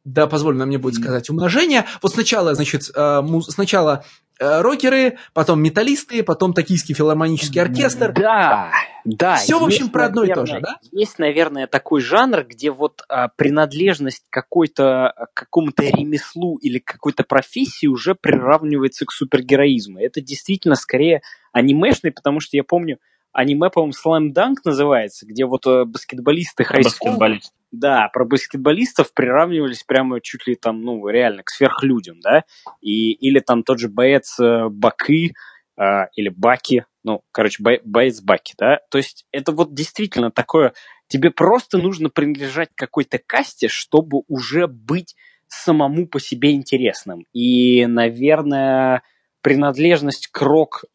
S1: да, позволь нам мне будет сказать умножение. Вот сначала, значит, сначала рокеры, потом металлисты, потом Токийский филармонический оркестр.
S3: Да.
S1: Все, в общем, про одно и то же, да?
S3: Есть, наверное, такой жанр, где вот принадлежность к какому-то ремеслу или к какой-то профессии уже приравнивается к супергероизму. Это действительно скорее анимешный, потому что я помню, аниме, по-моему, Slam Dunk называется, где вот баскетболисты хай-скул... Да, про баскетболистов приравнивались прямо чуть ли там, ну, реально, к сверхлюдям, да? Или там тот же боец Баки, или Баки, ну, короче, боец Баки, да? То есть это вот действительно такое... Тебе просто нужно принадлежать к какой-то касте, чтобы уже быть самому по себе интересным. И, наверное, принадлежность к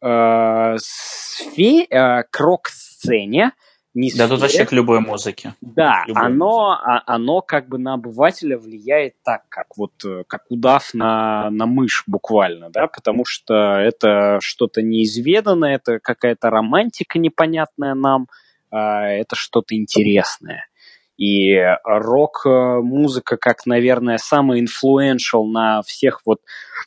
S3: рок-сцене,
S2: да, тут вообще к любой музыке.
S3: Да, оно как бы на обывателя влияет так, как удав на мышь буквально, да, потому что это что-то неизведанное, это какая-то романтика непонятная нам, это что-то интересное. И рок-музыка как, наверное, самый influential на всех вот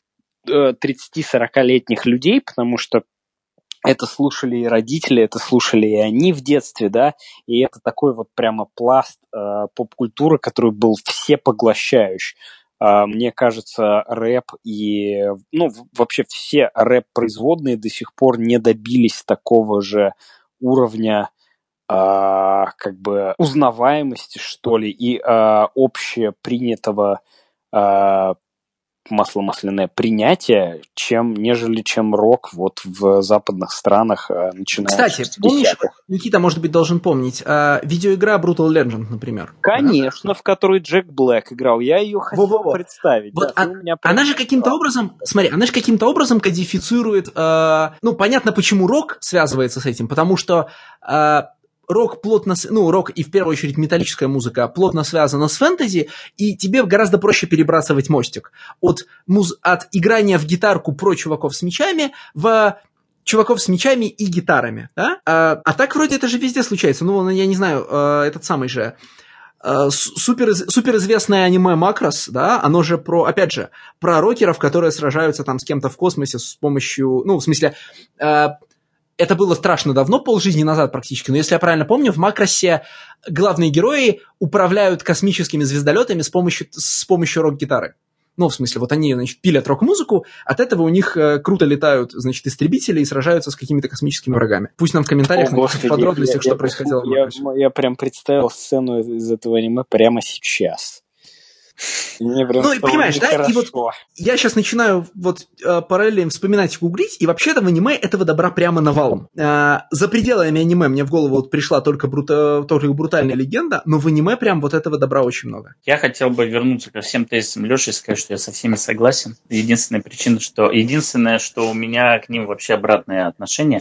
S3: 30-40-летних людей, потому что это слушали и родители, это слушали и они в детстве, да, и это такой вот прямо пласт поп-культуры, который был всепоглощающий. Мне кажется, рэп и, ну, вообще все рэп-производные до сих пор не добились такого же уровня как бы узнаваемости, что ли, и общепринятого масло масляное принятие, нежели чем рок вот в западных странах начиная.
S1: Кстати, помнишь, Никита, может быть, должен помнить, видеоигра Brutal Legend, например.
S3: Конечно, в которой Джек Блэк играл. Я ее хотел представить.
S1: Вот она же каким-то образом, смотри, кодифицирует, ну, понятно, почему рок связывается с этим, потому что рок рок и в первую очередь металлическая музыка плотно связана с фэнтези, и тебе гораздо проще перебрасывать мостик от играния в гитарку про чуваков с мечами в чуваков с мечами и гитарами, да? А так вроде это же везде случается. Ну, я не знаю, этот самый же суперизвестное аниме «Макрос», да, оно же опять же, про рокеров, которые сражаются там с кем-то в космосе с помощью, ну, в смысле... Это было страшно давно, полжизни назад практически, но если я правильно помню, в «Макросе» главные герои управляют космическими звездолетами с помощью рок-гитары. Ну, в смысле, вот они, значит, пилят рок-музыку, от этого у них круто летают, значит, истребители и сражаются с какими-то космическими врагами. Пусть нам в комментариях напишут в подробностях, что происходило в «Макросе».
S3: Я прям представил сцену из этого аниме прямо сейчас. Мне прям
S1: и понимаешь, да, и вот я сейчас начинаю вот параллельно вспоминать и гуглить, и вообще-то в аниме этого добра прямо навалом. За пределами аниме мне в голову вот пришла только брутальная легенда, но в аниме прям вот этого добра очень много.
S2: Я хотел бы вернуться ко всем тезисам Леши и сказать, что я со всеми согласен. Единственное, что у меня к ним вообще обратное отношение.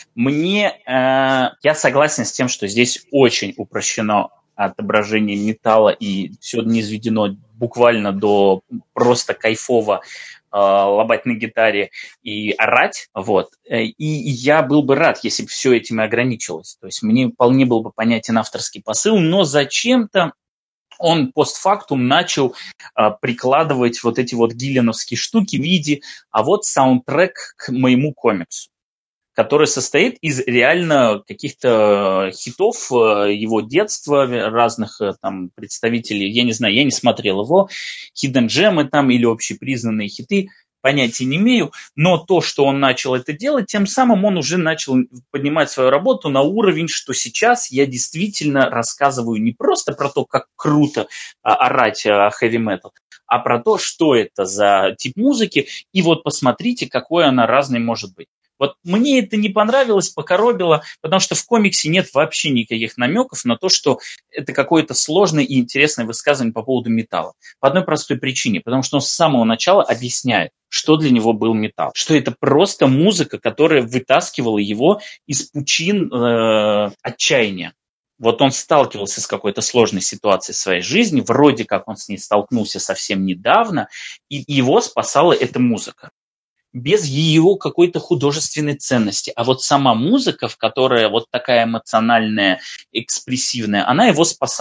S2: Я согласен с тем, что здесь очень упрощено отображение металла, и все низведено буквально до просто кайфово лобать на гитаре и орать, вот. И я был бы рад, если бы все этим и ограничилось. То есть мне вполне был бы понятен авторский посыл, но зачем-то он постфактум начал прикладывать вот эти вот гиллиановские штуки в виде, а вот саундтрек к моему комиксу, который состоит из реально каких-то хитов его детства, разных там представителей, я не знаю, я не смотрел его, hidden gem'ы там или общепризнанные хиты, понятия не имею, но то, что он начал это делать, тем самым он уже начал поднимать свою работу на уровень, что сейчас я действительно рассказываю не просто про то, как круто орать хэви-метал, а про то, что это за тип музыки, и вот посмотрите, какой она разной может быть. Вот мне это не понравилось, покоробило, потому что в комиксе нет вообще никаких намеков на то, что это какое-то сложное и интересное высказывание по поводу металла. По одной простой причине, потому что он с самого начала объясняет, что для него был металл. Что это просто музыка, которая вытаскивала его из пучин отчаяния. Вот он сталкивался с какой-то сложной ситуацией в своей жизни, вроде как он с ней столкнулся совсем недавно, и его спасала эта музыка. Без ее какой-то художественной ценности. А вот сама музыка, в которой вот такая эмоциональная, экспрессивная, она его спасала.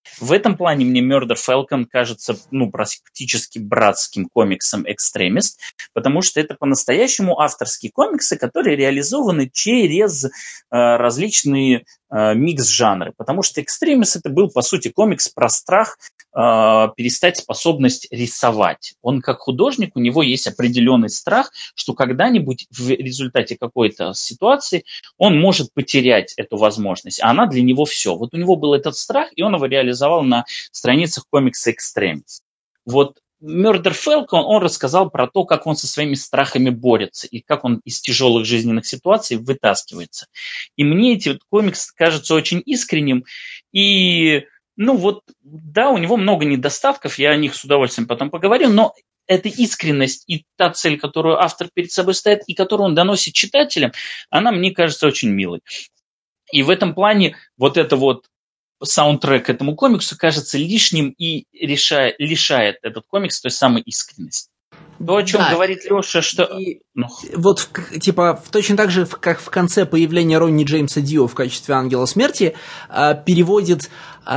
S2: В этом плане мне Murder Falcon кажется, практически братским комиксом «Экстремист», потому что это по-настоящему авторские комиксы, которые реализованы через различные микс-жанры. Потому что «Экстремист» это был, по сути, комикс про страх перестать способность рисовать. Он как художник, у него есть определенный страх, что когда-нибудь в результате какой-то ситуации он может потерять эту возможность, а она для него все. Вот у него был этот страх, и он его реализовал на страницах комикса «Экстремист». Вот Murder Falcon, он рассказал про то, как он со своими страхами борется и как он из тяжелых жизненных ситуаций вытаскивается. И мне эти комиксы кажутся очень искренним. И, да, у него много недостатков, я о них с удовольствием потом поговорю, но эта искренность и та цель, которую автор перед собой ставит, и которую он доносит читателям, она мне кажется очень милой. И в этом плане вот это вот саундтрек к этому комиксу кажется лишним и лишает этот комикс той самой искренности. То, о чем говорит Леша, что...
S1: Вот, точно так же, как в конце появления Ронни Джеймса Дио в качестве Ангела Смерти, переводит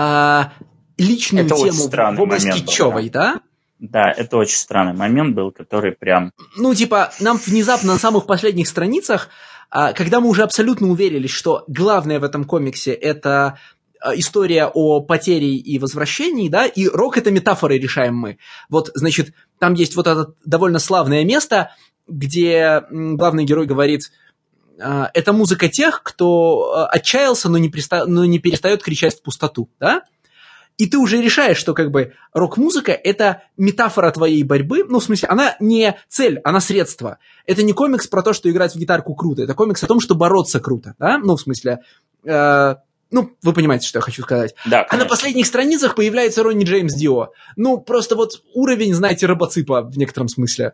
S1: личную тему в область китчевой, да?
S2: Да, это очень странный момент был, который прям...
S1: нам внезапно на самых последних страницах, когда мы уже абсолютно уверились, что главное в этом комиксе – это история о потере и возвращении, да, и рок – это метафорой, решаем мы. Вот, значит, там есть вот это довольно славное место, где главный герой говорит: это музыка тех, кто отчаялся, но не перестает кричать в пустоту, да? И ты уже решаешь, что как бы рок-музыка – это метафора твоей борьбы, в смысле, она не цель, она средство. Это не комикс про то, что играть в гитарку круто, это комикс о том, что бороться круто, да? В смысле, вы понимаете, что я хочу сказать.
S2: Да,
S1: а на последних страницах появляется Ронни Джеймс Дио. Просто вот уровень, знаете, робоципа в некотором смысле.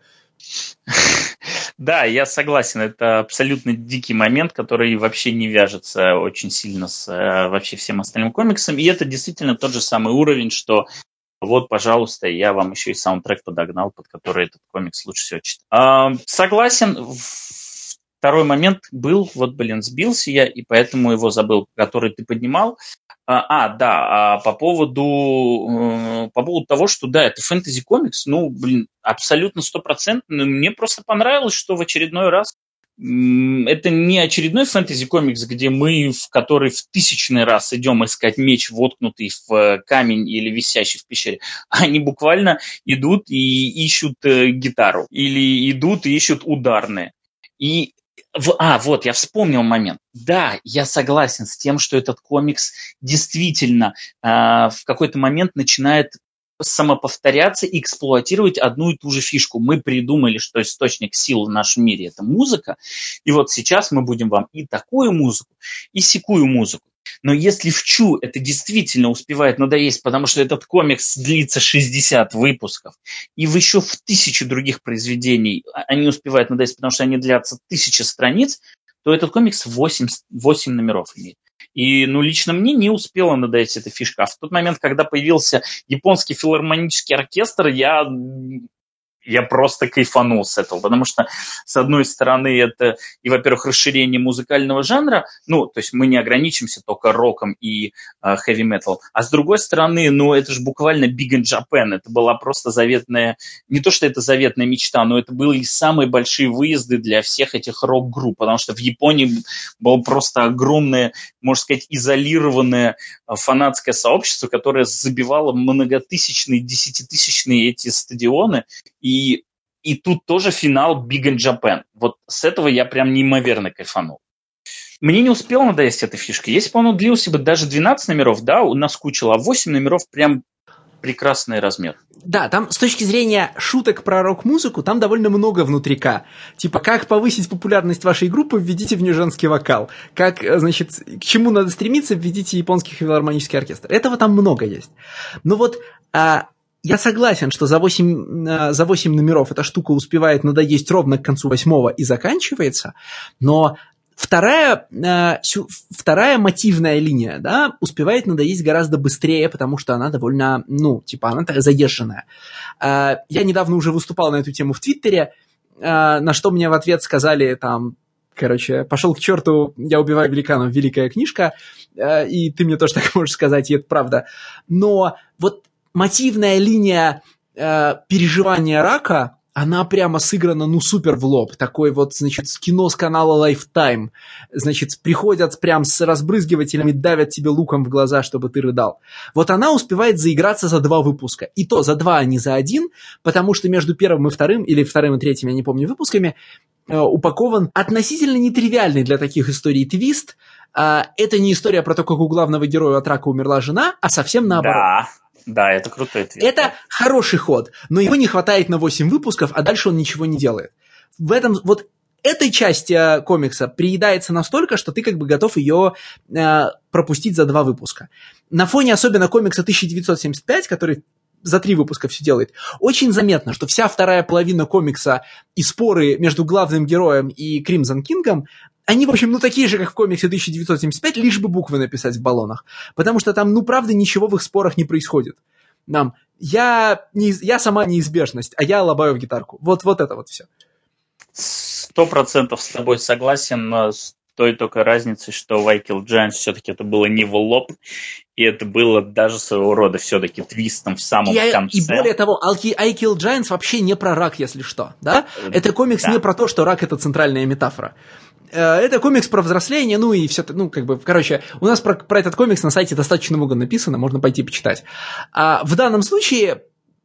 S2: Да, я согласен, это абсолютно дикий момент, который вообще не вяжется очень сильно с вообще всем остальным комиксом, и это действительно тот же самый уровень, что вот, пожалуйста, я вам еще и саундтрек подогнал, под который этот комикс лучше всего читать. Согласен, второй момент был, сбился я, и поэтому его забыл, который ты поднимал. По поводу того, что да, это фэнтези-комикс, абсолютно 100%. Мне просто понравилось, что в очередной раз это не очередной фэнтези-комикс, где в который в 1000-й раз идем искать меч, воткнутый в камень или висящий в пещере. Они буквально идут и ищут гитару, или идут и ищут ударные. Я вспомнил момент. Да, я согласен с тем, что этот комикс действительно в какой-то момент начинает самоповторяться и эксплуатировать одну и ту же фишку. Мы придумали, что источник сил в нашем мире – это музыка, и вот сейчас мы будем вам и такую музыку, и сякую музыку. Но если в Чу это действительно успевает надоесть, потому что этот комикс длится 60 выпусков, и еще в 1000 других произведений они успевают надоесть, потому что они длятся 1000 страниц, то этот комикс 8 номеров имеет. И, лично мне не успела надоесть эта фишка. А в тот момент, когда появился японский филармонический оркестр, я просто кайфанул с этого, потому что, с одной стороны, это и, во-первых, расширение музыкального жанра, то есть мы не ограничимся только роком и хэви-метал, а с другой стороны, это же буквально Big in Japan, это была просто заветная, не то, что это заветная мечта, но это были самые большие выезды для всех этих рок-групп, потому что в Японии было просто огромное, можно сказать, изолированное фанатское сообщество, которое забивало многотысячные, десятитысячные эти стадионы, и тут тоже финал Big in Japan. Вот с этого я прям неимоверно кайфанул. Мне не успела надоесть эта фишка. Если бы он длился бы даже 12 номеров, да, у нас скучило, а 8 номеров прям прекрасный размер.
S1: Да, там с точки зрения шуток про рок-музыку, там довольно много внутрика. Как повысить популярность вашей группы, введите в нее женский вокал. Как, к чему надо стремиться, введите японский филармонический оркестр. Этого там много есть. Но я согласен, что за 8 номеров эта штука успевает надоесть ровно к концу 8-го и заканчивается, но вторая мотивная линия, да, успевает надоесть гораздо быстрее, потому что она довольно, она такая заезженная. Я недавно уже выступал на эту тему в Твиттере, на что мне в ответ сказали Короче, «Пошел к черту, я убиваю великанов» — великая книжка, и ты мне тоже так можешь сказать, и это правда. Но вот мотивная линия переживания рака, она прямо сыграна, супер в лоб. Такой вот, значит, кино с канала Lifetime. Значит, приходят прям с разбрызгивателями, давят тебе луком в глаза, чтобы ты рыдал. Вот она успевает заиграться за 2 выпуска. И то за 2, а не за 1, потому что между первым и вторым, или вторым и третьим, я не помню, выпусками, упакован относительно нетривиальный для таких историй твист. Это не история про то, как у главного героя от рака умерла жена, а совсем наоборот.
S2: Да, это крутой твист.
S1: Это хороший ход, но его не хватает на 8 выпусков, а дальше он ничего не делает. В этом вот этой части комикса приедается настолько, что ты как бы готов ее пропустить за 2 выпуска. На фоне особенно комикса 1975, который за 3 выпуска все делает, очень заметно, что вся вторая половина комикса и споры между главным героем и Кримсон Кингом, они, в общем, такие же, как в комиксе 1975, лишь бы буквы написать в баллонах. Потому что там, правда, ничего в их спорах не происходит. Я сама неизбежность, а я лобаю в гитарку. Вот это вот все.
S2: 100% с тобой согласен, но с той только разницей, что в I Kill Giants все-таки это было не в лоб, и это было даже своего рода все-таки твистом в самом конце.
S1: И более того, I Kill Giants вообще не про рак, если что, да? Это комикс не про то, что рак — это центральная метафора. Это комикс про взросление, и все, у нас про этот комикс на сайте достаточно много написано, можно пойти почитать. А в данном случае,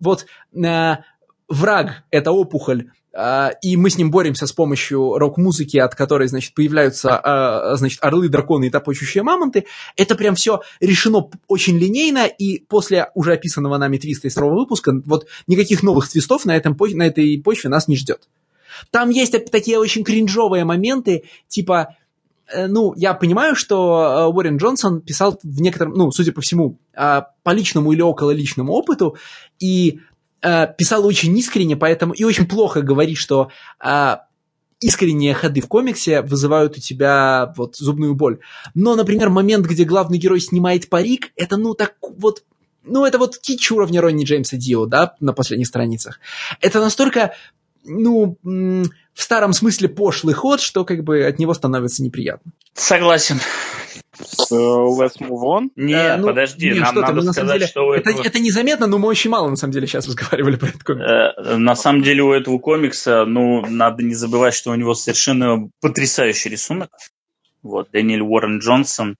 S1: враг — это опухоль, и мы с ним боремся с помощью рок-музыки, от которой, значит, появляются, орлы, драконы и топочущие мамонты. Это прям все решено очень линейно, и после уже описанного нами твиста из 2 выпуска, никаких новых твистов на этой почве нас не ждет. Там есть такие очень кринжовые моменты, типа, я понимаю, что Уоррен Джонсон писал в некотором, судя по всему, по личному или около личному опыту, и писал очень искренне, поэтому и очень плохо говорит, что искренние ходы в комиксе вызывают у тебя зубную боль. Но, например, момент, где главный герой снимает парик, это это кич уровня Ронни Джеймса Дио, да, на последних страницах. Это настолько, в старом смысле пошлый ход, что как бы от него становится неприятно.
S2: Согласен.
S3: Let's move on.
S2: Нет, подожди, нам надо сказать, что
S1: это незаметно, но мы очень мало, на самом деле, сейчас разговаривали про этот комикс.
S2: На самом деле, у этого комикса, надо не забывать, что у него совершенно потрясающий рисунок. Дэниэл Уоррен Джонсон.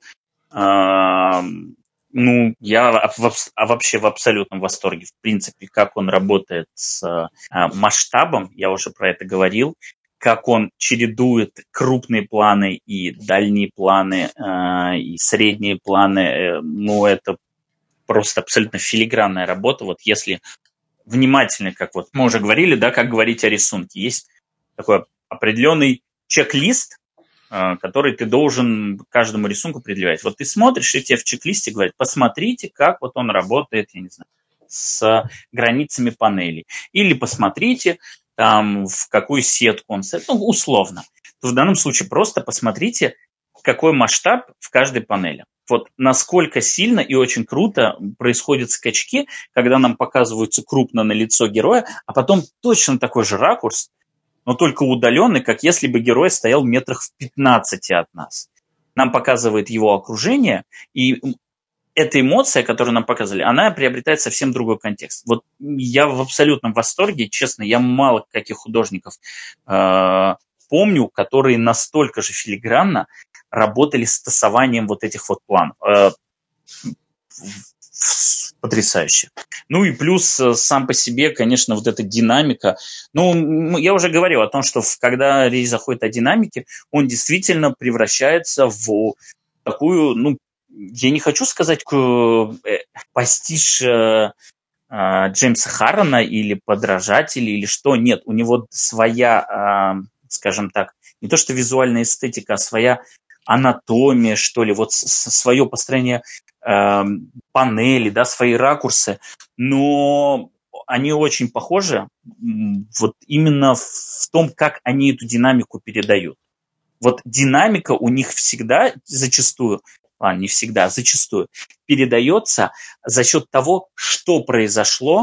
S2: Я вообще в абсолютном восторге, в принципе, как он работает с масштабом, я уже про это говорил, как он чередует крупные планы и дальние планы, и средние планы. Это просто абсолютно филигранная работа. Если внимательно, как мы уже говорили, да, как говорить о рисунке, есть такой определенный чек-лист, который ты должен каждому рисунку предъявлять. Ты смотришь, и тебе в чек-листе говорят, посмотрите, как он работает, я не знаю, с границами панелей. Или посмотрите, в какую сетку он ставит, условно. В данном случае просто посмотрите, какой масштаб в каждой панели. Насколько сильно и очень круто происходят скачки, когда нам показываются крупно на лицо героя, а потом точно такой же ракурс, но только удаленный, как если бы герой стоял метрах в 15 от нас. Нам показывает его окружение, и эта эмоция, которую нам показали, она приобретает совсем другой контекст. Я в абсолютном восторге, честно, я мало каких художников помню, которые настолько же филигранно работали с тасованием этих планов. Потрясающе. И плюс сам по себе, конечно, эта динамика. Я уже говорил о том, что когда речь заходит о динамике, он действительно превращается в такую, я не хочу сказать пастиш Джеймса Харрона или подражатель или что. Нет, у него своя, скажем так, не то что визуальная эстетика, а своя анатомия, что ли, свое построение панели, да, свои ракурсы, но они очень похожи именно в том, как они эту динамику передают. Динамика у них всегда, зачастую передается за счет того, что произошло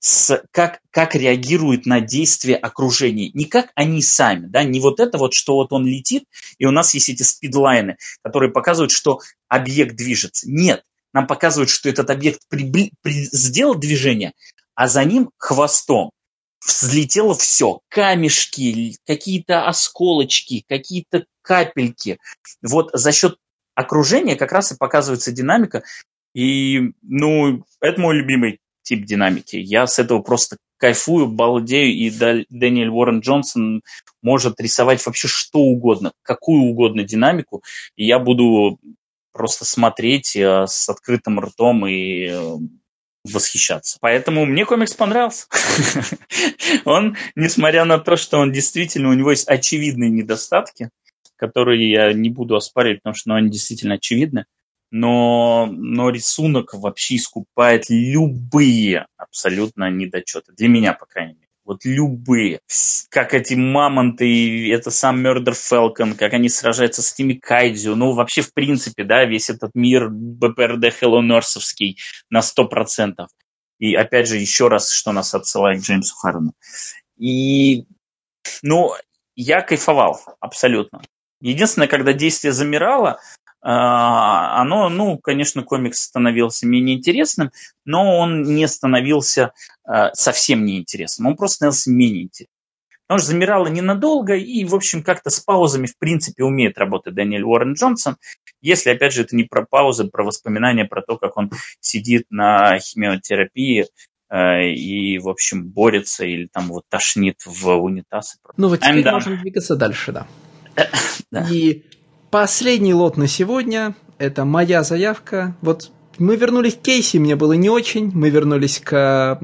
S2: как реагирует на действия окружения. Не как они сами, да, не вот это вот, что вот он летит, и у нас есть эти спидлайны, которые показывают, что объект движется. Нет, нам показывают, что этот объект сделал движение, а за ним хвостом взлетело все. Камешки, какие-то осколочки, какие-то капельки. Вот за счет окружения как раз и показывается динамика. И, это мой любимый тип динамики. Я с этого просто кайфую, балдею, и Дэниэл Уоррен Джонсон может рисовать вообще что угодно, какую угодно динамику, и я буду просто смотреть с открытым ртом и восхищаться. Поэтому мне комикс понравился. Он, несмотря на то, что он действительно, у него есть очевидные недостатки, которые я не буду оспаривать, потому что они действительно очевидны, но рисунок вообще искупает любые абсолютно недочеты. Для меня, по крайней мере. Вот любые. Как эти мамонты, это сам Murder Falcon, как они сражаются с этими кайдзю. Вообще, в принципе, да, весь этот мир БПРД Hello Nurse'овский на 100%. И, опять же, еще раз, что нас отсылает к Джеймсу Харрону. И, я кайфовал абсолютно. Единственное, когда действие замирало, оно, конечно, комикс становился менее интересным, но он не становился совсем неинтересным. Он просто становился менее интересным. Потому что замирало ненадолго, и, в общем, как-то с паузами, в принципе, умеет работать Дэниэл Уоррен Джонсон, если, опять же, это не про паузы, про воспоминания, про то, как он сидит на химиотерапии и, в общем, борется или там вот тошнит в унитаз.
S1: Вот теперь можем двигаться дальше, да. И последний лот на сегодня – это моя заявка. Вот мы вернулись к Кейси, мне было не очень. Мы вернулись к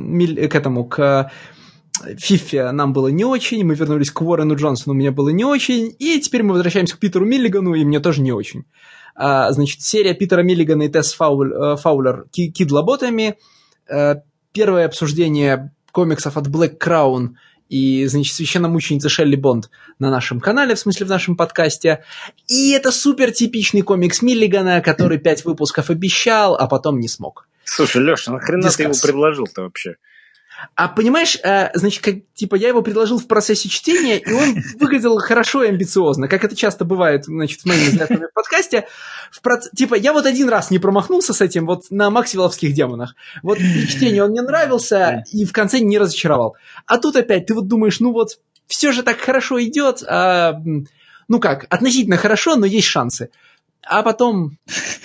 S1: Фифе, нам было не очень. Мы вернулись к Уоррену Джонсону, мне было не очень. И теперь мы возвращаемся к Питеру Миллигану, и мне тоже не очень. Серия Питера Миллигана и Тесс Фаулер «Кид лоботами». Первое обсуждение комиксов от Black Crown и, священномученица Шелли Бонд на нашем канале, в смысле в нашем подкасте. И это супер типичный комикс Миллигана, который 5 выпусков обещал, а потом не смог.
S3: Слушай, Леша, нахрена ты его предложил-то вообще?
S1: А понимаешь, я его предложил в процессе чтения, и он выглядел хорошо и амбициозно, как это часто бывает, в моем взгляде в подкасте. Я вот один раз не промахнулся с этим, вот на Максвелловских демонах. Вот при чтении он мне нравился, и в конце не разочаровал. А тут опять ты вот думаешь, все же так хорошо идет, относительно хорошо, но есть шансы. А потом...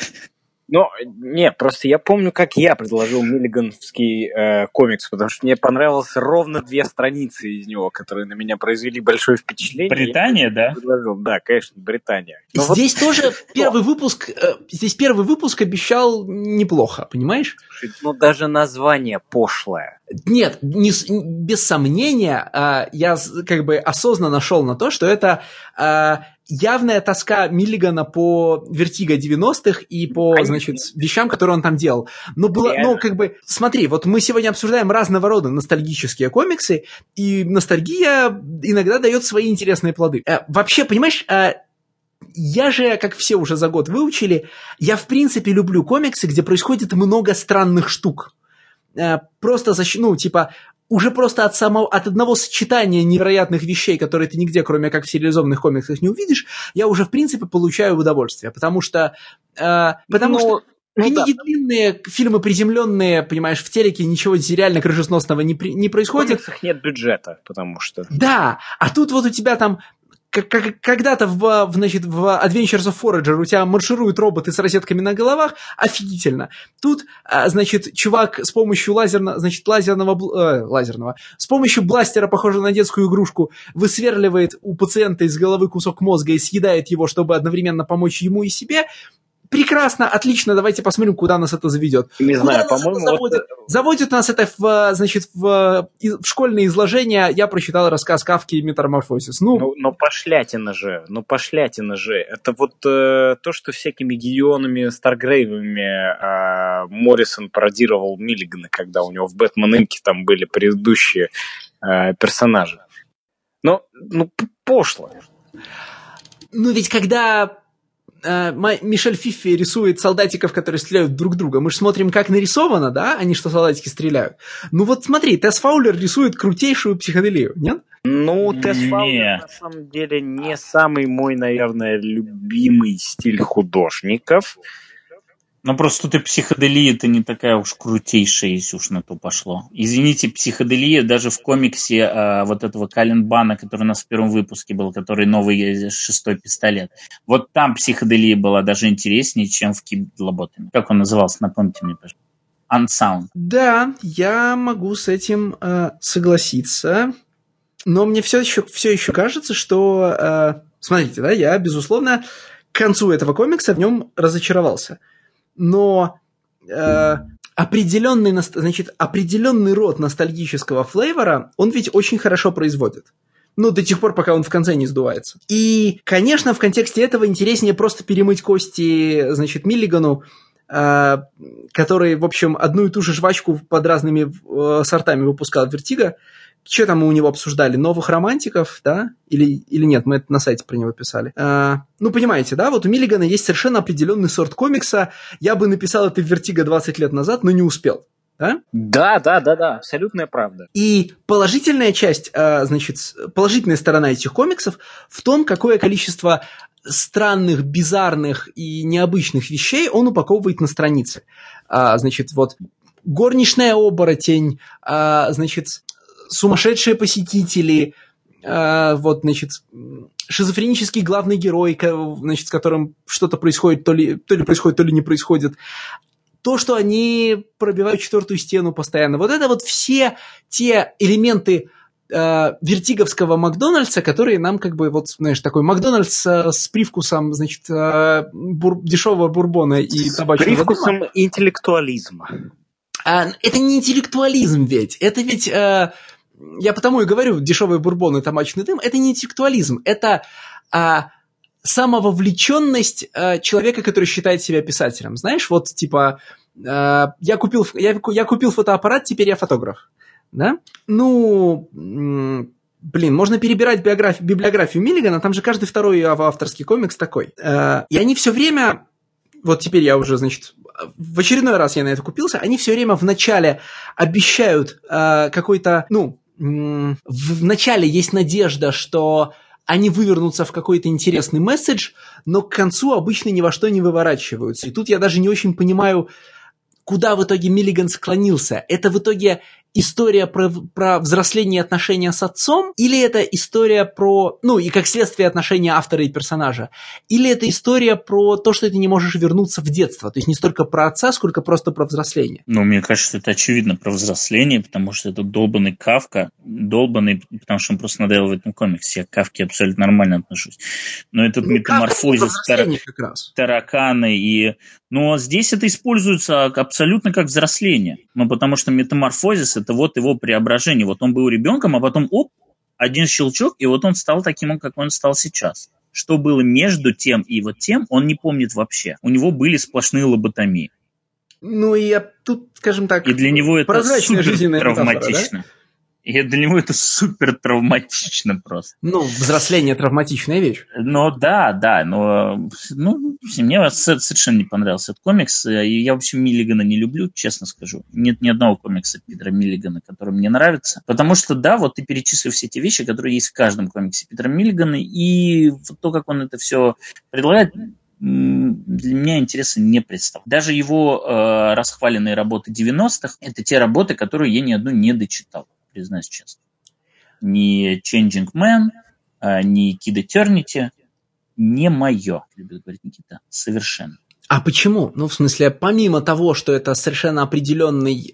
S3: просто я помню, как я предложил миллигановский комикс, потому что мне понравилось ровно 2 страницы из него, которые на меня произвели большое впечатление.
S2: Британия, да?
S3: Предложил. Да, конечно, Британия.
S1: Здесь тоже первый выпуск обещал неплохо, понимаешь?
S3: Даже название пошлое.
S1: Нет, без сомнения, я осознанно шел на то, что это явная тоска Миллигана по Вертиго 90-х и по, вещам, которые он там делал. Но было, смотри, вот мы сегодня обсуждаем разного рода ностальгические комиксы, и ностальгия иногда дает свои интересные плоды. Вообще, понимаешь, я же, как все уже за год выучили, я в принципе люблю комиксы, где происходит много странных штук. Просто уже просто от одного сочетания невероятных вещей, которые ты нигде, кроме как в сериализованных комиксах, не увидишь, я уже, в принципе, получаю удовольствие. Потому что книги длинные, фильмы приземленные, понимаешь, в телеке ничего реально крышесносного не происходит.
S3: В комиксах нет бюджета, потому что...
S1: Да, а тут вот у тебя там... Когда-то в Adventures of Forager у тебя маршируют роботы с розетками на головах, офигительно. Тут, чувак с помощью с помощью бластера, похожего на детскую игрушку, высверливает у пациента из головы кусок мозга и съедает его, чтобы одновременно помочь ему и себе. Прекрасно, отлично, давайте посмотрим, куда нас это заведет.
S3: Не знаю, по-моему...
S1: Заводит нас это в школьное изложение. Я прочитал рассказ Кафки «Метаморфозис».
S3: Но пошлятина же. Это вот то, что всякими Гидеонами, Старгрейвами Моррисон пародировал Миллигана, когда у него в «Бэтмен Инке» там были предыдущие персонажи. Пошло.
S1: Ведь когда... Мишель Фиффи рисует солдатиков, которые стреляют друг друга. Мы же смотрим, как нарисовано, да, а не что солдатики стреляют. Ну вот смотри, Тесс Фаулер рисует крутейшую психоделию, нет?
S3: Ну, Тесс Фаулер на самом деле не самый мой, наверное, любимый стиль художников.
S2: Ну, просто тут и психоделия-то не такая уж крутейшая, если уж на то пошло. Извините, психоделия даже в комиксе вот этого Кален Бана, который у нас в первом выпуске был, который новый шестой пистолет. Вот там психоделия была даже интереснее, чем в Киберботами. Как он назывался? Напомните мне, пожалуйста. Unsound.
S1: Да, я могу с этим согласиться. Но мне все еще кажется, что... смотрите, да, я, безусловно, к концу этого комикса в нем разочаровался. Но определенный род ностальгического флейвора он ведь очень хорошо производит. Ну, до тех пор, пока он в конце не сдувается. И, конечно, в контексте этого интереснее просто перемыть кости, значит, Миллигану, который, в общем, одну и ту же жвачку под разными сортами выпускал Вертиго. Что там мы у него обсуждали? Новых романтиков, да? Или нет? Мы это на сайте про него писали. Ну, понимаете, да? Вот у Миллигана есть совершенно определенный сорт комикса. Я бы написал это в Вертиго 20 лет назад, но не успел. Да?
S3: Да, абсолютная правда.
S1: И положительная часть, положительная сторона этих комиксов в том, какое количество странных, бизарных и необычных вещей он упаковывает на странице. Значит, вот горничная оборотень, значит, сумасшедшие посетители, вот, значит, шизофренический главный герой, значит, с которым что-то происходит, то ли происходит, то ли не происходит. То, что они пробивают четвертую стену постоянно. Вот это вот все те элементы вертиговского Макдональдса, которые нам как бы, вот, знаешь, такой Макдональдс с привкусом, значит, дешевого бурбона и табачного дыма.
S3: Привкусом интеллектуализма.
S1: Это не интеллектуализм ведь. Это ведь, я потому и говорю, дешевый бурбон и табачный дым, это не интеллектуализм. Это самововлеченность человека, который считает себя писателем. Знаешь, вот типа, я купил фотоаппарат, теперь я фотограф. Да? Ну, можно перебирать библиографию Миллигана, там же каждый второй авторский комикс такой. И они все время, вот теперь я уже, значит, в очередной раз я на это купился, они все время в начале обещают какой-то, в начале есть надежда, что они вывернутся в какой-то интересный месседж, но к концу обычно ни во что не выворачиваются. И тут я даже не очень понимаю, куда в итоге Миллиган склонился. Это в итоге история про взросление и отношения с отцом? Или это история про, и как следствие отношения автора и персонажа? Или это история про то, что ты не можешь вернуться в детство? То есть не столько про отца, сколько просто про взросление.
S2: Мне кажется, это очевидно про взросление, потому что это долбанный Кафка. Долбанный, потому что он просто надоел в этом комиксе. Я к Кафке абсолютно нормально отношусь. Но этот метаморфозис, тараканы и... Но здесь это используется абсолютно как взросление. Потому что метаморфозис – это вот его преображение. Вот он был ребенком, а потом, один щелчок, и вот он стал таким, как он стал сейчас. Что было между тем и вот тем, он не помнит вообще. У него были сплошные лоботомии.
S1: И тут, скажем так,
S2: и для него это супер травматично.
S1: Да?
S2: И для него это супер травматично просто.
S1: Взросление травматичная вещь.
S2: Да, но мне совершенно не понравился этот комикс. И я вообще Миллигана не люблю, честно скажу. Нет ни одного комикса Питера Миллигана, который мне нравится. Потому что, вот ты перечислил все те вещи, которые есть в каждом комиксе Питера Миллигана, и то, как он это все предлагает, для меня интереса не представляет. Даже его расхваленные работы 90-х, это те работы, которые я ни одну не дочитал. Признаюсь честно. Ни Changing Man, ни Kid Eternity не мое, любит говорить Никита, совершенно.
S1: А почему? В смысле, помимо того, что это совершенно определенный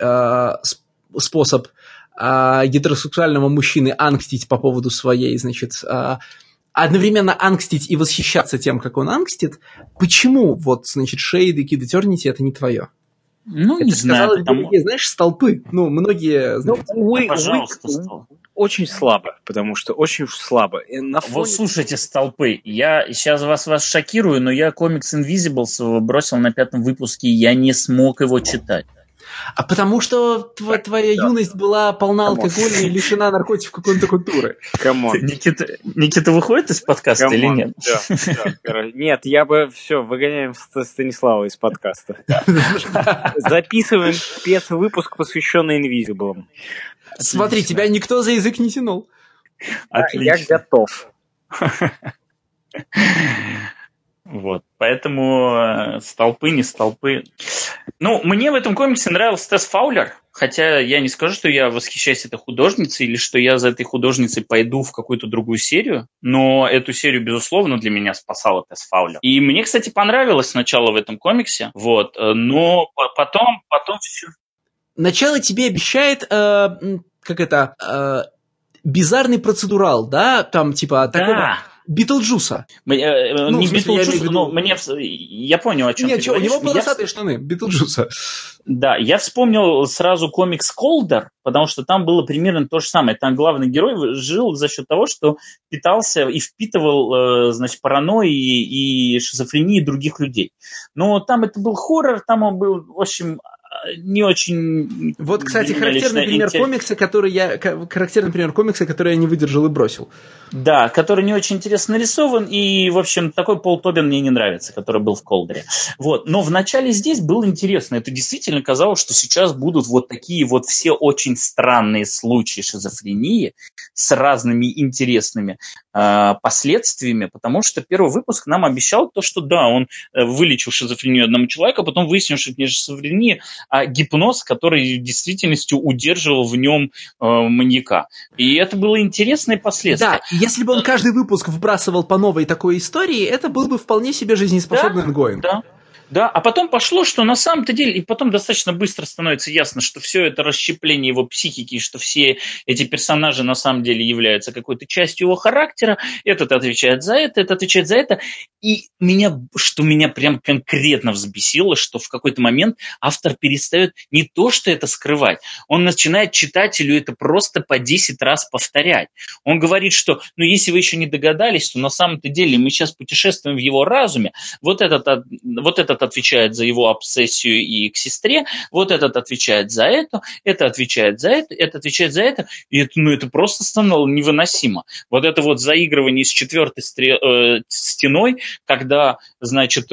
S1: способ гетеросексуального мужчины ангстить по поводу своей, значит, одновременно ангстить и восхищаться тем, как он ангстит, почему Shade и Kid Eternity это не твое?
S2: Не знаю.
S1: Многие, знаешь, столпы. Многие...
S2: Пожалуйста, столпы.
S3: Очень слабо, потому что очень слабо.
S2: Вот слушайте, столпы. Я сейчас вас шокирую, но я комикс Invisibles бросил на 5-м выпуске, и я не смог его читать.
S1: А потому что твоя юность была полна алкоголя и лишена наркотиков какой-то культуры.
S2: Никита выходит из подкаста или нет?
S3: Да. Нет, я бы... Все, выгоняем Станислава из подкаста. Записываем спецвыпуск, посвященный Invisible.
S1: Смотри, тебя никто за язык не тянул.
S3: Я готов.
S2: Вот, поэтому столпы, не столпы. Ну, мне в этом комиксе нравился Тесс Фаулер, хотя я не скажу, что я восхищаюсь этой художницей или что я за этой художницей пойду в какую-то другую серию, но эту серию, безусловно, для меня спасала Тесс Фаулер. И мне, кстати, понравилось сначала в этом комиксе, вот, но потом все...
S1: Начало тебе обещает, бизарный процедурал, да, там типа такого... Битлджуса.
S2: Не Битлджуса, но я понял, о чем ты говоришь.
S1: У него полосатые штаны, Битлджуса.
S2: Да, я вспомнил сразу комикс Колдер, потому что там было примерно то же самое. Там главный герой жил за счет того, что питался и впитывал, значит, паранойи и шизофрении других людей. Но там это был хоррор, там он был, в общем... не очень...
S1: Вот, кстати, характерный пример комикса, который я не выдержал и бросил.
S2: Да, который не очень интересно нарисован, и, в общем, такой Пол Тобин мне не нравится, который был в Колдере. Вот. Но вначале здесь было интересно. Это действительно казалось, что сейчас будут вот такие вот все очень странные случаи шизофрении с разными интересными последствиями, потому что первый выпуск нам обещал то, что да, он вылечил шизофрению одному человеку, а потом выяснил, что это не шизофрения, а гипноз, который в действительности удерживал в нем маньяка. И это было интересное последствие.
S1: Да, если бы он каждый выпуск вбрасывал по новой такой истории, это был бы вполне себе жизнеспособный ангоинг.
S2: Да, а потом пошло, что на самом-то деле, и потом достаточно быстро становится ясно, что все это расщепление его психики, что все эти персонажи на самом деле являются какой-то частью его характера, этот отвечает за это, этот отвечает за это. И меня прям конкретно взбесило, что в какой-то момент автор перестает не то, что это скрывать, он начинает читателю это просто по 10 раз повторять. Он говорит, что, если вы еще не догадались, то на самом-то деле мы сейчас путешествуем в его разуме, вот этот отвечает за его обсессию и к сестре, вот этот отвечает за это отвечает за это отвечает за это, и это просто становилось невыносимо. Вот это вот заигрывание с четвертой стеной, когда, значит,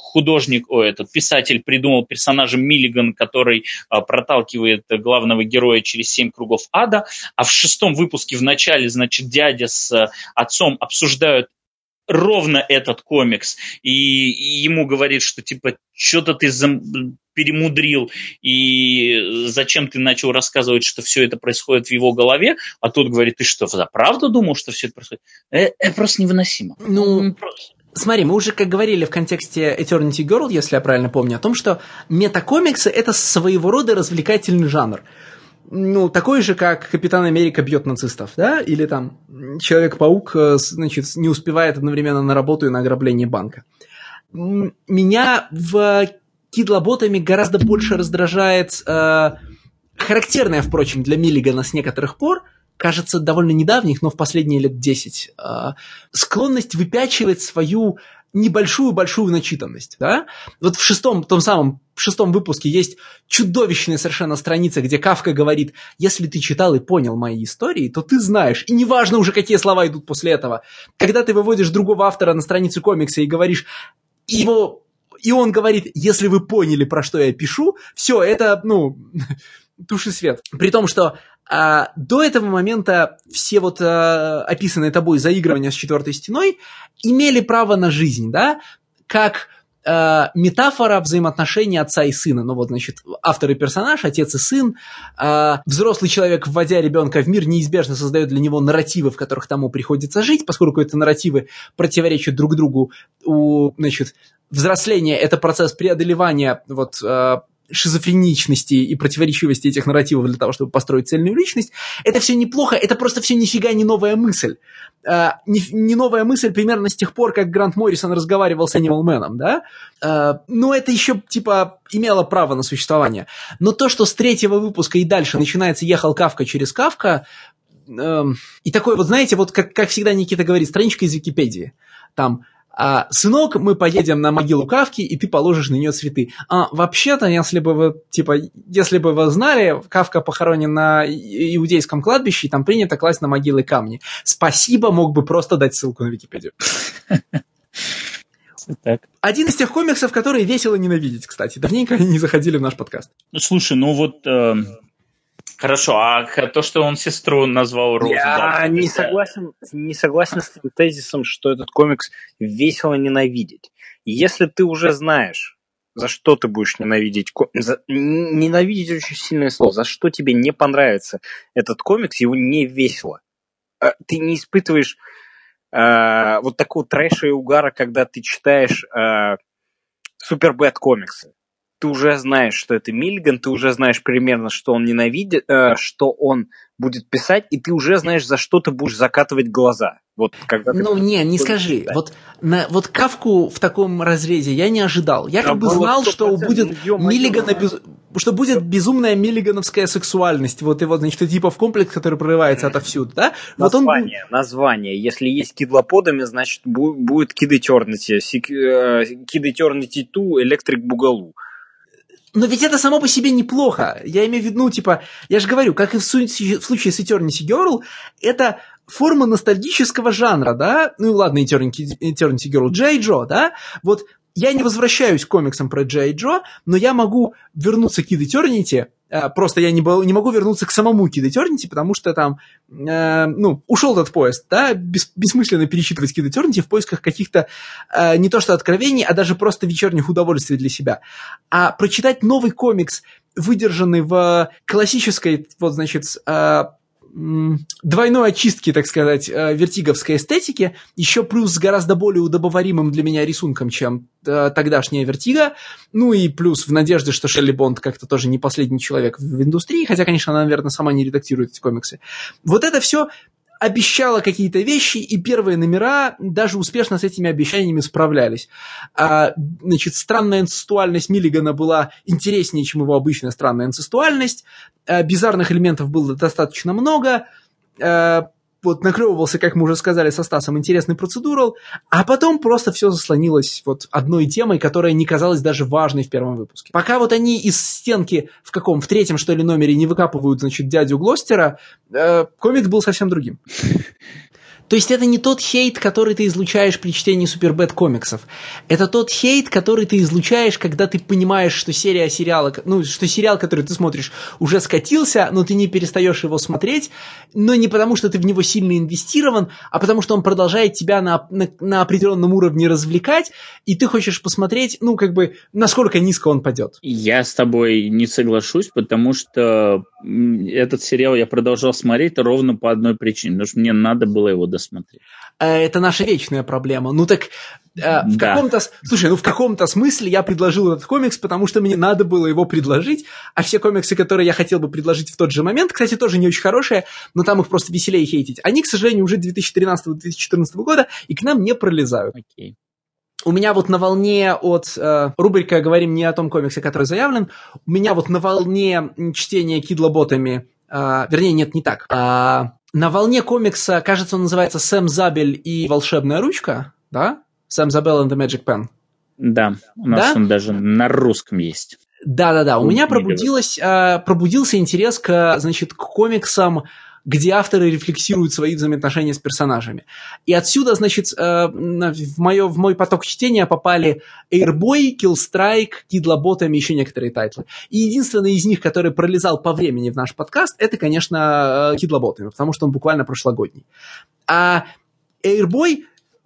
S2: писатель придумал персонажа Миллиган, который проталкивает главного героя через 7 кругов ада, а в 6-м выпуске в начале, значит, дядя с отцом обсуждают ровно этот комикс, и ему говорит, что типа что-то ты перемудрил, и зачем ты начал рассказывать, что все это происходит в его голове, а тот говорит, ты что, за правду думал, что все это происходит? Это просто невыносимо.
S1: Смотри, мы уже как говорили в контексте Eternity Girl, если я правильно помню, о том, что метакомиксы – это своего рода развлекательный жанр. Такой же, как Капитан Америка бьет нацистов, да? Или там Человек-паук, значит, не успевает одновременно на работу и на ограбление банка. Меня в Кидлоботами гораздо больше раздражает характерная, впрочем, для Миллигана с некоторых пор, кажется, довольно недавних, но в последние лет 10, склонность выпячивать свою большую начитанность, да? Вот в том самом шестом выпуске есть чудовищная совершенно страница, где Кафка говорит, если ты читал и понял мои истории, то ты знаешь, и неважно уже, какие слова идут после этого. Когда ты выводишь другого автора на страницу комикса и говоришь, и он говорит, если вы поняли, про что я пишу, все, это, туши свет. При том, что до этого момента все вот описанные тобой заигрывания с четвертой стеной имели право на жизнь, да, как метафора взаимоотношений отца и сына. Автор и персонаж, отец и сын, взрослый человек, вводя ребенка в мир, неизбежно создает для него нарративы, в которых тому приходится жить, поскольку эти нарративы противоречат друг другу. Взросление – это процесс преодолевания шизофреничности и противоречивости этих нарративов для того, чтобы построить цельную личность, это все неплохо, это просто все нифига не новая мысль. Не новая мысль примерно с тех пор, как Грант Моррисон разговаривал с Animal Man'ом, да? Но это еще, имело право на существование. Но то, что с 3-го выпуска и дальше начинается «Ехал Кафка через Кафка», и такой знаете, как всегда Никита говорит, страничка из Википедии. Там сынок, мы поедем на могилу Кафки, и ты положишь на нее цветы. Вообще-то, если бы вы знали, Кафка похоронен на иудейском кладбище, и там принято класть на могилы камни. Спасибо, мог бы просто дать ссылку на Википедию.
S2: Так.
S1: Один из тех комиксов, которые весело ненавидеть, кстати. Давненько они не заходили в наш подкаст.
S2: Слушай, хорошо, а то, что он сестру назвал Роуз...
S3: Я не согласен с тем тезисом, что этот комикс весело ненавидеть. Если ты уже знаешь, за что ты будешь ненавидеть... Ненавидеть очень сильное слово. За что тебе не понравится этот комикс, его не весело. Ты не испытываешь вот такого трэша и угара, когда ты читаешь Супербэд комиксы. Ты уже знаешь, что это Миллиган, ты уже знаешь примерно, что он ненавидит, что он будет писать, и ты уже знаешь, за что ты будешь закатывать глаза. Вот, когда
S1: не скажи. Вот Кафку в таком разрезе я не ожидал. Я знал, что будет что будет безумная миллигановская сексуальность. Вот его, значит, типа в комплекс, который прорывается отовсюду, да?
S3: Название. Если есть кидлоподами, значит, будет Kid Eternity. Kid Eternity 2, Electric Boogaloo.
S1: Но ведь это само по себе неплохо. Я имею в виду, я же говорю, как и в случае с Eternity Girl, это форма ностальгического жанра, да? Ну ладно, Eternity Girl Джей Джо, да? Вот я не возвращаюсь к комиксам про Джей Джо, но я могу вернуться к Kid Eternity, просто я не могу вернуться к самому Kid Eternity, потому что там, ушел этот поезд, да, бессмысленно пересчитывать Kid Eternity в поисках каких-то не то что откровений, а даже просто вечерних удовольствий для себя. А прочитать новый комикс, выдержанный в классической, двойной очистки, так сказать, вертиговской эстетики, еще плюс с гораздо более удобоваримым для меня рисунком, чем тогдашняя Вертига, ну и плюс в надежде, что Шелли Бонд как-то тоже не последний человек в индустрии, хотя, конечно, она, наверное, сама не редактирует эти комиксы. Вот это все обещало какие-то вещи, и первые номера даже успешно с этими обещаниями справлялись. Странная инцестуальность Миллигана была интереснее, чем его обычная странная инцестуальность. Bizarных элементов было достаточно много. Наклевывался, как мы уже сказали, со Стасом интересный процедурал, а потом просто все заслонилось одной темой, которая не казалась даже важной в первом выпуске. Пока они из стенки в третьем, что ли, номере не выкапывают, дядю Глостера, комикс был совсем другим. То есть это не тот хейт, который ты излучаешь при чтении Супербэд комиксов. Это тот хейт, который ты излучаешь, когда ты понимаешь, что сериал, который ты смотришь, уже скатился, но ты не перестаешь его смотреть, но не потому, что ты в него сильно инвестирован, а потому, что он продолжает тебя на определенном уровне развлекать, и ты хочешь посмотреть, насколько низко он падет.
S2: Я с тобой не соглашусь, потому что этот сериал я продолжал смотреть ровно по одной причине, потому что мне надо было его досмотреть.
S1: Это наша вечная проблема. В каком-то смысле я предложил этот комикс, потому что мне надо было его предложить, а все комиксы, которые я хотел бы предложить в тот же момент, кстати, тоже не очень хорошие, но там их просто веселее хейтить. Они, к сожалению, уже 2013-2014 года и к нам не пролезают.
S2: Okay.
S1: У меня на волне от рубрика «Говорим не о том комиксе, который заявлен», у меня на волне чтения кидлоботами, вернее, нет, не так, на волне комикса, кажется, он называется «Сэм Забель и волшебная ручка», да? «Сэм Забель and the Magic Pen».
S2: Да, у нас он даже на русском есть.
S1: Да. У меня пробудился интерес к комиксам, где авторы рефлексируют свои взаимоотношения с персонажами. И отсюда, в мой поток чтения попали Airboy, Killstrike, Kidlobotom и еще некоторые тайтлы. И единственный из них, который пролезал по времени в наш подкаст, это, конечно, Kidlobotom, потому что он буквально прошлогодний. А Airboy...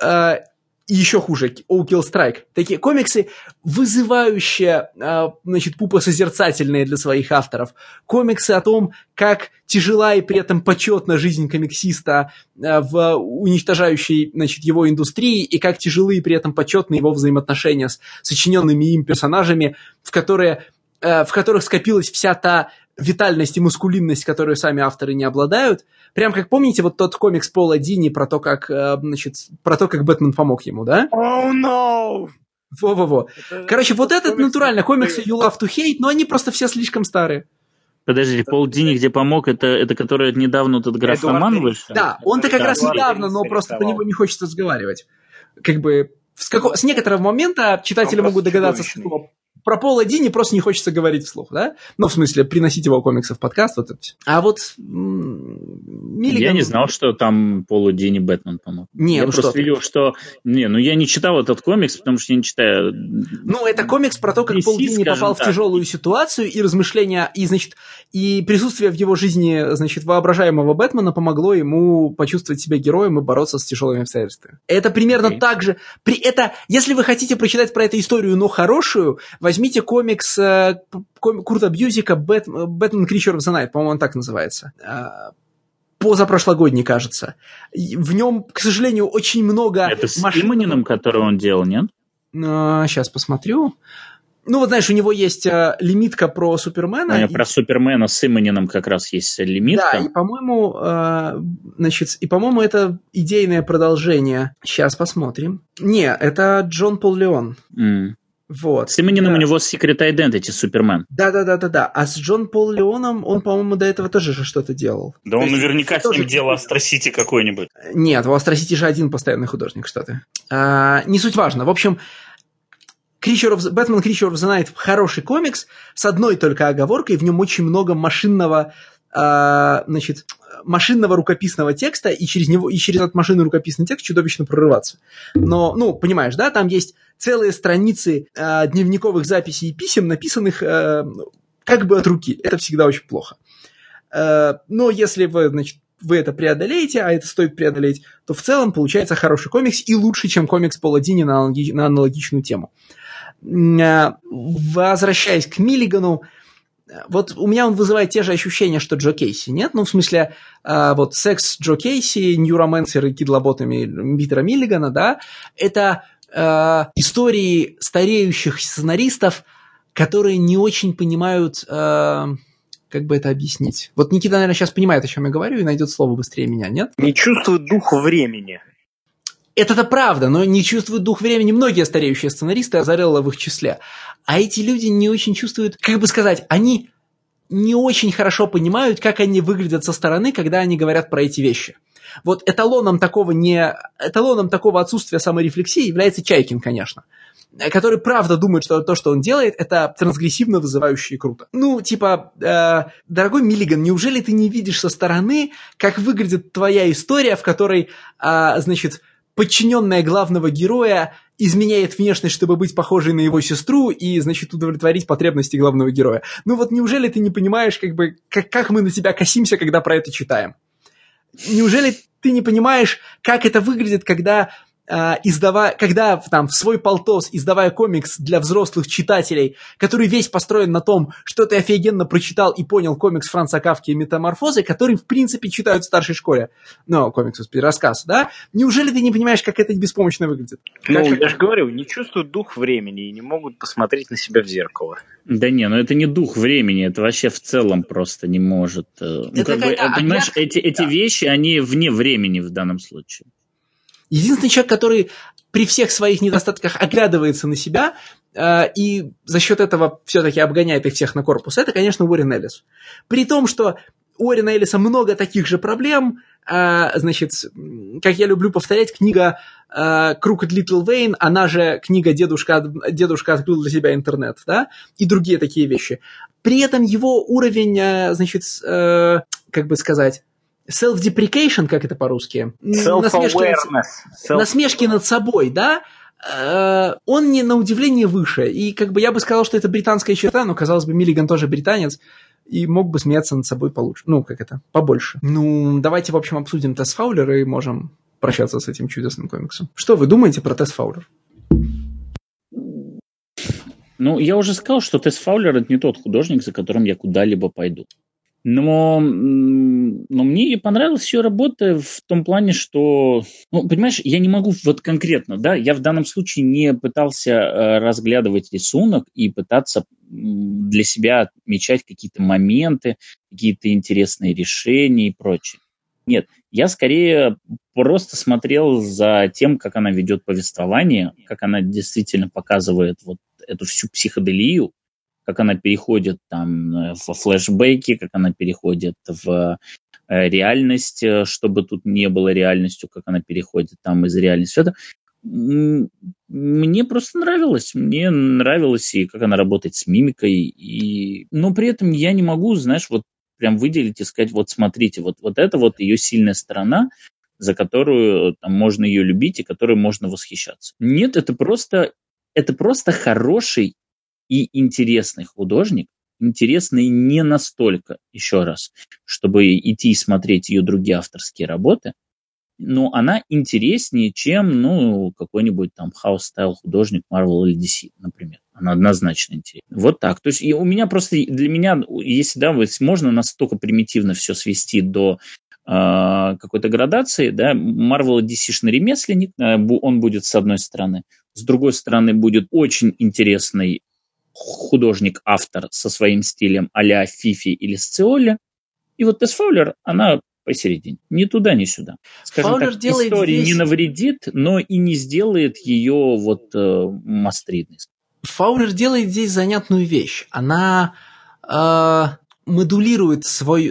S1: И еще хуже, Killstrike. Такие комиксы, вызывающие, пупосозерцательные для своих авторов. Комиксы о том, как тяжела и при этом почетна жизнь комиксиста в уничтожающей, его индустрии, и как тяжелы и при этом почетны его взаимоотношения с сочиненными им персонажами, в которых скопилась вся та витальность и маскулинность, которую сами авторы не обладают. Прям как помните тот комикс Пола Дини про то, как Бэтмен помог ему, да?
S3: Oh no!
S1: Во-во-во. Короче, этот натурально комиксы You Love to Hate, но они просто все слишком старые.
S2: Подожди, Пол Дини где помог, это который недавно этот графоман вышел?
S1: Да, он-то как раз недавно, но просто по нему не хочется разговаривать. с некоторого момента читатели могут догадаться, с какого. Про Пола Дини просто не хочется говорить вслух, да? Ну, в смысле, приносить его комиксы в подкаст. Вот это все. А вот Миллиган...
S2: Я не знал, что там Полу Дини Бэтмен помог. Я просто видел, что... я не читал этот комикс, потому что я не читаю...
S1: Ну, это комикс про то, как Пол Дини попал в тяжелую ситуацию, и размышления, и присутствие в его жизни, воображаемого Бэтмена помогло ему почувствовать себя героем и бороться с тяжелыми обстоятельствами. Это примерно так же... Если вы хотите прочитать про эту историю, но хорошую, возьмите комикс Курта Бьюзика «Бэтмен Creature of the Night», по-моему, он так называется. Позапрошлогодний, кажется. В нем, к сожалению, очень много...
S2: Это с Иманином, который он делал, нет?
S1: Сейчас посмотрю. Ну, вот знаешь, у него есть лимитка про Супермена.
S2: Про Супермена с Иманином как раз есть лимитка.
S1: Да, и, по-моему, это идейное продолжение. Сейчас посмотрим. Не, это Джон Пол Леон. Вот.
S2: С Иманином у него Secret Identity Супермен.
S1: Да. А с Джон Пол Леоном он, по-моему, до этого тоже же что-то делал.
S2: Да он наверняка с ним делал Астро-Сити какой-нибудь.
S1: Нет, в Астро-Сити же один постоянный художник, что ты. Не суть важно. В общем, Batman Creature of the Night хороший комикс, с одной только оговоркой, в нем очень много машинного рукописного текста, и через этот машинный рукописный текст чудовищно прорываться. Но, понимаешь, да, там есть целые страницы дневниковых записей и писем, написанных как бы от руки. Это всегда очень плохо. Но если вы это преодолеете, а это стоит преодолеть, то в целом получается хороший комикс и лучше, чем комикс Пола Дини на аналогичную тему. Возвращаясь к Миллигану, вот у меня он вызывает те же ощущения, что Джо Кейси, нет? Ну, в смысле, вот «Секс» Джо Кейси, «Нью Романсер» и «Кид Лоботоми» Питера Миллигана, да, это истории стареющих сценаристов, которые не очень понимают, как бы это объяснить. Вот Никита, наверное, сейчас понимает, о чем я говорю, и найдет слово быстрее меня, нет?
S3: Не чувствует дух времени.
S1: Это-то правда, но не чувствуют дух времени многие стареющие сценаристы, Азарелло в их числе. А эти люди не очень чувствуют, как бы сказать, они не очень хорошо понимают, как они выглядят со стороны, когда они говорят про эти вещи. Вот эталоном такого отсутствия саморефлексии является Чайкин, конечно, который правда думает, что то, что он делает, это трансгрессивно вызывающе и круто. Дорогой Миллиган, неужели ты не видишь со стороны, как выглядит твоя история, в которой, подчиненная главного героя изменяет внешность, чтобы быть похожей на его сестру и, удовлетворить потребности главного героя. Неужели ты не понимаешь, как мы на тебя косимся, когда про это читаем? Неужели ты не понимаешь, как это выглядит, когда в свой полтос, издавая комикс для взрослых читателей, который весь построен на том, что ты офигенно прочитал и понял комикс Франца Кафки и «Метаморфозы», который, в принципе, читают в старшей школе. Комикс, рассказ, да? Неужели ты не понимаешь, как это беспомощно выглядит?
S3: Я же говорю, не чувствуют дух времени и не могут посмотреть на себя в зеркало.
S2: Да не, это не дух времени, это вообще в целом просто не может. Понимаешь, эти вещи, они вне времени в данном случае.
S1: Единственный человек, который при всех своих недостатках оглядывается на себя и за счет этого все-таки обгоняет их всех на корпус, это, конечно, Уоррен Эллис. При том, что у Уоррена Эллиса много таких же проблем, как я люблю повторять, книга Crooked Little Wayne, она же книга «Дедушка открыл для себя интернет», да, и другие такие вещи. При этом его уровень, self-deprecation, как это по-русски? Насмешки над собой, да? Он не на удивление выше. И я бы сказал, что это британская черта, но, казалось бы, Миллиган тоже британец и мог бы смеяться над собой получше. Побольше. Давайте, в общем, обсудим Тесс Фаулер и можем прощаться с этим чудесным комиксом. Что вы думаете про Тесс Фаулер?
S2: Я уже сказал, что Тесс Фаулер – это не тот художник, за которым я куда-либо пойду. Но мне понравилась ее работа в том плане, что, понимаешь, я не могу конкретно, да, я в данном случае не пытался разглядывать рисунок и пытаться для себя отмечать какие-то моменты, какие-то интересные решения и прочее. Нет, я скорее просто смотрел за тем, как она ведет повествование, как она действительно показывает эту всю психоделию, как она переходит в флешбеки, как она переходит в реальность, чтобы тут не было реальностью, как она переходит из реальности. Это Мне просто нравилось. Мне нравилось, и как она работает с мимикой. Но при этом я не могу, знаешь, вот прям выделить и сказать, вот смотрите, вот это вот ее сильная сторона, за которую там можно ее любить и которой можно восхищаться. Нет, это просто хороший и интересный художник. Интересный не настолько, еще раз, чтобы идти и смотреть ее другие авторские работы, но она интереснее, чем, какой-нибудь там хаус-стайл художник Marvel или DC, например. Она однозначно интереснее. Вот так. То есть у меня просто, для меня, если, можно настолько примитивно все свести до какой-то градации, да, Marvel и DC-шный ремесленник, он будет с одной стороны. С другой стороны, будет очень интересный художник-автор со своим стилем а-ля Фифи или Сциолли. И вот Тесс Фаулер, она посередине. Ни туда, ни сюда. Скажем
S1: Фаулер
S2: так, истории
S1: здесь...
S2: не навредит, но и не сделает ее мастридной.
S1: Фаулер делает здесь занятную вещь. Она модулирует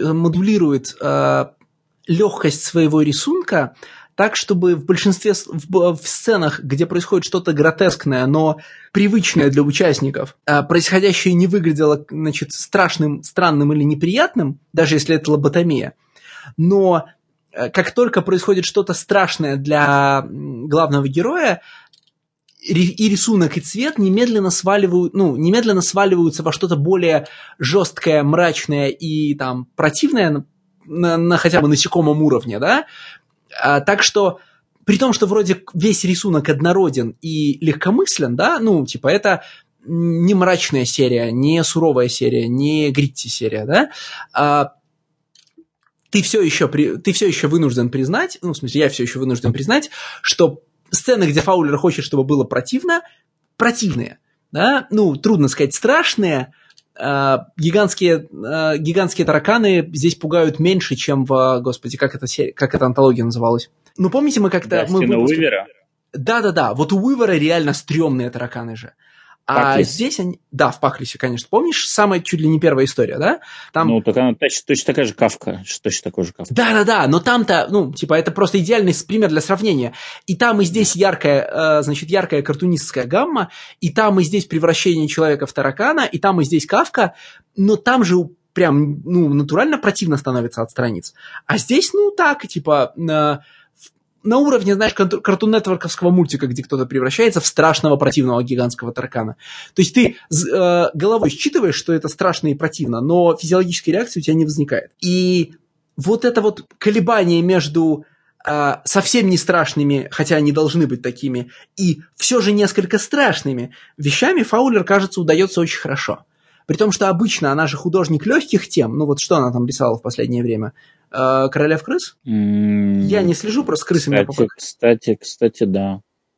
S1: легкость своего рисунка так, чтобы в большинстве в сценах, где происходит что-то гротескное, но привычное для участников, происходящее не выглядело, страшным, странным или неприятным, даже если это лоботомия. Но как только происходит что-то страшное для главного героя, и рисунок, и цвет немедленно сваливаются во что-то более жесткое, мрачное и там противное на хотя бы насекомом уровне, да? Так что, при том, что вроде весь рисунок однороден и легкомыслен, да, это не мрачная серия, не суровая серия, не гритти серия, да, ты все еще вынужден признать, я все еще вынужден признать, что сцены, где Фаулер хочет, чтобы было противные, да, трудно сказать, страшные, гигантские тараканы здесь пугают меньше, чем господи, как эта антология называлась? Помните, мы как-то...
S2: Уивера?
S1: Да, вот у Уивера реально стрёмные тараканы же. А здесь они... Да, в Паклисе, конечно. Помнишь, самая чуть ли не первая история, да? Там...
S2: так она точно такая же Кафка. Точно такой же Кафка.
S1: Да, но там-то, это просто идеальный пример для сравнения. И там, и здесь яркая картунистская гамма, и там, и здесь превращение человека в таракана, и там, и здесь Кафка, но там же прям, натурально противно становится от страниц. А здесь, на уровне, знаешь, картун-нетворковского мультика, где кто-то превращается в страшного противного гигантского таракана. То есть ты головой считываешь, что это страшно и противно, но физиологической реакции у тебя не возникает. И вот это вот колебание между совсем не страшными, хотя они должны быть такими, и все же несколько страшными вещами Фаулер, кажется, удается очень хорошо. При том, что обычно она же художник легких тем, что она там рисовала в последнее время? «Королев крыс»? Я не слежу просто с крысами.
S2: Кстати, да.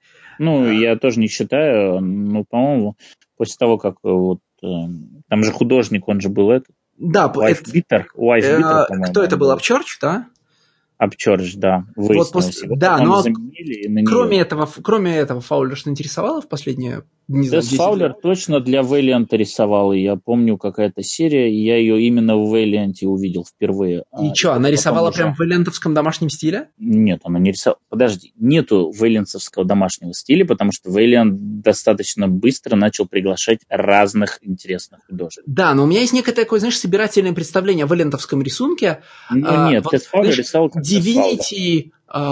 S2: Я тоже не считаю, по-моему, после того, как там же художник, он же был этот.
S1: Да,
S2: Уайфбитер, по-моему.
S1: Кто это был? Апчерч, да?
S2: Апчерч, да. Выяснилось.
S1: Да, но кроме этого Фаулер что интересовало в последние...
S2: Тесс Фаулер точно для Вэлианта рисовал, и я помню какая-то серия, и я ее именно в Вэлианте увидел впервые.
S1: И что, она рисовала прям в вэлиантовском домашнем стиле?
S2: Нет, она не рисовала. Подожди, нету вэлиантовского домашнего стиля, потому что Вэлиант достаточно быстро начал приглашать разных интересных художников.
S1: Да, но у меня есть некое такое, знаешь, собирательное представление о вэлиантовском рисунке.
S2: Нет, Тесс Фаулер рисовал как
S1: Divinity,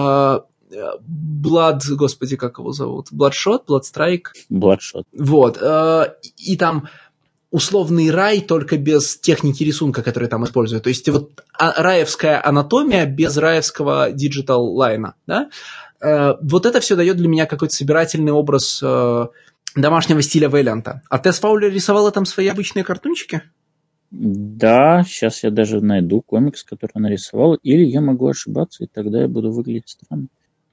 S1: Blood, господи, как его зовут? Bloodshot, Bloodstrike?
S2: Bloodshot.
S1: Вот. И там условный рай, только без техники рисунка, которые там используют. То есть вот раевская анатомия без раевского диджитал лайна. Да? Вот это все дает для меня какой-то собирательный образ домашнего стиля Вэлианта. А Тесс Фаулер рисовала там свои обычные картунчики?
S2: Да, сейчас я даже найду комикс, который она рисовала, или я могу ошибаться, и тогда я буду выглядеть странно.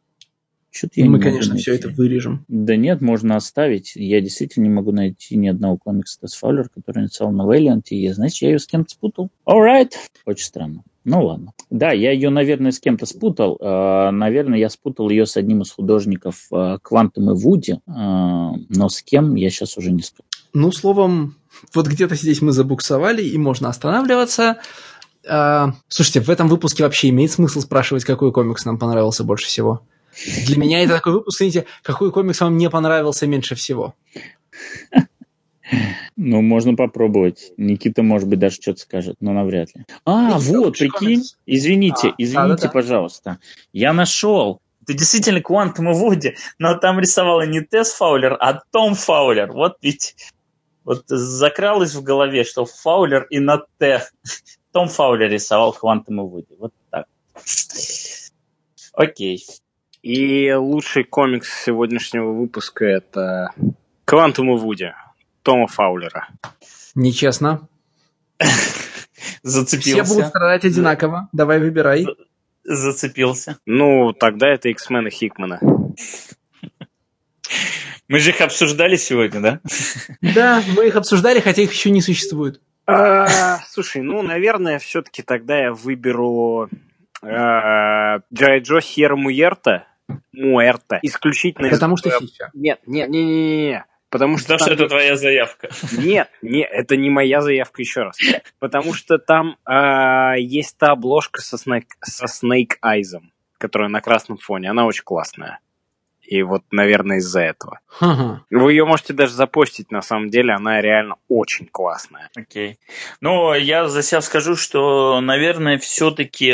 S1: Мы, конечно, все это вырежем.
S2: Да нет, можно оставить. Я действительно не могу найти ни одного комикса Тесс Фаулер, который написал на Вэлианте, и значит, я ее с кем-то спутал. Alright. Очень странно. Ну ладно. Да, я ее, наверное, с кем-то спутал. Наверное, я спутал ее с одним из художников Квантом и Вуди, но с кем я сейчас уже не скажу.
S1: Словом, вот где-то здесь мы забуксовали, и можно останавливаться. Слушайте, в этом выпуске вообще имеет смысл спрашивать, какой комикс нам понравился больше всего? Для меня это такой выпуск, смотрите, какой комикс вам не понравился меньше всего?
S2: Ну, можно попробовать. Никита, может быть, даже что-то скажет, но навряд ли. Вот, прикинь. Извините, пожалуйста. Я нашел. Это действительно Quantum of Woody, но там рисовала не Тесс Фаулер, а Том Фаулер. Вот ведь вот закралось в голове, что Фаулер и на Т. Том Фаулер рисовал Quantum of Woody. Вот так. Окей.
S3: И лучший комикс сегодняшнего выпуска — это Quantum of Woody Тома Фаулера.
S1: Нечестно.
S2: Зацепился.
S1: Все будут страдать одинаково. Давай выбирай.
S2: Зацепился.
S3: Ну, тогда это X-Men и Хикмана.
S2: Мы же их обсуждали сегодня, да? Да,
S1: мы их обсуждали, хотя их еще не существует.
S3: Слушай, ну, наверное, все-таки тогда я выберу Джай Джо Сьерра Муэрта. Исключительно.
S1: Потому что фича.
S3: Нет. Потому что
S2: это твоя заявка.
S3: Нет, это не моя заявка, еще раз. Потому что там есть та обложка со Snake Eyes'ом, которая на красном фоне. Она очень классная. И вот, наверное, из-за этого. Вы ее можете даже запостить, на самом деле, она реально очень классная.
S2: Окей. Ну, я за себя скажу, что, наверное, все-таки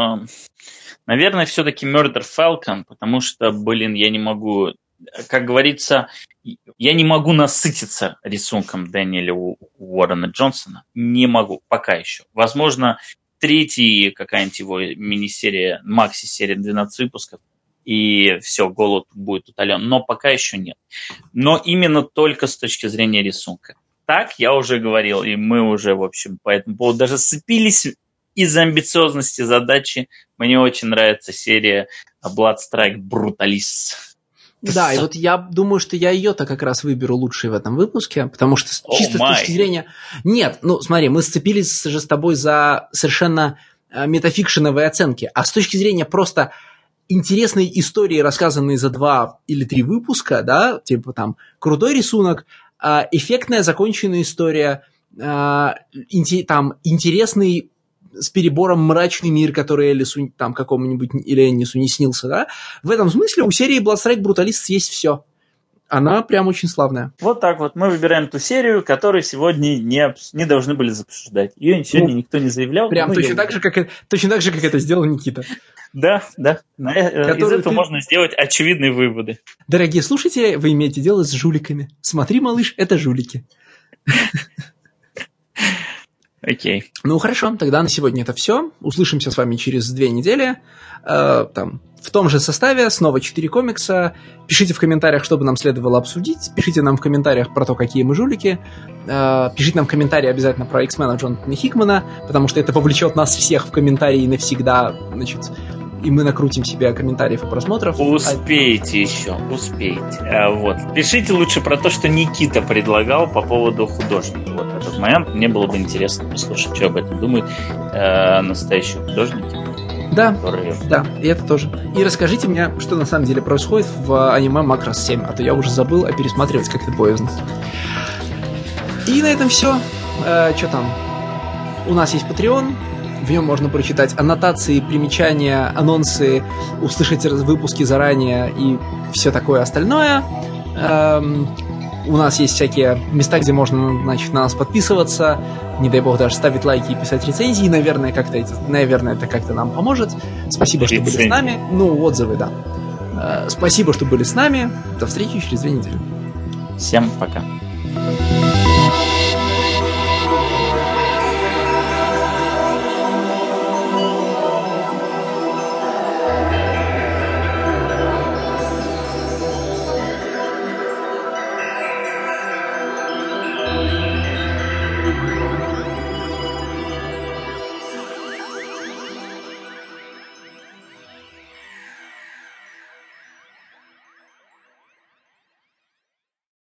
S2: Murder Falcon, потому что, я не могу... Как говорится, я не могу насытиться рисунком Дэниела Уоррена Джонсона. Не могу, пока еще. Возможно, третий какая-нибудь его мини-серия, макси-серия 12 выпусков, и все, голод будет утолен. Но пока еще нет. Но именно только с точки зрения рисунка. Так, я уже говорил, и мы уже, в общем, по этому поводу даже сцепились из-за амбициозности задачи. Мне очень нравится серия Bloodstrike Brutalis.
S1: Да, и вот я думаю, что я ее-то как раз выберу лучшей в этом выпуске, потому что чисто с точки зрения... Нет, ну смотри, мы сцепились же с тобой за совершенно метафикшеновые оценки, а с точки зрения просто интересной истории, рассказанной за 2 или 3 выпуска, да, типа там крутой рисунок, эффектная законченная история, там интересный с перебором мрачный мир, который Элису, там, какому-нибудь или Эннису не снился, да? В этом смысле у серии Bloodstrike Brutalis есть все. Она прям очень славная.
S2: Вот так вот. Мы выбираем ту серию, которую сегодня не должны были обсуждать. Ее сегодня никто не заявлял.
S1: Прям точно так же, как это сделал Никита.
S2: Да. Из этого можно сделать очевидные выводы.
S1: Дорогие слушатели, вы имеете дело с жуликами. Смотри, малыш, это жулики.
S2: Окей.
S1: Ну, хорошо, тогда на сегодня это все. Услышимся с вами через 2 недели. В том же составе, снова 4 комикса. Пишите в комментариях, что бы нам следовало обсудить. Пишите нам в комментариях про то, какие мы жулики. Пишите нам в комментарии обязательно про X-Men Джонатана Хикмана, потому что это повлечет нас всех в комментарии навсегда, значит, и мы накрутим себе комментариев и просмотров.
S2: Успеете еще. Вот. Пишите лучше про то, что Никита предлагал по поводу художника. Вот этот момент. Мне было бы интересно послушать, что об этом думают настоящие художники.
S1: Да, и это тоже. И расскажите мне, что на самом деле происходит в аниме Macross 7, а то я уже забыл, а пересматривать как-то боязно. И на этом все. Что там? У нас есть Patreon. В нем можно прочитать аннотации, примечания, анонсы, услышать выпуски заранее и все такое остальное. У нас есть всякие места, где можно, значит, на нас подписываться, не дай бог даже ставить лайки и писать рецензии. Наверное, это как-то нам поможет. Спасибо, что были с нами. Ну, отзывы, да. Спасибо, что были с нами. До встречи через 2 недели.
S2: Всем пока.